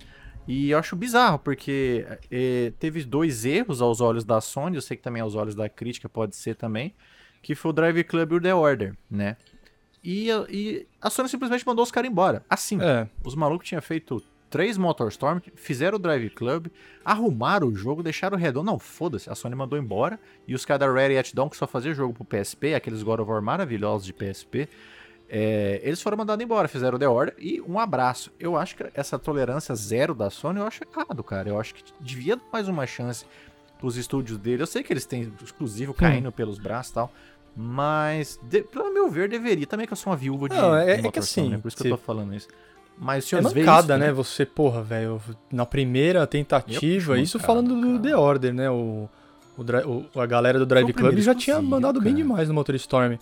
E eu acho bizarro, porque é, teve dois erros aos olhos da Sony, eu sei que também aos olhos da crítica pode ser também, que foi o Drive Club e o The Order, né? E, a- e a Sony simplesmente mandou os caras embora. Assim, É, os malucos tinham feito três MotorStorm, fizeram o Drive Club, arrumaram o jogo, deixaram redondo. Não, foda-se, a Sony mandou embora. E os caras da Ready at Dawn, que só fazia jogo pro P S P, aqueles God of War maravilhosos de P S P, é, eles foram mandados embora, fizeram o The Order e um abraço. Eu acho que essa tolerância zero da Sony, eu acho errado, cara. Eu acho que devia dar mais uma chance pros estúdios dele. Eu sei que eles têm exclusivo caindo hum. pelos braços e tal, mas, de, pelo meu ver, deveria. Também que eu sou uma viúva de, Não, é, de é que assim, né? Por isso que se... eu tô falando isso. Mas se é mancada, né? Você, porra, velho, na primeira tentativa, isso mancado, falando do cara. The Order, né? O, o, o, a galera do Drive Club já tinha mandado cara. bem demais no MotorStorm.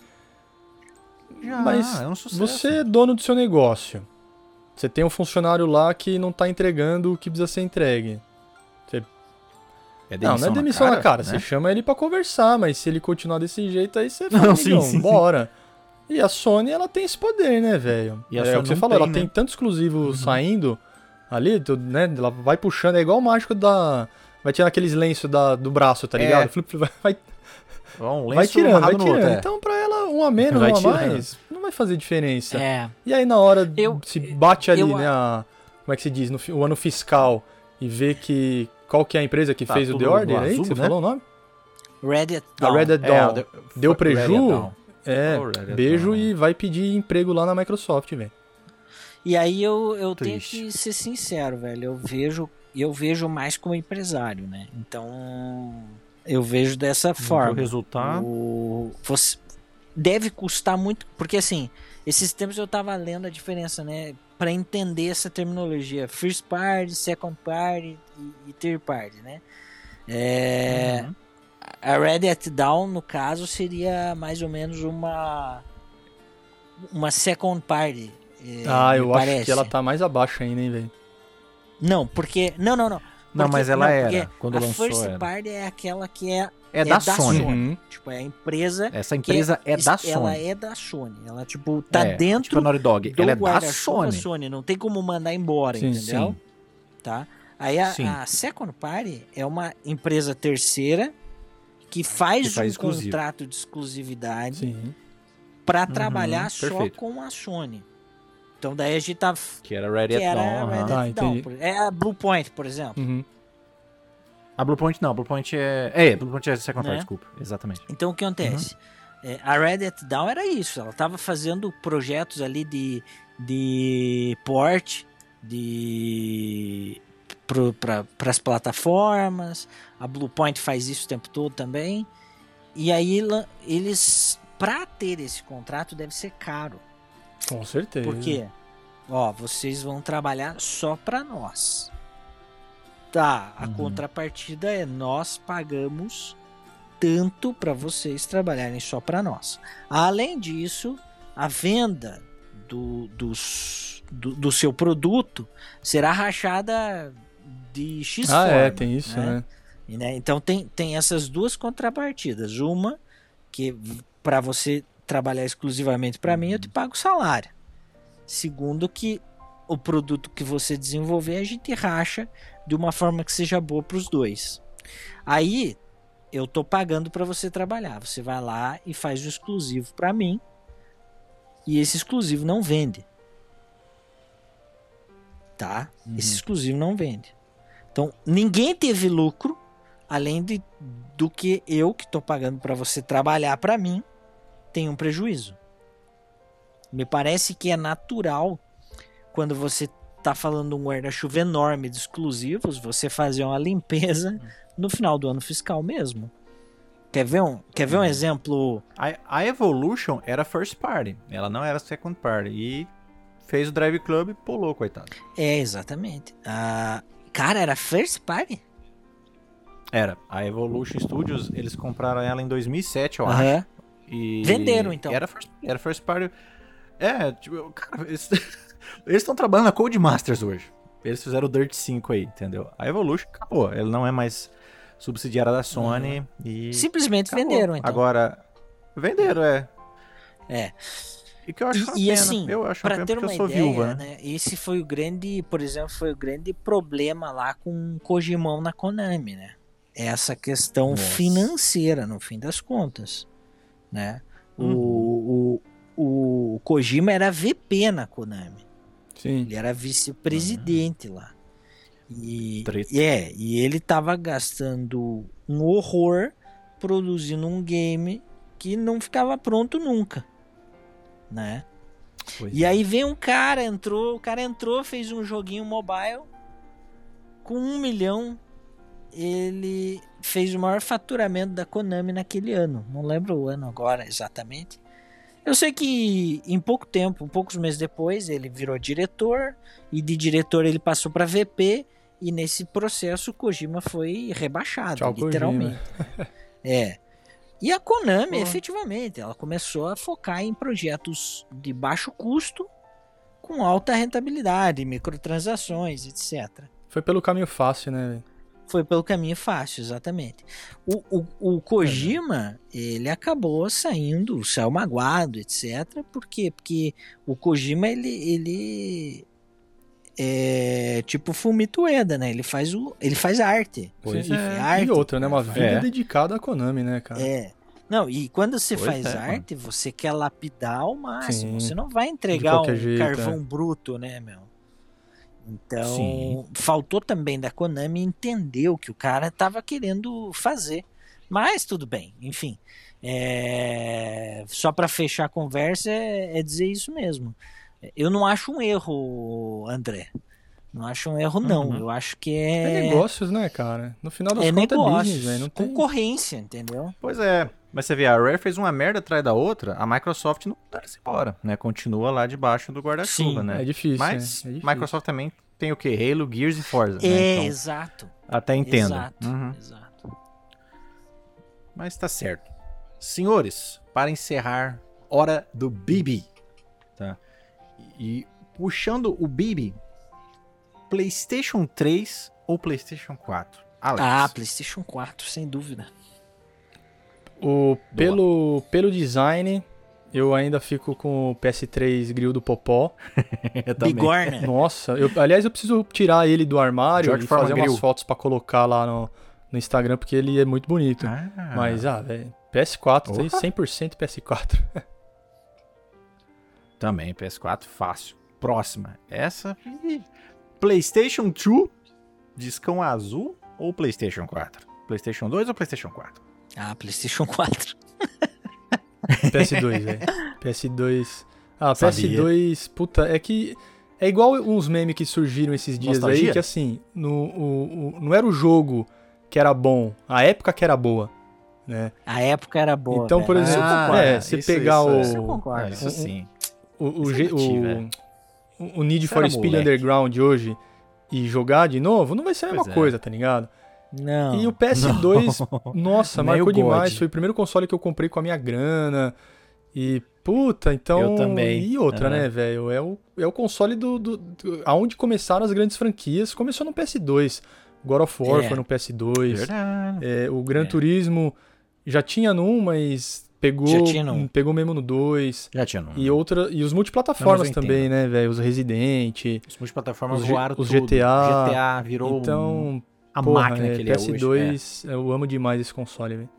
Já, mas é um sucesso. Você é dono do seu negócio. Você tem um funcionário lá que não tá entregando o que precisa ser entregue. Você... É não, não é demissão na cara, na cara. Né? Você chama ele pra conversar, mas se ele continuar desse jeito, aí você fala, não, sim, sim, bora. Sim. E a Sony, ela tem esse poder, né, velho? É o que você falou, tem, ela né? tem tanto exclusivo uhum. saindo ali, tu, né? Ela vai puxando, é igual o mágico da... Vai tirando aqueles lenços da, do braço, tá ligado? É. Flip, flip, vai, um vai tirando, vai tirando. Outro, é. Então, pra ela, um a menos, vai um a tirando. mais, não vai fazer diferença. É. E aí, na hora, eu, se bate ali, eu, né, a, como é que se diz, no, o ano fiscal, e vê que... Qual que é a empresa que tá, fez o The Order aí, azul, que você né? falou o nome? Red at Dawn. A Red at Dawn. É, deu preju... É, oh, beijo e vai pedir emprego lá na Microsoft, velho. E aí eu, eu tenho que ser sincero, velho. Eu vejo, eu vejo mais como empresário, né? Então, eu vejo dessa forma. O resultado... O, você deve custar muito... Porque, assim, esses tempos eu tava lendo a diferença, né? Pra entender essa terminologia. First party, second party e, e third party, né? É... Uhum. A Red at Dawn, no caso, seria mais ou menos uma uma second party. É, ah, eu parece. acho que ela tá mais abaixo ainda, hein, velho? Não, porque... Não, não, não. Porque, não, mas ela não, era, quando a lançou. A first era. party é aquela que é, é, é da, da Sony. Sony. Uhum. Tipo, é a empresa... Essa empresa é, é da Sony. Ela é da Sony. Ela, tipo, tá é, dentro tipo a Naughty Dog. do ela é da Sony. Sony. Não tem como mandar embora, sim, entendeu? Sim. Tá? Aí a, a second party é uma empresa terceira que faz, que faz um exclusivo. contrato de exclusividade para uhum, trabalhar perfeito. só com a Sony. Então daí a gente tá... Que era Ready at Dawn. Uhum. Tá, é a Bluepoint, por exemplo. Uhum. A Bluepoint não, a Bluepoint é... É, a Bluepoint é second party, né? desculpa. Exatamente. Então o que acontece? Uhum. É, a Ready at Dawn era isso. Ela tava fazendo projetos ali de, de port, de... para as plataformas. A Bluepoint faz isso o tempo todo também. E aí eles, para ter esse contrato, deve ser caro. Com certeza. Por quê? Ó, vocês vão trabalhar só para nós. Tá, a uhum. contrapartida é nós pagamos tanto para vocês trabalharem só para nós. Além disso, a venda do, dos, do, do seu produto será rachada de X ah, forma. É, tem isso, né? né? E, né? Então tem, tem essas duas contrapartidas. Uma, que para você trabalhar exclusivamente para mim, eu te pago salário. Segundo, que o produto que você desenvolver, a gente racha de uma forma que seja boa para os dois. Aí, eu tô pagando para você trabalhar. Você vai lá e faz o exclusivo para mim. E esse exclusivo não vende. Tá? Uhum. Esse exclusivo não vende. Então, ninguém teve lucro, além de, do que eu, que estou pagando para você trabalhar para mim, tenho um prejuízo. Me parece que é natural, quando você está falando um guarda-chuva enorme de exclusivos, você fazer uma limpeza no final do ano fiscal mesmo. Quer ver um, quer ver um exemplo? A, a Evolution era first party, ela não era second party. E fez o Drive Club e pulou, coitado. É, exatamente. Ah, cara, era first party? Era. A Evolution Studios, eles compraram ela em dois mil e sete, eu uhum. acho. E venderam, então. Era first, era first party. É, tipo, cara, eles estão trabalhando na Codemasters hoje. Eles fizeram o Dirt cinco aí, entendeu? A Evolution acabou. Ela não é mais subsidiária da Sony uhum. e... simplesmente acabou. venderam, então. Agora, venderam, é. É. E que eu acho uma e, pena. assim, eu acho pra uma pena ter porque uma eu sou ideia, viúva, né? né? Esse foi o grande, por exemplo, foi o grande problema lá com o Kojimão na Konami, né? Essa questão Nossa. financeira, no fim das contas, né? Uhum. O, o, o Kojima era V P na Konami. Sim. Ele era vice-presidente uhum. lá. E, Treta. é, e ele tava gastando um horror produzindo um game que não ficava pronto nunca, né? Pois e é. aí vem um cara, entrou, o cara entrou, fez um joguinho mobile com um milhão. Ele fez o maior faturamento da Konami naquele ano. Não lembro o ano agora exatamente. Eu sei que em pouco tempo, poucos meses depois, ele virou diretor, e de diretor ele passou para V P, e nesse processo o Kojima foi rebaixado, Tchau, literalmente. É. E a Konami, Pô. efetivamente, ela começou a focar em projetos de baixo custo, com alta rentabilidade, microtransações, etcétera. Foi pelo caminho fácil, né, velho? Foi pelo caminho fácil, exatamente. O, o, o Kojima, é. ele acabou saindo, saiu magoado, etcétera. Por quê? Porque o Kojima, ele, ele é tipo Fumito Ueda, né? Ele faz, o, ele faz arte. Pois Sim, é. arte, E outra, né? Uma vida é. dedicada à Konami, né, cara? É. Não, e quando você pois faz é, arte, mano. Você quer lapidar ao máximo. Sim. Você não vai entregar um jeito, carvão é. bruto, né, meu? Então, Sim. faltou também da Konami entender o que o cara estava querendo fazer. Mas tudo bem, enfim. É... Só para fechar a conversa é, é dizer isso mesmo. Eu não acho um erro, André. Não acho um erro, não. Uhum. Eu acho que é... É negócios, né, cara? No final das é contas negócios, é business, velho. Não tem... concorrência, entendeu? Pois é. Mas você vê, a Rare fez uma merda atrás da outra, a Microsoft não dá-se embora, né? Continua lá debaixo do guarda-chuva, né? É difícil, Mas é, é difícil. Microsoft também tem o quê? Halo, Gears e Forza, É, né? Então, exato. até entendo. Exato, Uhum. exato. Mas tá certo. Senhores, para encerrar, hora do Bibi. Tá? E puxando o Bibi, PlayStation três ou PlayStation quatro? Alex. Ah, PlayStation quatro, sem dúvida. O, pelo, pelo design, eu ainda fico com o P S três Grill do Popó. Bigorna. Nossa, eu, aliás, eu preciso tirar ele do armário George e Foreman fazer Grill. umas fotos pra colocar lá no, no Instagram, porque ele é muito bonito. Ah. Mas, ah, velho, P S quatro, tem Opa. cem por cento P S quatro. Também, P S quatro, fácil. Próxima. Essa. PlayStation dois, discão azul ou PlayStation quatro? PlayStation dois ou PlayStation quatro? Ah, PlayStation quatro. P S dois, velho. P S dois. Ah, Sabia. P S dois, puta, é que. É igual uns memes que surgiram esses dias Nostalgia? aí, que assim, no, o, o, não era o jogo que era bom, a época que era boa, né? A época era boa. Então, velho. por exemplo, Ah, é, você isso, pegar isso, o, isso eu concordo. Ah, isso um- sim. o, o, Isso G- é antigo, velho. o, o Need Isso for era Speed moleque. Underground hoje e jogar de novo, não vai ser a mesma Pois é. coisa, tá ligado? Não. E o P S dois, nossa, Nem marcou o God. demais. Foi o primeiro console que eu comprei com a minha grana. E, puta, então. Eu também. E outra, Aham. né, velho? É o, é o console do, do, do. Aonde começaram as grandes franquias. Começou no P S dois. God of War É. foi no P S dois. Verdade. É, o Gran É. Turismo já tinha no um, mas pegou, Já tinha no um. pegou mesmo no dois. Já tinha nome. E, outra, e os Não, multiplataformas mas eu também, entendo. né, velho? Os Resident. Os multiplataformas Os G- voaram os tudo. G T A. G T A virou Então, a porra, máquina é, que ele é P S hoje. dois, eu amo demais esse console, velho.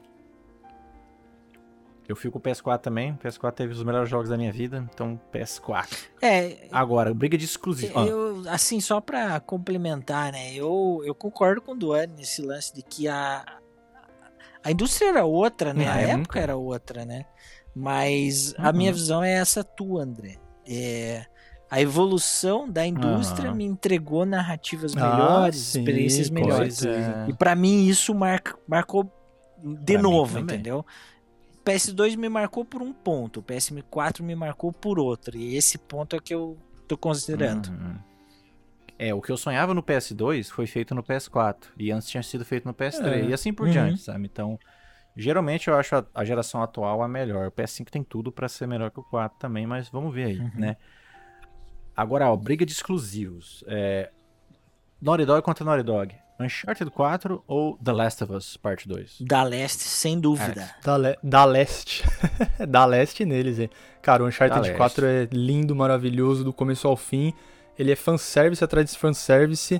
É. Eu fico com o P S quatro também. O P S quatro teve os melhores jogos da minha vida, então P S quatro. É, Agora, briga de exclusivo. Ah, eu, assim, só pra complementar, né? Eu, eu concordo com o Duane nesse lance de que a, a indústria era outra, né? Ah, A é época muito. era outra, né? Mas a Uhum. minha visão é essa tua, André. É, a evolução da indústria Aham. me entregou narrativas Ah, melhores, sim, experiências com melhores. certeza. E pra mim isso marca, marcou de Pra mim novo, também. entendeu? P S dois me marcou por um ponto, o P S quatro me marcou por outro. E esse ponto é que eu tô considerando. Uhum. É, o que eu sonhava no P S dois foi feito no P S quatro. E antes tinha sido feito no P S três. É. E assim por Uhum. diante, sabe? Então, geralmente eu acho a, a geração atual a melhor. O P S cinco tem tudo pra ser melhor que o quatro também, mas vamos ver aí, Uhum. né? Agora, ó, briga de exclusivos. É, Naughty Dog contra Naughty Dog. Uncharted quatro ou The Last of Us Parte dois? Da Leste, sem dúvida. Da, le da Leste. Da Leste neles, hein? Cara, o Da Uncharted Leste. quatro é lindo, maravilhoso, do começo ao fim. Ele é fanservice atrás de fanservice,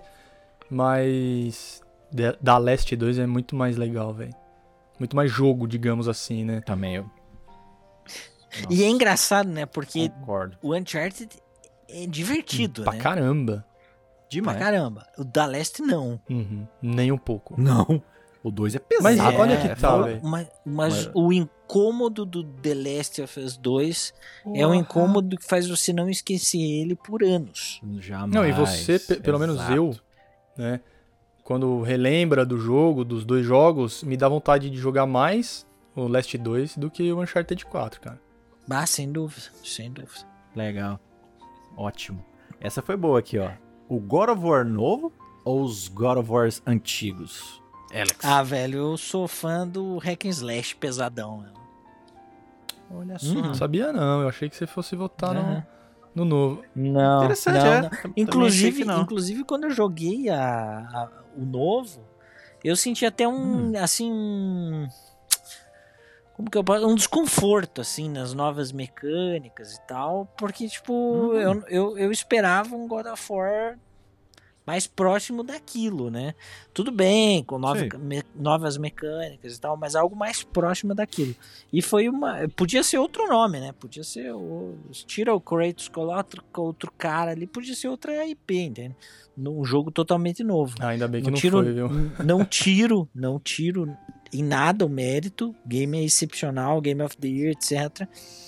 mas de- da Leste dois é muito mais legal, velho. Muito mais jogo, digamos assim, né? Também eu. E é Nossa, engraçado, né? Porque concordo. o Uncharted é divertido, Pra né? caramba. Demais. Pra caramba. O da Leste não. Uhum. Nem um pouco. Não. O dois é pesado. Mas É, olha que tá, fala- velho. Mas, mas Mas- o incômodo do The Last of Us dois é um Porra. incômodo que faz você não esquecer ele por anos. Jamais. Não, e você, pe- pelo menos exato. eu, né? Quando relembra do jogo, dos dois jogos, me dá vontade de jogar mais o Last dois do que o Uncharted quatro, cara. Ah, sem dúvida, sem dúvida. Legal. Ótimo. Essa foi boa aqui, ó. O God of War novo ou os God of Wars antigos? Alex. Ah, velho, eu sou fã do Hack and Slash pesadão. Né? Olha só. Uhum. Não sabia não, eu achei que você fosse votar Uhum. no, no novo. Não, Interessante, não, é. não. Tam- também Inclusive, achei que não. inclusive, quando eu joguei a, a- o novo, eu senti até um, Hum. assim, um... Como que eu posso... Um desconforto, assim, nas novas mecânicas e tal, porque, tipo, Hum. eu, eu, eu esperava um God of War mais próximo daquilo, né? Tudo bem, com nova, Sim. me- novas mecânicas e tal, mas algo mais próximo daquilo. E foi uma... Podia ser outro nome, né? Podia ser... O, tira o Kratos, coloca outro cara ali, podia ser outra I P, entende? Num jogo totalmente novo. Ah, ainda bem que não, tiro, foi, viu? n- não tiro, não tiro em nada o mérito. O game é excepcional, Game of the Year, etcétera.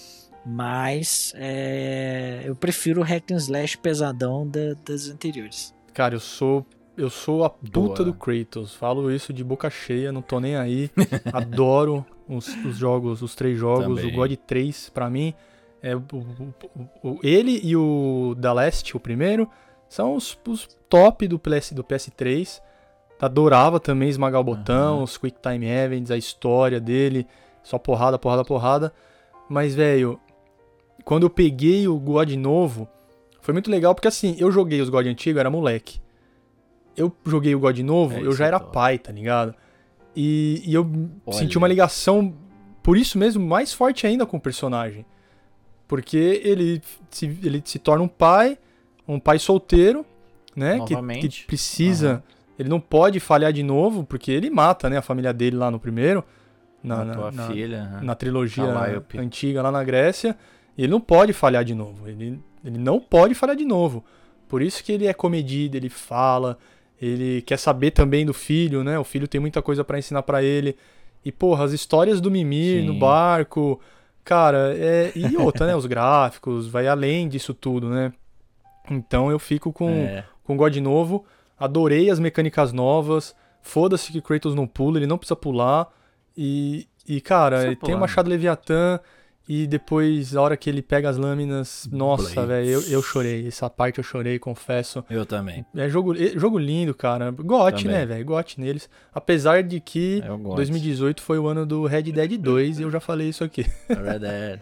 Mas é, eu prefiro o Hack and Slash pesadão da- das anteriores. Cara, eu sou eu sou a puta Boa. do Kratos. Falo isso de boca cheia, não tô nem aí. Adoro os, os jogos, os três jogos. Também. O God três, pra mim, é o, o- o- o- ele e o The Last, o primeiro, são os, os top do, P S, do P S três. Adorava também esmagar o botão, Aham. os Quick Time Events, a história dele. Só porrada, porrada, porrada. Mas, velho, quando eu peguei o God novo, foi muito legal, porque assim, eu joguei os God antigos, era moleque. Eu joguei o God novo, É, eu isso já é era top. pai, tá ligado? E, e eu Olha. senti uma ligação, por isso mesmo, mais forte ainda com o personagem. Porque ele se, ele se torna um pai, um pai solteiro, né? Que, Novamente. que precisa... Aham. Ele não pode falhar de novo, porque ele mata, né, a família dele lá no primeiro. Na, A na, tua na- filha. aham. na trilogia Calliope. antiga lá na Grécia, e ele não pode falhar de novo. Ele, ele não pode falhar de novo. Por isso que ele é comedido, ele fala, ele quer saber também do filho, né? O filho tem muita coisa pra ensinar pra ele. E, porra, as histórias do Mimir Sim. no barco, cara, é... e outra, né? Os gráficos, vai além disso tudo, né? Então eu fico com É. com God novo, adorei as mecânicas novas, foda-se que Kratos não pula, ele não precisa pular, e, e cara, Precisa ele tem o pular, Machado Leviatã, e depois, a hora que ele pega as lâminas, nossa, Blades. velho, eu, eu chorei, essa parte eu chorei, confesso. Eu também. É jogo, é jogo lindo, cara, gote, Também. né, velho, gote neles, apesar de que Eu gosto. dois mil e dezoito foi o ano do Red Dead dois, e eu já falei isso aqui. É verdade.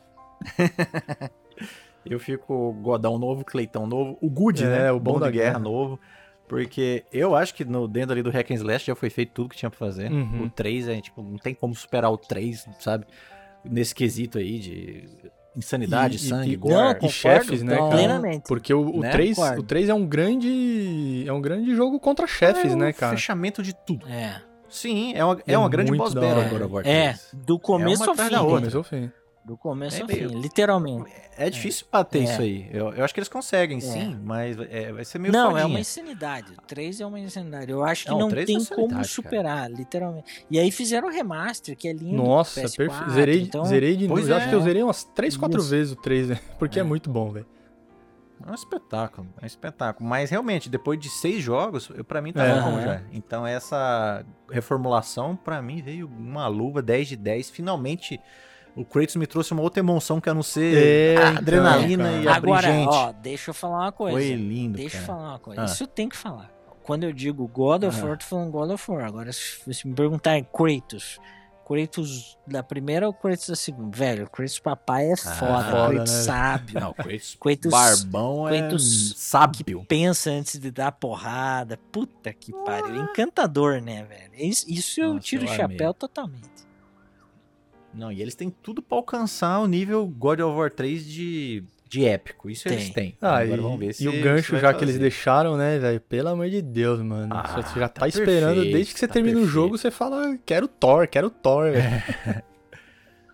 Eu fico Godão novo, Cleitão novo, o Good, É, né? o bom da de guerra, guerra. novo. Porque eu acho que no, dentro ali do Hack and Slash já foi feito tudo que tinha pra fazer. Uhum. O três é, tipo, não tem como superar o três, sabe? Nesse quesito aí de insanidade, E- e- sangue, e- gore. Não, E concordo, chefes, né, então, cara? plenamente. Porque o, o, Né? três, Concordo. o três é um grande é um grande jogo contra chefes, é né, o cara? fechamento de tudo. É, Sim, é uma, é É uma grande muito boss da battle hora. agora, War é, três. do começo É uma ao atrás fim. da outra. Começou ao fim. Do começo É ao meio- fim, literalmente. É difícil bater É. isso aí. Eu, eu acho que eles conseguem, É. sim, mas é, vai ser meio Não, fodinha. é uma insanidade. O três é uma insanidade. Eu acho que Não, o não, três é tem insanidade, como cara. superar, literalmente. E aí fizeram o remaster, que é lindo. Nossa, P S perfeito. quatro, Zerei, então... zerei de Pois novo. é. Acho que eu zerei umas três, quatro Isso. vezes o três, né? Porque é, É. muito bom, velho. É um espetáculo, é um espetáculo. Mas realmente, depois de seis jogos, eu, pra mim tá É. bom Aham. já. Então essa reformulação, pra mim, veio uma luva dez de dez. Finalmente, o Kratos me trouxe uma outra emoção que a não ser É, a então, adrenalina cara. e abrir Agora, gente. ó, deixa eu falar uma coisa. Foi lindo, Deixa eu cara. falar uma coisa. Ah. Isso eu tenho que falar. Quando eu digo God of Ah. War, tô falando God of War. Agora, se você me perguntar em Kratos, Kratos da primeira ou Kratos da segunda? Velho, Kratos papai é foda. foda, Kratos né? sábio. Não, o Kratos, Kratos- barbão Kratos é sábio. Pensa antes de dar porrada. Puta que pariu. Encantador, né, velho? Isso, isso eu Nossa, tiro eu o amei. chapéu totalmente. Não, e eles têm tudo pra alcançar o nível God of War três de, de épico. Isso Tem. eles têm. Ah, Agora e, vamos ver e se o se gancho vai já que eles fazer. deixaram, né, velho? Pelo amor de Deus, mano. Ah, você já tá, tá esperando, perfeito, desde que você tá termina o perfeito. jogo, você fala, quero Thor, quero Thor, velho.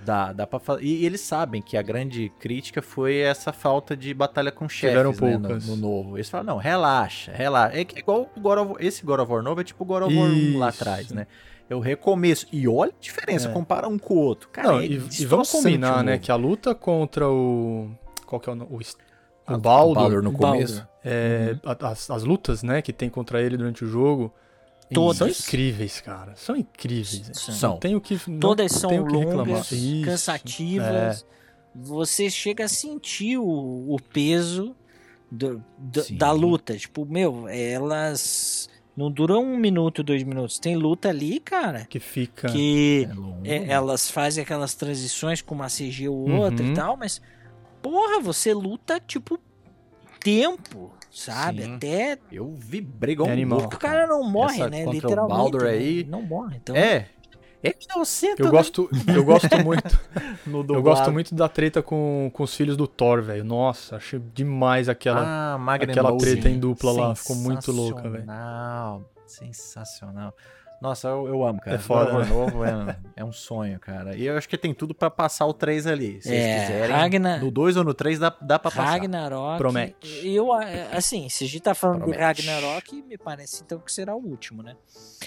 Dá, dá pra fazer. E eles sabem que a grande crítica foi essa falta de batalha com Tiveram chefes, né, no, poucas. no novo. Eles falam, não, relaxa, relaxa. É que igual o God of, esse God of War novo é tipo o God of War um lá Isso. atrás, né? É o recomeço. E olha a diferença, É. compara um com o outro. Cara, Não, é e, e vamos destroçante combinar, o né, novo. que a luta contra o... Qual que é o nome? O, est- o A- Baldur, o Baldur no Baldur. começo. é, a- as, as lutas, né, que tem contra ele durante o jogo, Todas. são incríveis, cara. São incríveis. São. Não tenho que, não Todas são tenho que reclamar. longas, Isso, cansativas. Você chega a sentir o, o peso do- do- Sim. da luta. Tipo, meu, elas não duram um minuto, dois minutos. Tem luta ali, cara, Que fica... que É longo. é, elas fazem aquelas transições com uma C G ou outra Uhum. e tal, mas, porra, você luta, tipo, tempo, sabe? Sim. Até Eu vibrei igual É um animal. louco, o cara não morre, Essa né? contra o Literalmente. Baldur né? aí- Não morre. Então, É. É inocente, Eu né? gosto, eu gosto muito... No Eu dublado. gosto muito da treta com, com os filhos do Thor, velho. Nossa, achei demais aquela... Ah, Magna aquela Mose. treta em dupla lá, ficou muito louca, velho. Sensacional, sensacional. Nossa, eu, eu amo, cara. É foda, God of né? War novo é, é um sonho, cara. E eu acho que tem tudo pra passar o três ali. Se É, eles quiserem. Ragnar- No dois ou no três dá, dá pra passar. Ragnarok. Promete. Eu, assim, se a gente tá falando Promete. de Ragnarok, me parece então que será o último, né?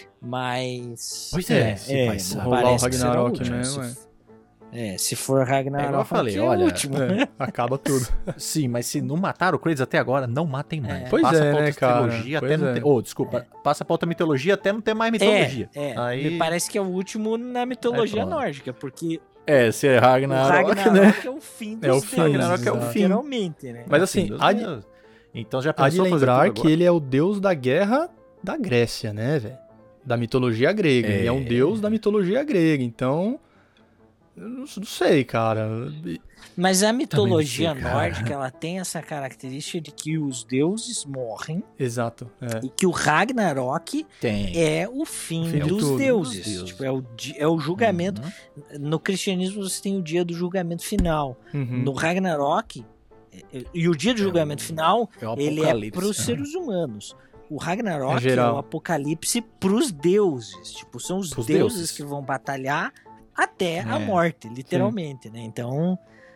Mas. Pois é, se vai saber. Rolar o parece que será Ragnarok último. mesmo, Se- É, se for É Ragnarok, igual eu falei, é olha, o último. É, acaba tudo. Sim, mas se não mataram o Kratos até agora, não matem mais. Pois passa é, pra né, outra cara? mitologia até Pois não é. ter. Oh, desculpa. Passa pra outra mitologia até não ter mais mitologia. É, é. Aí... Me parece que é o último na mitologia Aí pronto. nórdica, porque É, se é o Ragnarok, Ragnarok né? é o fim dos É o deuses, fim, Ragnarok é o fim. literalmente, né? Mas Assim, assim, dos há de, deuses. Então já há de pensou fazer lembrar tudo que agora? ele é o deus da guerra da Grécia, né, velho? Da mitologia grega. É. Ele é um deus da mitologia grega, então... Eu não, não sei, cara. Mas a mitologia sei, cara. nórdica, ela tem essa característica de que os deuses morrem Exato. É. e que o Ragnarok Tem. é o fim, O fim de dos tudo. deuses. Dos deuses. Tipo, é, o, di- é o julgamento. Uhum. No cristianismo você tem o dia do julgamento final. Uhum. No Ragnarok, é- é- e o dia do É julgamento o- final, É o ele é apocalipse. para os né? seres humanos. O Ragnarok É é, geral. o apocalipse para os deuses. Tipo, são os Pros deuses, deuses. que vão batalhar até a É. morte, literalmente, né? Então,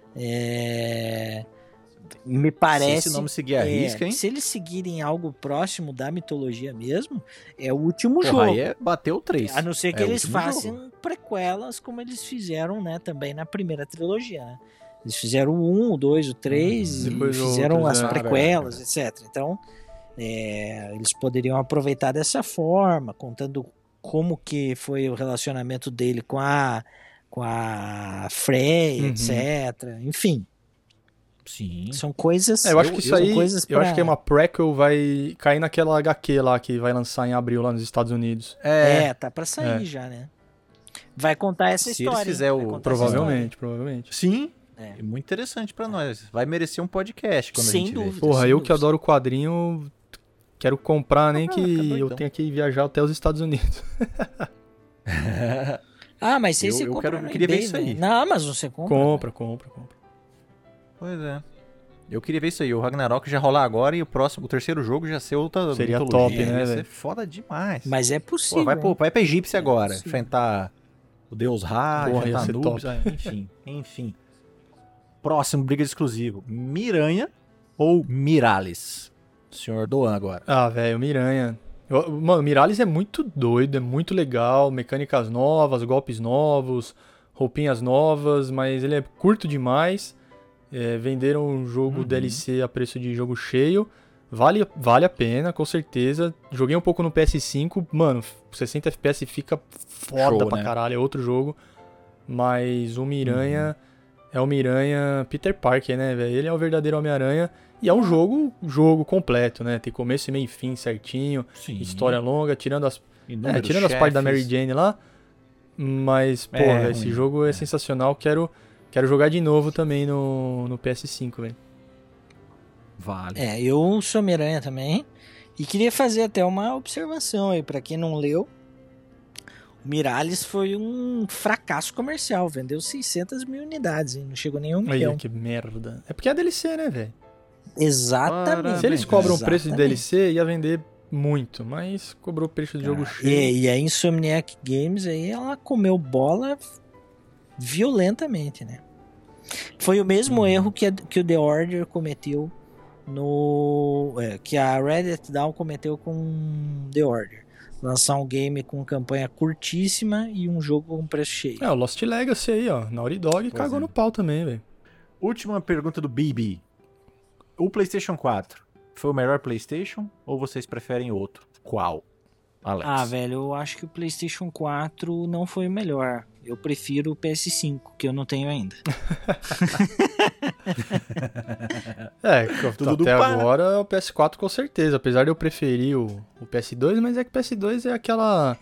é, me parece... Se esse nome seguir a é, risca, hein? se eles seguirem algo próximo da mitologia mesmo, é o último Porra, jogo. aí é bater o três. A não ser que É o eles último façam jogo. prequelas, como eles fizeram, né, também na primeira trilogia, né? Eles fizeram o um, o dois, o três, Uhum. e Depois fizeram outros, as né? prequelas, etcétera. Então, é, eles poderiam aproveitar dessa forma, contando como que foi o relacionamento dele com a, com a Frey, Uhum. etcétera. Enfim, Sim. são coisas... É, eu acho que Eu- isso são aí, coisas eu acho pra- que é uma prequel vai cair naquela H Q lá que vai lançar em abril lá nos Estados Unidos. É, tá pra sair É. já, né? Vai contar essa Se eles história. hein? fizer Vai o- contar essa Provavelmente, provavelmente. Sim. É. É muito interessante pra nós. Vai merecer um podcast quando Sem a gente dúvida. Porra, sem eu dúvida. que adoro quadrinho, quero comprar, nem Ah, que fica eu doidão. tenha que viajar até os Estados Unidos. ver. Ah, mas aí Eu- você eu compra quero- no queria ver eBay, isso aí. né? Na Amazon você compra. Compra, compra, compra. Pois é. Eu queria ver isso aí. O Ragnarok já rolar agora e o próximo, o terceiro jogo já ser outra Seria mitologia. top, né, Ia ser velho? foda demais. Mas é possível. Pô, vai, pro, hein? vai pra egípcia agora. possível. Enfrentar o deus Ra, Porra, ia enfrentar ser Anubis. top. ah, Enfim, enfim. Próximo, briga de exclusivo. Miranha ou Mirales? Senhor Doan agora. Ah, velho, Miranha. Eu- Mano, Mirales é muito doido, é muito legal, mecânicas novas, golpes novos, roupinhas novas, mas ele é curto demais. É, venderam um jogo Uhum. D L C a preço de jogo cheio. Vale, vale a pena, com certeza. Joguei um pouco no P S cinco, mano, sessenta F P S fica foda Show, pra né? caralho, é outro jogo. Mas o Miranha é o Miranha Peter Parker, né, velho? Ele é o verdadeiro Homem-Aranha. E é um jogo, jogo completo, né? Tem começo, meio e fim certinho. Sim. História longa, tirando as, é, Inúmeros tirando as partes da Mary chefes. Jane lá. Mas, pô, É, velho, esse ruim. jogo é, É. sensacional. Quero, quero jogar de novo também no, no P S cinco, velho. Vale. É, eu sou Miranha também. E queria fazer até uma observação aí, pra quem não leu. O Mirales foi um fracasso comercial. Vendeu seiscentas mil unidades, hein? Não chegou nem a um milhão. Aí, que merda. É porque é D L C, né, velho? Exatamente. Parabéns. Se eles cobram o preço de D L Exatamente. C, ia vender muito. Mas cobrou o preço de jogo Cara, cheio. E, e a Insomniac Games aí, ela comeu bola violentamente, né? Foi o mesmo hum. erro que, a, que o The Order cometeu no... É, que a Reddit Down cometeu com The Order. Lançar um game com campanha curtíssima e um jogo com preço cheio. É, o Lost Legacy aí, ó. Naughty Dog pois cagou é. no pau também, velho. Última pergunta do Bibi. O PlayStation quatro foi o melhor PlayStation ou vocês preferem outro? Qual, Alex? Ah, velho, eu acho que o PlayStation quatro não foi o melhor. Eu prefiro o P S cinco, que eu não tenho ainda. É, Tudo até agora é o P S quatro com certeza. Apesar de eu preferir o, o P S dois, mas é que o P S dois é aquela...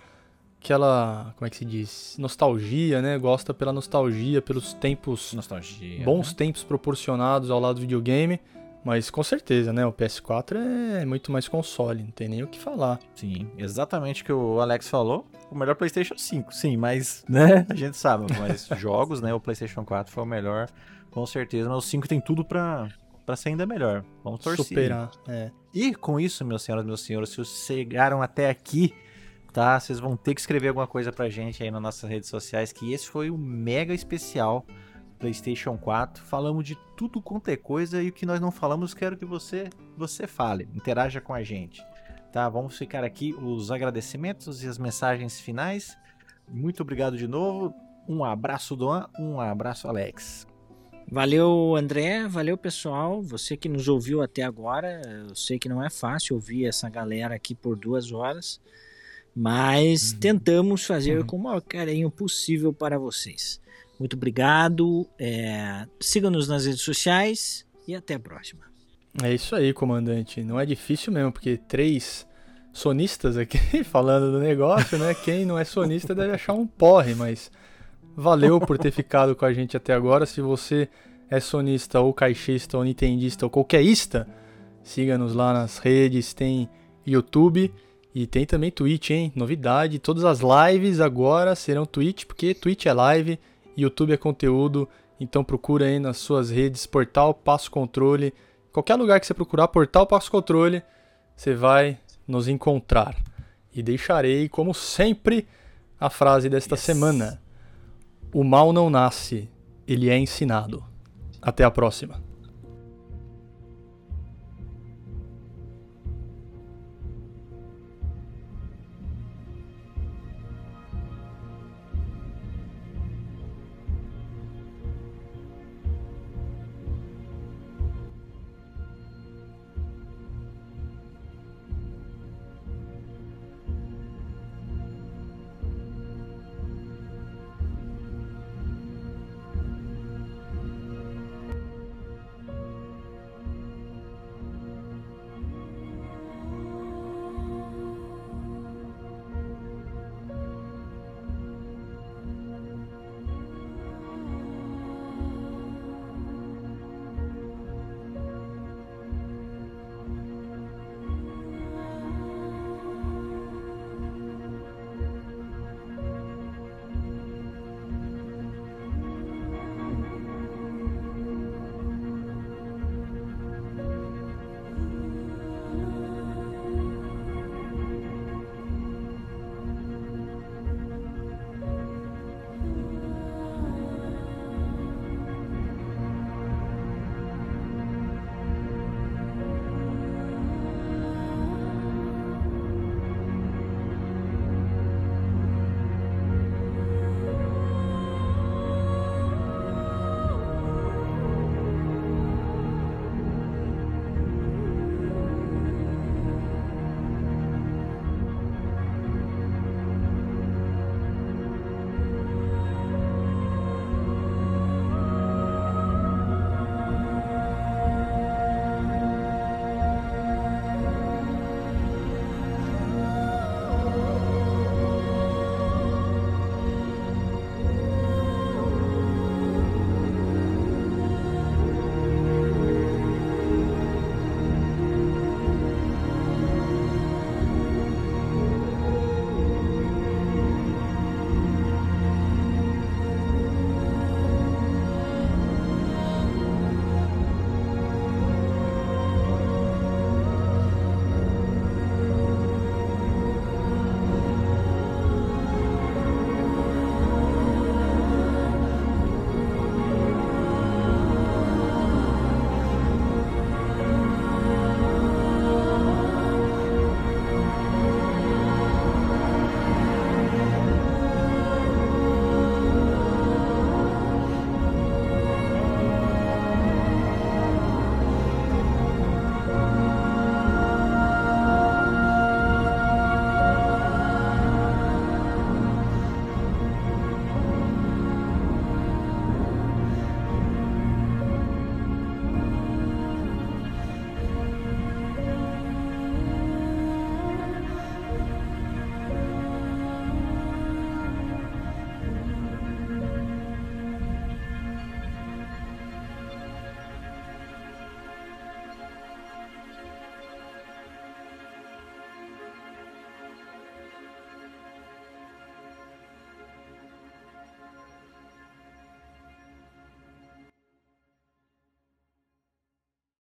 Aquela, como é que se diz? Nostalgia, né? Gosta pela nostalgia, pelos tempos... Nostalgia. Bons né? tempos proporcionados ao lado do videogame. Mas com certeza, né? O P S quatro é muito mais console, não tem nem o que falar. Sim, exatamente o que o Alex falou. O melhor PlayStation cinco, sim, mas, né? A gente sabe, mas jogos, né? O PlayStation quatro foi o melhor, com certeza. Mas o cinco tem tudo pra, pra ser ainda melhor. Vamos torcer. Superar, é. E com isso, meus senhoras e meus senhores, se vocês chegaram até aqui, tá? Vocês vão ter que escrever alguma coisa pra gente aí nas nossas redes sociais, que esse foi o mega especial PlayStation quatro. Falamos de tudo quanto é coisa e o que nós não falamos, quero que você, você fale, interaja com a gente. Tá, vamos ficar aqui os agradecimentos e as mensagens finais. Muito obrigado de novo. Um abraço, Doan. Um abraço, Alex. Valeu, André. Valeu, pessoal. Você que nos ouviu até agora. Eu sei que não é fácil ouvir essa galera aqui por duas horas. Mas uhum. tentamos fazer uhum. com o maior carinho possível para vocês. Muito obrigado. É... Sigam-nos nas redes sociais e até a próxima. É isso aí, comandante. Não é difícil mesmo, porque três sonistas aqui falando do negócio, né? Quem não é sonista deve achar um porre, mas valeu por ter ficado com a gente até agora. Se você é sonista ou caixista ou nintendista ou qualquerista, siga-nos lá nas redes, tem YouTube e tem também Twitch, hein? Novidade, todas as lives agora serão Twitch, porque Twitch é live, YouTube é conteúdo, então procura aí nas suas redes, Portal Passo Controle. Qualquer lugar que você procurar Portal Passo Controle, você vai nos encontrar. E deixarei, como sempre, a frase desta yes. semana. O mal não nasce, ele é ensinado. Até a próxima.